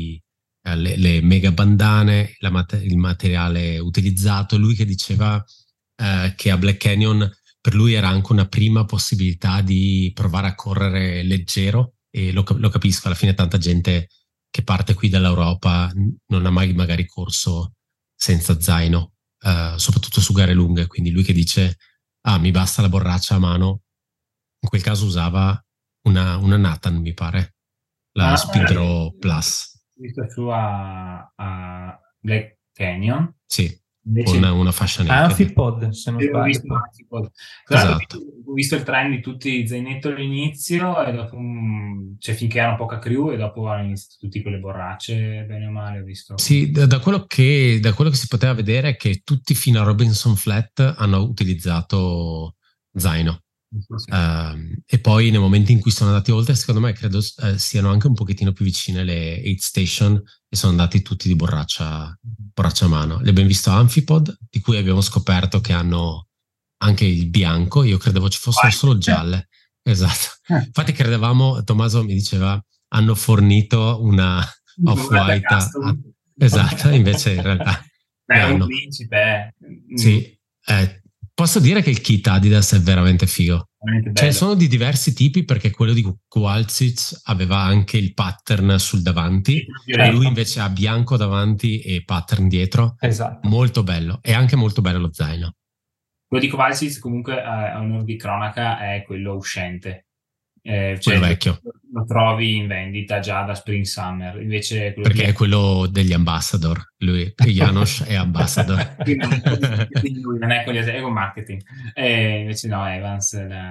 le mega bandane, il materiale utilizzato. Lui che diceva che a Black Canyon per lui era anche una prima possibilità di provare a correre leggero, e lo capisco, alla fine tanta gente che parte qui dall'Europa non ha mai magari corso senza zaino, soprattutto su gare lunghe, quindi lui che dice mi basta la borraccia a mano, in quel caso usava una Nathan, mi pare, la Speedro Plus. Visto su a Black Canyon. Sì, con una fascia nera. Amphipod, se non sbaglio. Esatto. Ho visto il trend di tutti zainetto all'inizio, e dopo finché hanno poca crew, e dopo hanno iniziato tutti con le borracce, bene o male, ho visto. Sì, da quello che si poteva vedere è che tutti fino a Robinson Flat hanno utilizzato zaino. Sì. E poi nei momenti in cui sono andati oltre, secondo me credo siano anche un pochettino più vicine le aid station, e sono andati tutti di borraccia a mano. Le abbiamo visto Amphipod, di cui abbiamo scoperto che hanno anche il bianco, io credevo ci fossero solo gialle. Esatto, infatti credevamo, Tommaso mi diceva, hanno fornito una off-white esatto, invece in realtà è un principe. Sì, posso dire che il kit Adidas è veramente figo. Ce ne sono di diversi tipi, perché quello di Kowalczyk aveva anche il pattern sul davanti, lui invece ha bianco davanti e pattern dietro. Esatto. Molto bello, e anche molto bello lo zaino. Quello di Kowalczyk comunque, a onore di cronaca, è quello uscente. Quello vecchio. Lo trovi in vendita già da Spring Summer, invece perché è quello degli ambassador, lui Janos è ambassador. Non è con marketing, invece no, Evans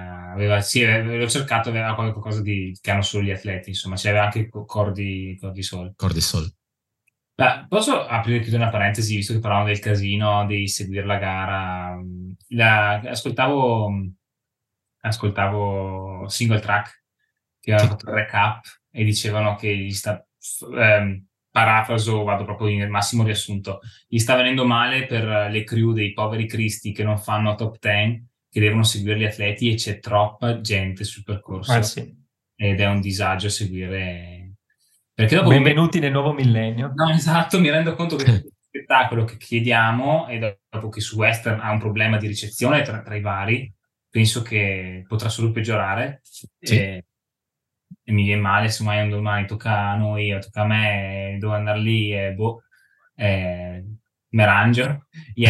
l'ho cercato, aveva qualcosa che hanno solo gli atleti, insomma, c'aveva anche Cordisol. Posso aprire e chiudere una parentesi, visto che parlavamo del casino di seguire la gara? Ascoltavo Single Track, che aveva fatto il recap, e dicevano che gli sta, parafraso, vado proprio nel massimo riassunto, gli sta venendo male per le crew dei poveri cristi che non fanno top 10, che devono seguire gli atleti, e c'è troppa gente sul percorso, sì. Ed è un disagio seguire, perché dopo benvenuti nel nuovo millennio. No, esatto, mi rendo conto che il spettacolo che chiediamo, e dopo che su Western ha un problema di ricezione tra i vari, penso che potrà solo peggiorare. Sì. E mi viene male se mai un domani tocca a noi, o tocca a me, devo andare lì e merangio.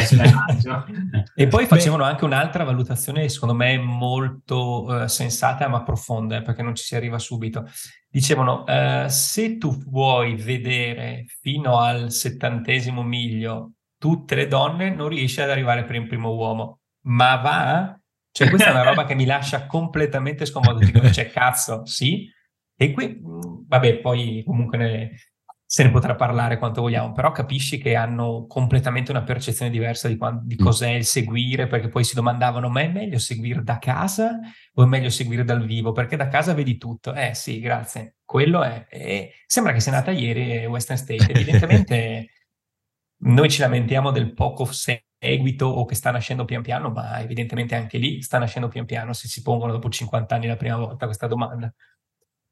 E poi facevano anche un'altra valutazione, secondo me molto sensata ma profonda, perché non ci si arriva subito. Dicevano, se tu vuoi vedere fino al 70° miglio tutte le donne, non riesci ad arrivare per il primo uomo, ma va? Cioè, questa è una roba che mi lascia completamente scomodo. Dico, cioè, cazzo, sì? E qui, vabbè, poi comunque se ne potrà parlare quanto vogliamo, però capisci che hanno completamente una percezione diversa di cos'è il seguire, perché poi si domandavano, ma è meglio seguire da casa o è meglio seguire dal vivo? Perché da casa vedi tutto. Sì, grazie. Quello è. Sembra che sia nata ieri Western State. Evidentemente noi ci lamentiamo del poco seguito o che sta nascendo pian piano, ma evidentemente anche lì sta nascendo pian piano, se si pongono dopo 50 anni la prima volta questa domanda.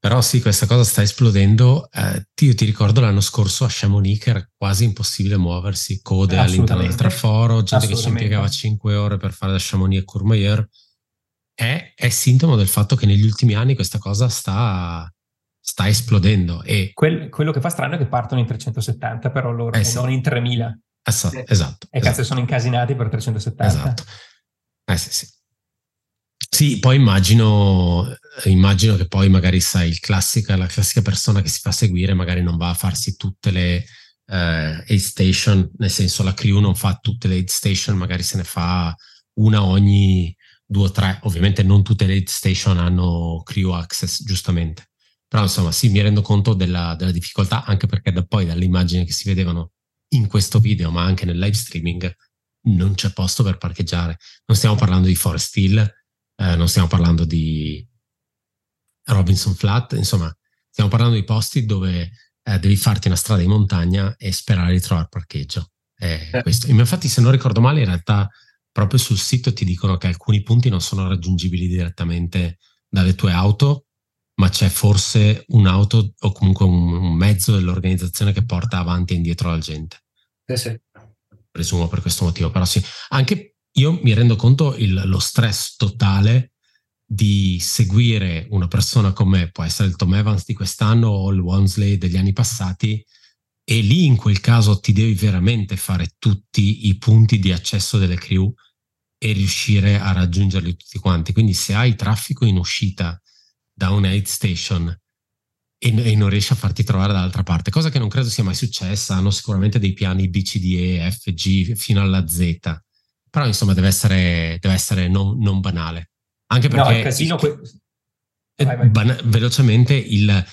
Però sì, questa cosa sta esplodendo. Io ti ricordo l'anno scorso a Chamonix che era quasi impossibile muoversi, code all'interno del traforo, gente che ci impiegava 5 ore per fare da Chamonix a Courmayeur. È sintomo del fatto che negli ultimi anni questa cosa sta esplodendo. E quello che fa strano è che partono in 370 però loro, e non in 3000. Esatto. Cazzo, sono incasinati per 370. Esatto. Sì. Sì, poi immagino che poi magari sai la classica persona che si fa seguire magari non va a farsi tutte le aid station, nel senso la crew non fa tutte le aid station, magari se ne fa una ogni 2 o 3. Ovviamente non tutte le aid station hanno crew access, giustamente. Però insomma sì, mi rendo conto della difficoltà, anche perché poi dalle immagini che si vedevano in questo video, ma anche nel live streaming, non c'è posto per parcheggiare. Non stiamo parlando di Forest Hill, non stiamo parlando di Robinson Flat, insomma stiamo parlando di posti dove devi farti una strada in montagna e sperare di trovare parcheggio. Questo. Infatti, se non ricordo male, in realtà proprio sul sito ti dicono che alcuni punti non sono raggiungibili direttamente dalle tue auto, ma c'è forse un'auto o comunque un mezzo dell'organizzazione che porta avanti e indietro la gente. Sì. Presumo per questo motivo, però sì. Anche io mi rendo conto lo stress totale di seguire una persona come può essere il Tom Evans di quest'anno o il Walmsley degli anni passati, e lì in quel caso ti devi veramente fare tutti i punti di accesso delle crew e riuscire a raggiungerli tutti quanti. Quindi se hai traffico in uscita da un aid station e non riesci a farti trovare dall'altra parte, cosa che non credo sia mai successa, hanno sicuramente dei piani BCDE, FG fino alla Z, però insomma deve essere non banale, anche perché il casino velocemente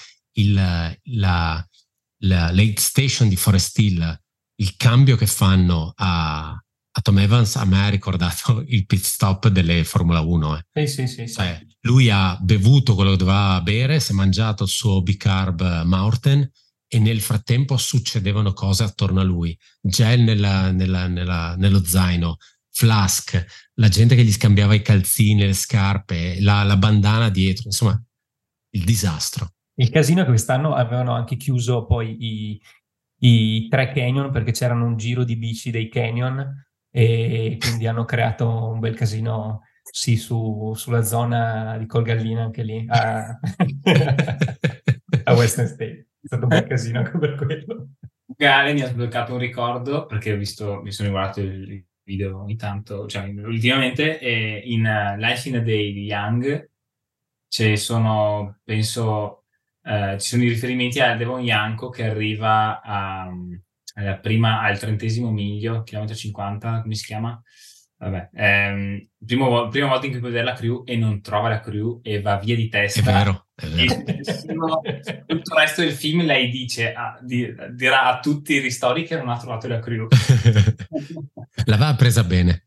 l'aid station di Forest Hill, il cambio che fanno a Tom Evans a me ha ricordato il pit stop delle Formula 1. Sì. Cioè, lui ha bevuto quello che doveva bere, si è mangiato il suo bicarb Maurten e nel frattempo succedevano cose attorno a lui, gel nello zaino, flask, la gente che gli scambiava i calzini, le scarpe, la bandana dietro, insomma il disastro. Il casino è che quest'anno avevano anche chiuso poi i 3 canyon perché c'erano un giro di bici dei canyon e quindi hanno creato un bel casino sulla zona di Colgallina anche lì a Western State. È stato un bel casino anche per quello. Gale mi ha sbloccato un ricordo perché mi sono riguardato il video ogni tanto, cioè ultimamente, in Life in a Day di Young ci sono i riferimenti a Devon Yanko che arriva al 30° miglio, chilometro 50, come si chiama? Vabbè, prima volta in cui può vedere la crew e non trova la crew e va via di testa. È vero. Tutto il resto del film lei dirà a tutti i ristori che non ha trovato la crew. L'aveva presa bene.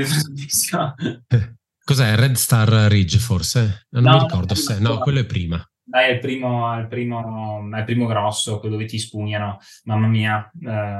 Cos'è? Red Star Ridge forse? Non mi ricordo se... No, quello è prima. Dai, è il primo grosso, quello dove ti spugnano. Mamma mia.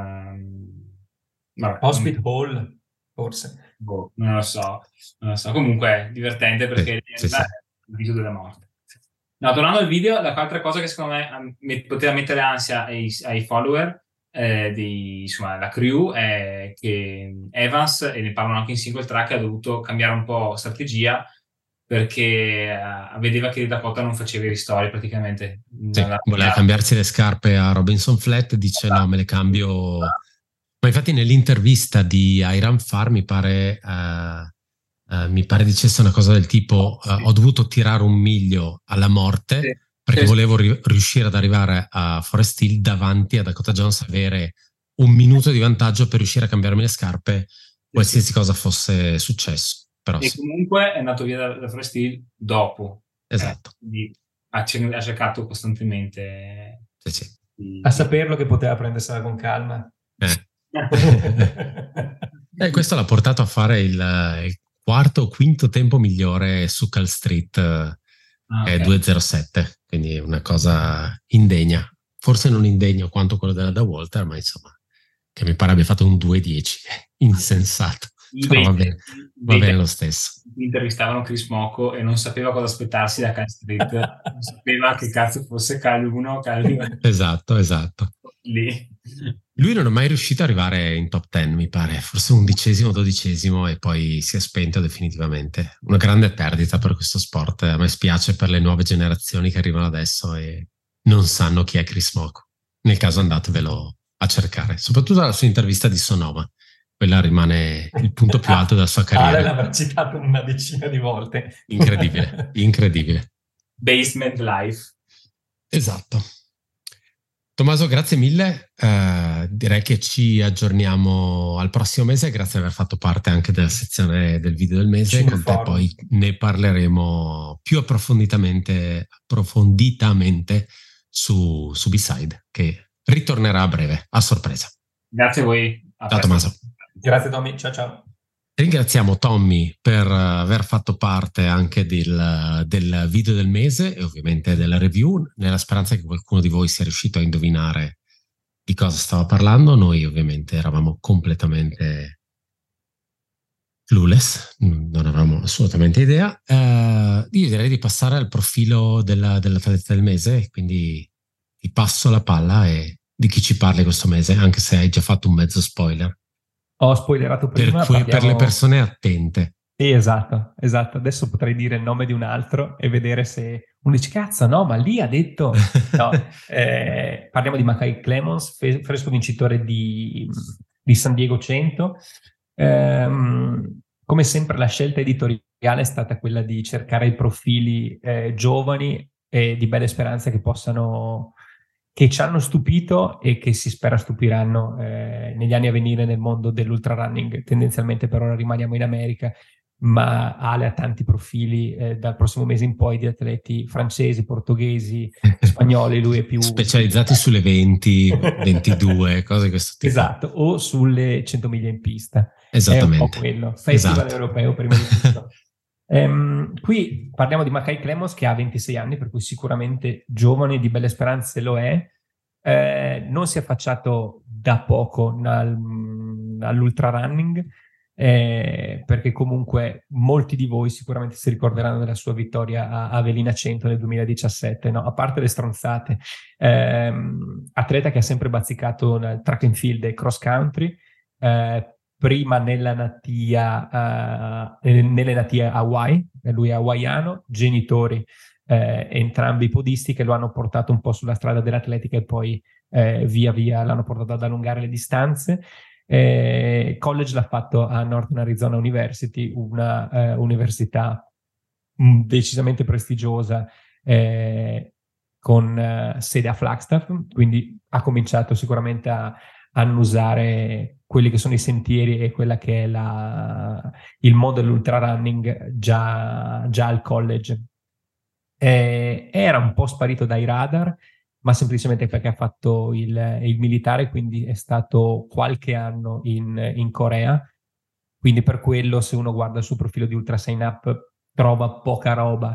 Hospital Hall, forse. Non lo so. Comunque, divertente perché sì. È il video della morte. No, tornando al video, l'altra cosa che secondo me poteva mettere ansia ai follower insomma, la crew è che Evans, e ne parlano anche in single track, ha dovuto cambiare un po' strategia perché vedeva che Dakota non faceva i ristori praticamente. Sì, voleva cambiarsi le scarpe a Robinson Flat, dice no, me le cambio. Ma infatti nell'intervista di Iron Far mi pare dicesse una cosa del tipo ho dovuto tirare un miglio alla morte perché volevo riuscire ad arrivare a Forest Hill davanti a Dakota Jones, avere un minuto di vantaggio per riuscire a cambiarmi le scarpe qualsiasi cosa fosse successo. Però comunque è andato via da Forest Hill dopo. Esatto. Quindi ha cercato costantemente a saperlo che poteva prendersela con calma. Questo l'ha portato a fare il quarto o quinto tempo migliore su Cal Street, che è 2.07, quindi una cosa indegna, forse non indegno quanto quello da Walter, ma insomma che mi pare abbia fatto un 2.10 insensato. Però va bene lo stesso. Intervistavano Chris Mocco e non sapeva cosa aspettarsi da Kyle Street, non sapeva che cazzo fosse Kyle 1, Kyle 2. Esatto. Lì. Lui non è mai riuscito ad arrivare in top 10, mi pare, forse 11o, 12o e poi si è spento definitivamente. Una grande perdita per questo sport. A me spiace per le nuove generazioni che arrivano adesso e non sanno chi è Chris Mocco. Nel caso andatevelo a cercare, soprattutto la sua intervista di Sonoma. Quella rimane il punto più alto della sua carriera. L'avrà citato una decina di volte. Incredibile. Basement Life. Esatto. Tommaso, grazie mille. Direi che ci aggiorniamo al prossimo mese. Grazie di aver fatto parte anche della sezione del video del mese. Con te poi ne parleremo più approfonditamente su B-Side, che ritornerà a breve, a sorpresa. Grazie a voi. Ciao Tommaso. Grazie Tommy, ciao. Ringraziamo Tommy per aver fatto parte anche del video del mese e ovviamente della review, nella speranza che qualcuno di voi sia riuscito a indovinare di cosa stava parlando. Noi ovviamente eravamo completamente clueless, non avevamo assolutamente idea. Io direi di passare al profilo dell'atleta del mese, quindi ti passo la palla e di chi ci parli questo mese, anche se hai già fatto un mezzo spoiler. Ho spoilerato prima. Per le persone attente. Sì, esatto. Adesso potrei dire il nome di un altro e vedere se uno dice cazzo, no, ma lì ha detto... No, parliamo di Mackay Clemons, fresco vincitore di San Diego 100. Come sempre la scelta editoriale è stata quella di cercare i profili giovani e di belle speranze che ci hanno stupito e che si spera stupiranno negli anni a venire nel mondo dell'ultra running. Tendenzialmente per ora rimaniamo in America, ma Ale ha tanti profili dal prossimo mese in poi di atleti francesi, portoghesi, spagnoli, lui è più... specializzati sulle 20, 22, cose di questo tipo. Esatto, o sulle 100 miglia in pista. Esattamente. È un po' quello, festival europeo prima di tutto. Qui parliamo di Mackay Clemons che ha 26 anni, per cui sicuramente giovane, di belle speranze lo è. Non si è affacciato da poco all'ultra running, perché comunque molti di voi sicuramente si ricorderanno della sua vittoria a Avelina 100 nel 2017, no? A parte le stronzate, atleta che ha sempre bazzicato nel track and field e cross country, prima nelle natie Hawaii, lui è hawaiano, genitori entrambi podisti che lo hanno portato un po' sulla strada dell'atletica e poi via via l'hanno portato ad allungare le distanze. College l'ha fatto a Northern Arizona University, una università decisamente prestigiosa con sede a Flagstaff, quindi ha cominciato sicuramente a annusare quelli che sono i sentieri e quella che è il mondo dell'ultra running già al college. Era un po' sparito dai radar, ma semplicemente perché ha fatto il militare, quindi è stato qualche anno in Corea, quindi per quello se uno guarda il suo profilo di Ultra Sign Up trova poca roba.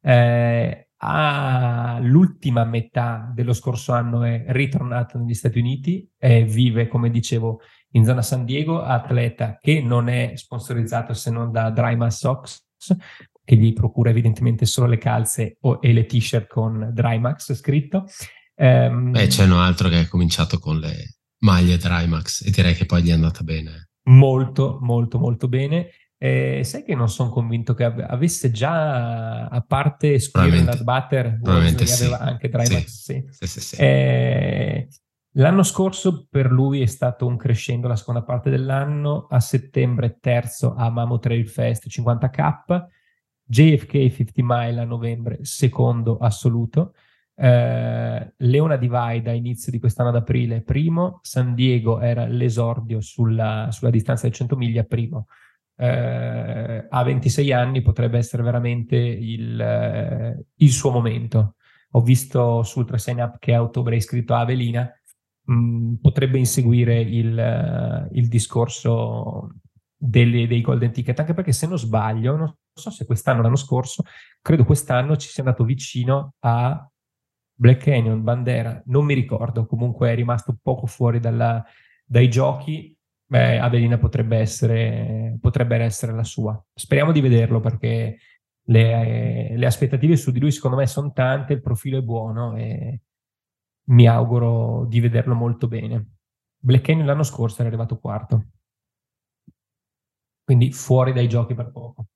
L'ultima metà dello scorso anno è ritornato negli Stati Uniti, vive, come dicevo, in zona San Diego, atleta che non è sponsorizzato se non da Drymax Socks, che gli procura evidentemente solo le calze e le t-shirt con Drymax scritto. C'è un altro che ha cominciato con le maglie Drymax e direi che poi gli è andata bene. Molto, molto, molto bene. Sai che non sono convinto che avesse già, a parte Squirrel Butter, aveva anche Drymax. Sì. L'anno scorso per lui è stato un crescendo la seconda parte dell'anno. A settembre terzo a Mammoth Trail Fest 50K, JFK 50 Mile a novembre secondo assoluto, Leona Divide a inizio di quest'anno ad aprile primo, San Diego era l'esordio sulla distanza del 100 miglia primo. A 26 anni potrebbe essere veramente il suo momento. Ho visto su Ultra Sign Up che a ottobre è iscritto a Avelina, potrebbe inseguire il discorso dei golden ticket, anche perché se non sbaglio, non so se quest'anno o l'anno scorso, credo quest'anno ci sia andato vicino a Black Canyon, Bandera, non mi ricordo, comunque è rimasto poco fuori dai giochi. Avellina potrebbe essere la sua. Speriamo di vederlo, perché le aspettative su di lui secondo me sono tante, il profilo è buono e mi auguro di vederlo molto bene. Black Canyon l'anno scorso era arrivato quarto, quindi fuori dai giochi per poco.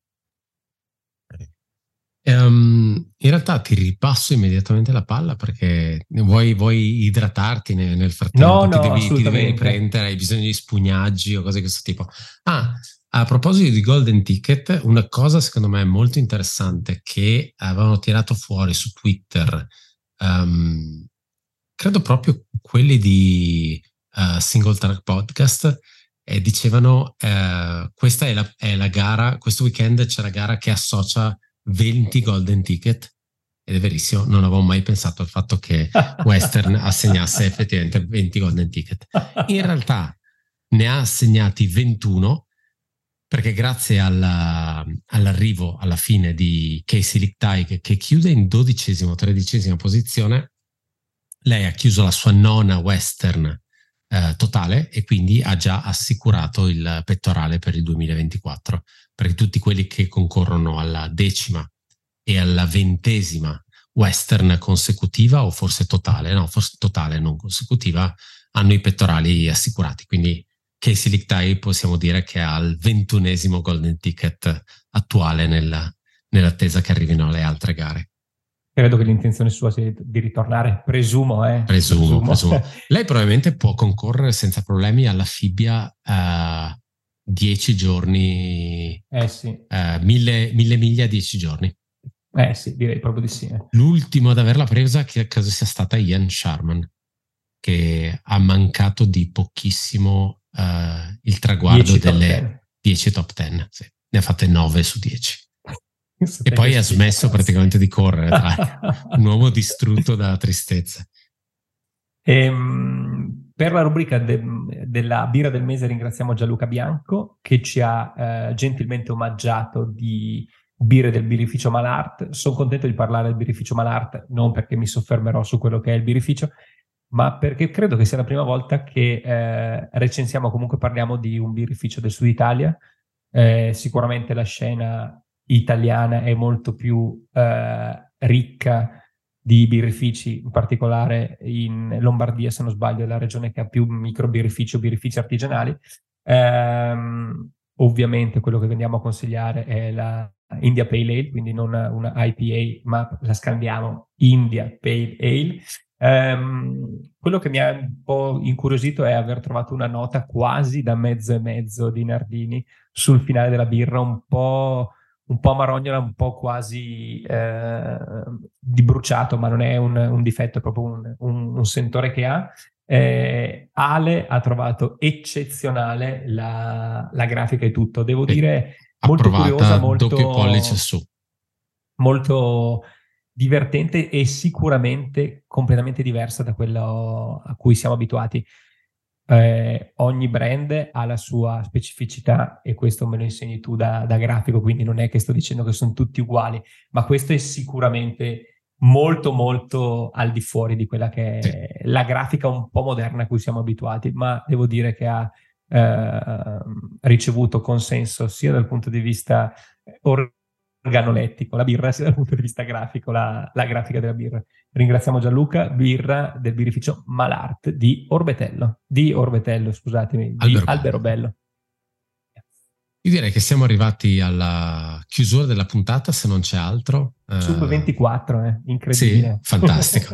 In realtà ti ripasso immediatamente la palla, perché vuoi idratarti nel frattempo. No, ti devi riprendere, hai bisogno di spugnaggi o cose di questo tipo. A proposito di Golden Ticket, una cosa secondo me molto interessante che avevano tirato fuori su Twitter, credo proprio quelli di Single Track Podcast, e dicevano questa è la gara, questo weekend c'è la gara che associa 20 Golden Ticket, ed è verissimo, non avevo mai pensato al fatto che Western assegnasse effettivamente 20 Golden Ticket. In realtà ne ha assegnati 21, perché grazie all'arrivo alla fine di Casey Lichtai, che chiude in 12ª o 13ª posizione, lei ha chiuso la sua nona Western totale, e quindi ha già assicurato il pettorale per il 2024, perché tutti quelli che concorrono alla 10ª e alla 20ª Western consecutiva, o forse totale, non consecutiva, hanno i pettorali assicurati. Quindi Casey Lichtai possiamo dire che ha il 21esimo Golden Ticket attuale nell'attesa che arrivino le altre gare. Credo che l'intenzione sua sia di ritornare, presumo. Presumo. Lei probabilmente può concorrere senza problemi alla Fibbia 10 giorni, sì. 1000 miglia 10 giorni. Sì, direi proprio di sì. L'ultimo ad averla presa che credo sia stata Ian Sharman, che ha mancato di pochissimo il traguardo delle 10 top 10. Sì. Ne ha fatte 9 su 10. E poi ha smesso praticamente di correre, un uomo distrutto dalla tristezza. Per la rubrica della birra del mese ringraziamo Gianluca Bianco, che ci ha gentilmente omaggiato di birre del birrificio Malart. Sono contento di parlare del birrificio Malart, non perché mi soffermerò su quello che è il birrificio, ma perché credo che sia la prima volta che recensiamo, comunque parliamo di un birrificio del Sud Italia. Sicuramente la scena italiana è molto più ricca di birrifici, in particolare in Lombardia, se non sbaglio, è la regione che ha più micro birrifici o birrifici artigianali. Ovviamente quello che vendiamo a consigliare è la India Pale Ale, quindi non una IPA, ma la scandiamo India Pale Ale. Quello che mi ha un po' incuriosito è aver trovato una nota quasi da mezzo e mezzo di Nardini sul finale della birra, un po' marognola, un po' quasi di bruciato, ma non è un difetto, è proprio un sentore che ha. Ale ha trovato eccezionale la grafica e tutto, devo dire, molto curiosa, molto doppio pollice su, molto divertente e sicuramente completamente diversa da quello a cui siamo abituati. Ogni brand ha la sua specificità, e questo me lo insegni tu da grafico, quindi non è che sto dicendo che sono tutti uguali, ma questo è sicuramente molto molto al di fuori di quella che è la grafica un po' moderna a cui siamo abituati, ma devo dire che ha ricevuto consenso sia dal punto di vista organolettico, la birra, sia dal punto di vista grafico, la grafica della birra. Ringraziamo Gianluca, birra del birrificio Malart di Orbetello, scusatemi, di Alberobello. Io direi che siamo arrivati alla chiusura della puntata, se non c'è altro. Sub 24, incredibile. Sì, fantastico.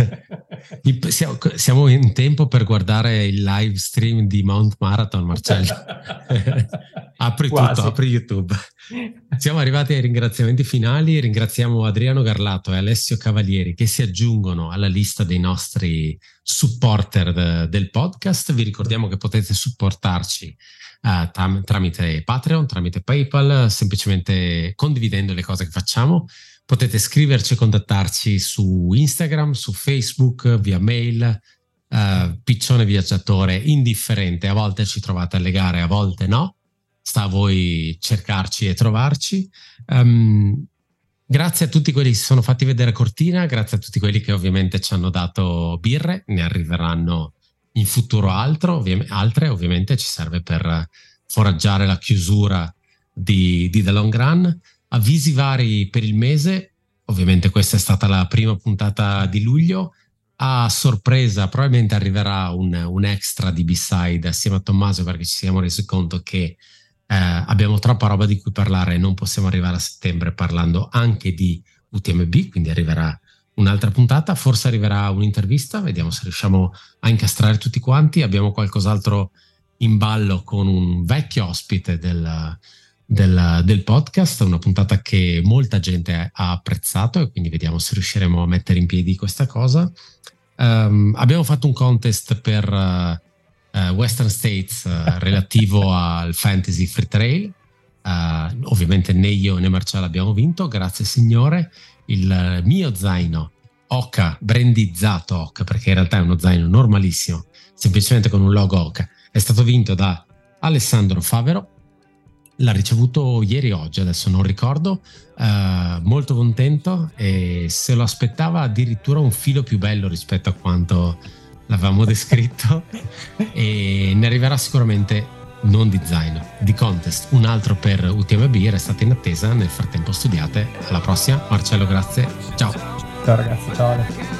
Siamo in tempo per guardare il live stream di Mount Marathon, Marcello. Apri tutto, apri YouTube. Siamo arrivati ai ringraziamenti finali. Ringraziamo Adriano Garlato e Alessio Cavalieri, che si aggiungono alla lista dei nostri supporter del podcast. Vi ricordiamo che potete supportarci tramite Patreon, tramite PayPal, semplicemente condividendo le cose che facciamo. Potete scriverci e contattarci su Instagram, su Facebook, via mail, piccione viaggiatore, indifferente. A volte ci trovate alle gare, a volte no. Sta a voi cercarci e trovarci. Grazie a tutti quelli che si sono fatti vedere a Cortina, grazie a tutti quelli che ovviamente ci hanno dato birre, ne arriveranno in futuro altre ovviamente ci serve per foraggiare la chiusura di The Long Run. Avvisi vari per il mese, ovviamente questa è stata la prima puntata di luglio. A sorpresa probabilmente arriverà un extra di B-Side assieme a Tommaso, perché ci siamo resi conto che abbiamo troppa roba di cui parlare e non possiamo arrivare a settembre parlando anche di UTMB, quindi arriverà un'altra puntata, forse arriverà un'intervista, vediamo se riusciamo a incastrare tutti quanti. Abbiamo qualcos'altro in ballo con un vecchio ospite del podcast, una puntata che molta gente ha apprezzato e quindi vediamo se riusciremo a mettere in piedi questa cosa. Abbiamo fatto un contest per Western States relativo al Fantasy Free Trail. Ovviamente né io né Marcello abbiamo vinto, grazie signore. Il mio zaino Oka, brandizzato Oka, perché in realtà è uno zaino normalissimo, semplicemente con un logo Oka, è stato vinto da Alessandro Favero. L'ha ricevuto ieri o oggi, adesso non ricordo. Molto contento, e se lo aspettava addirittura un filo più bello rispetto a quanto l'avevamo descritto. E ne arriverà sicuramente, non di zaino, di contest, un altro per UTMB. Restate in attesa, nel frattempo studiate. Alla prossima. Marcello, grazie, ciao. Ciao ragazzi, ciao Ale.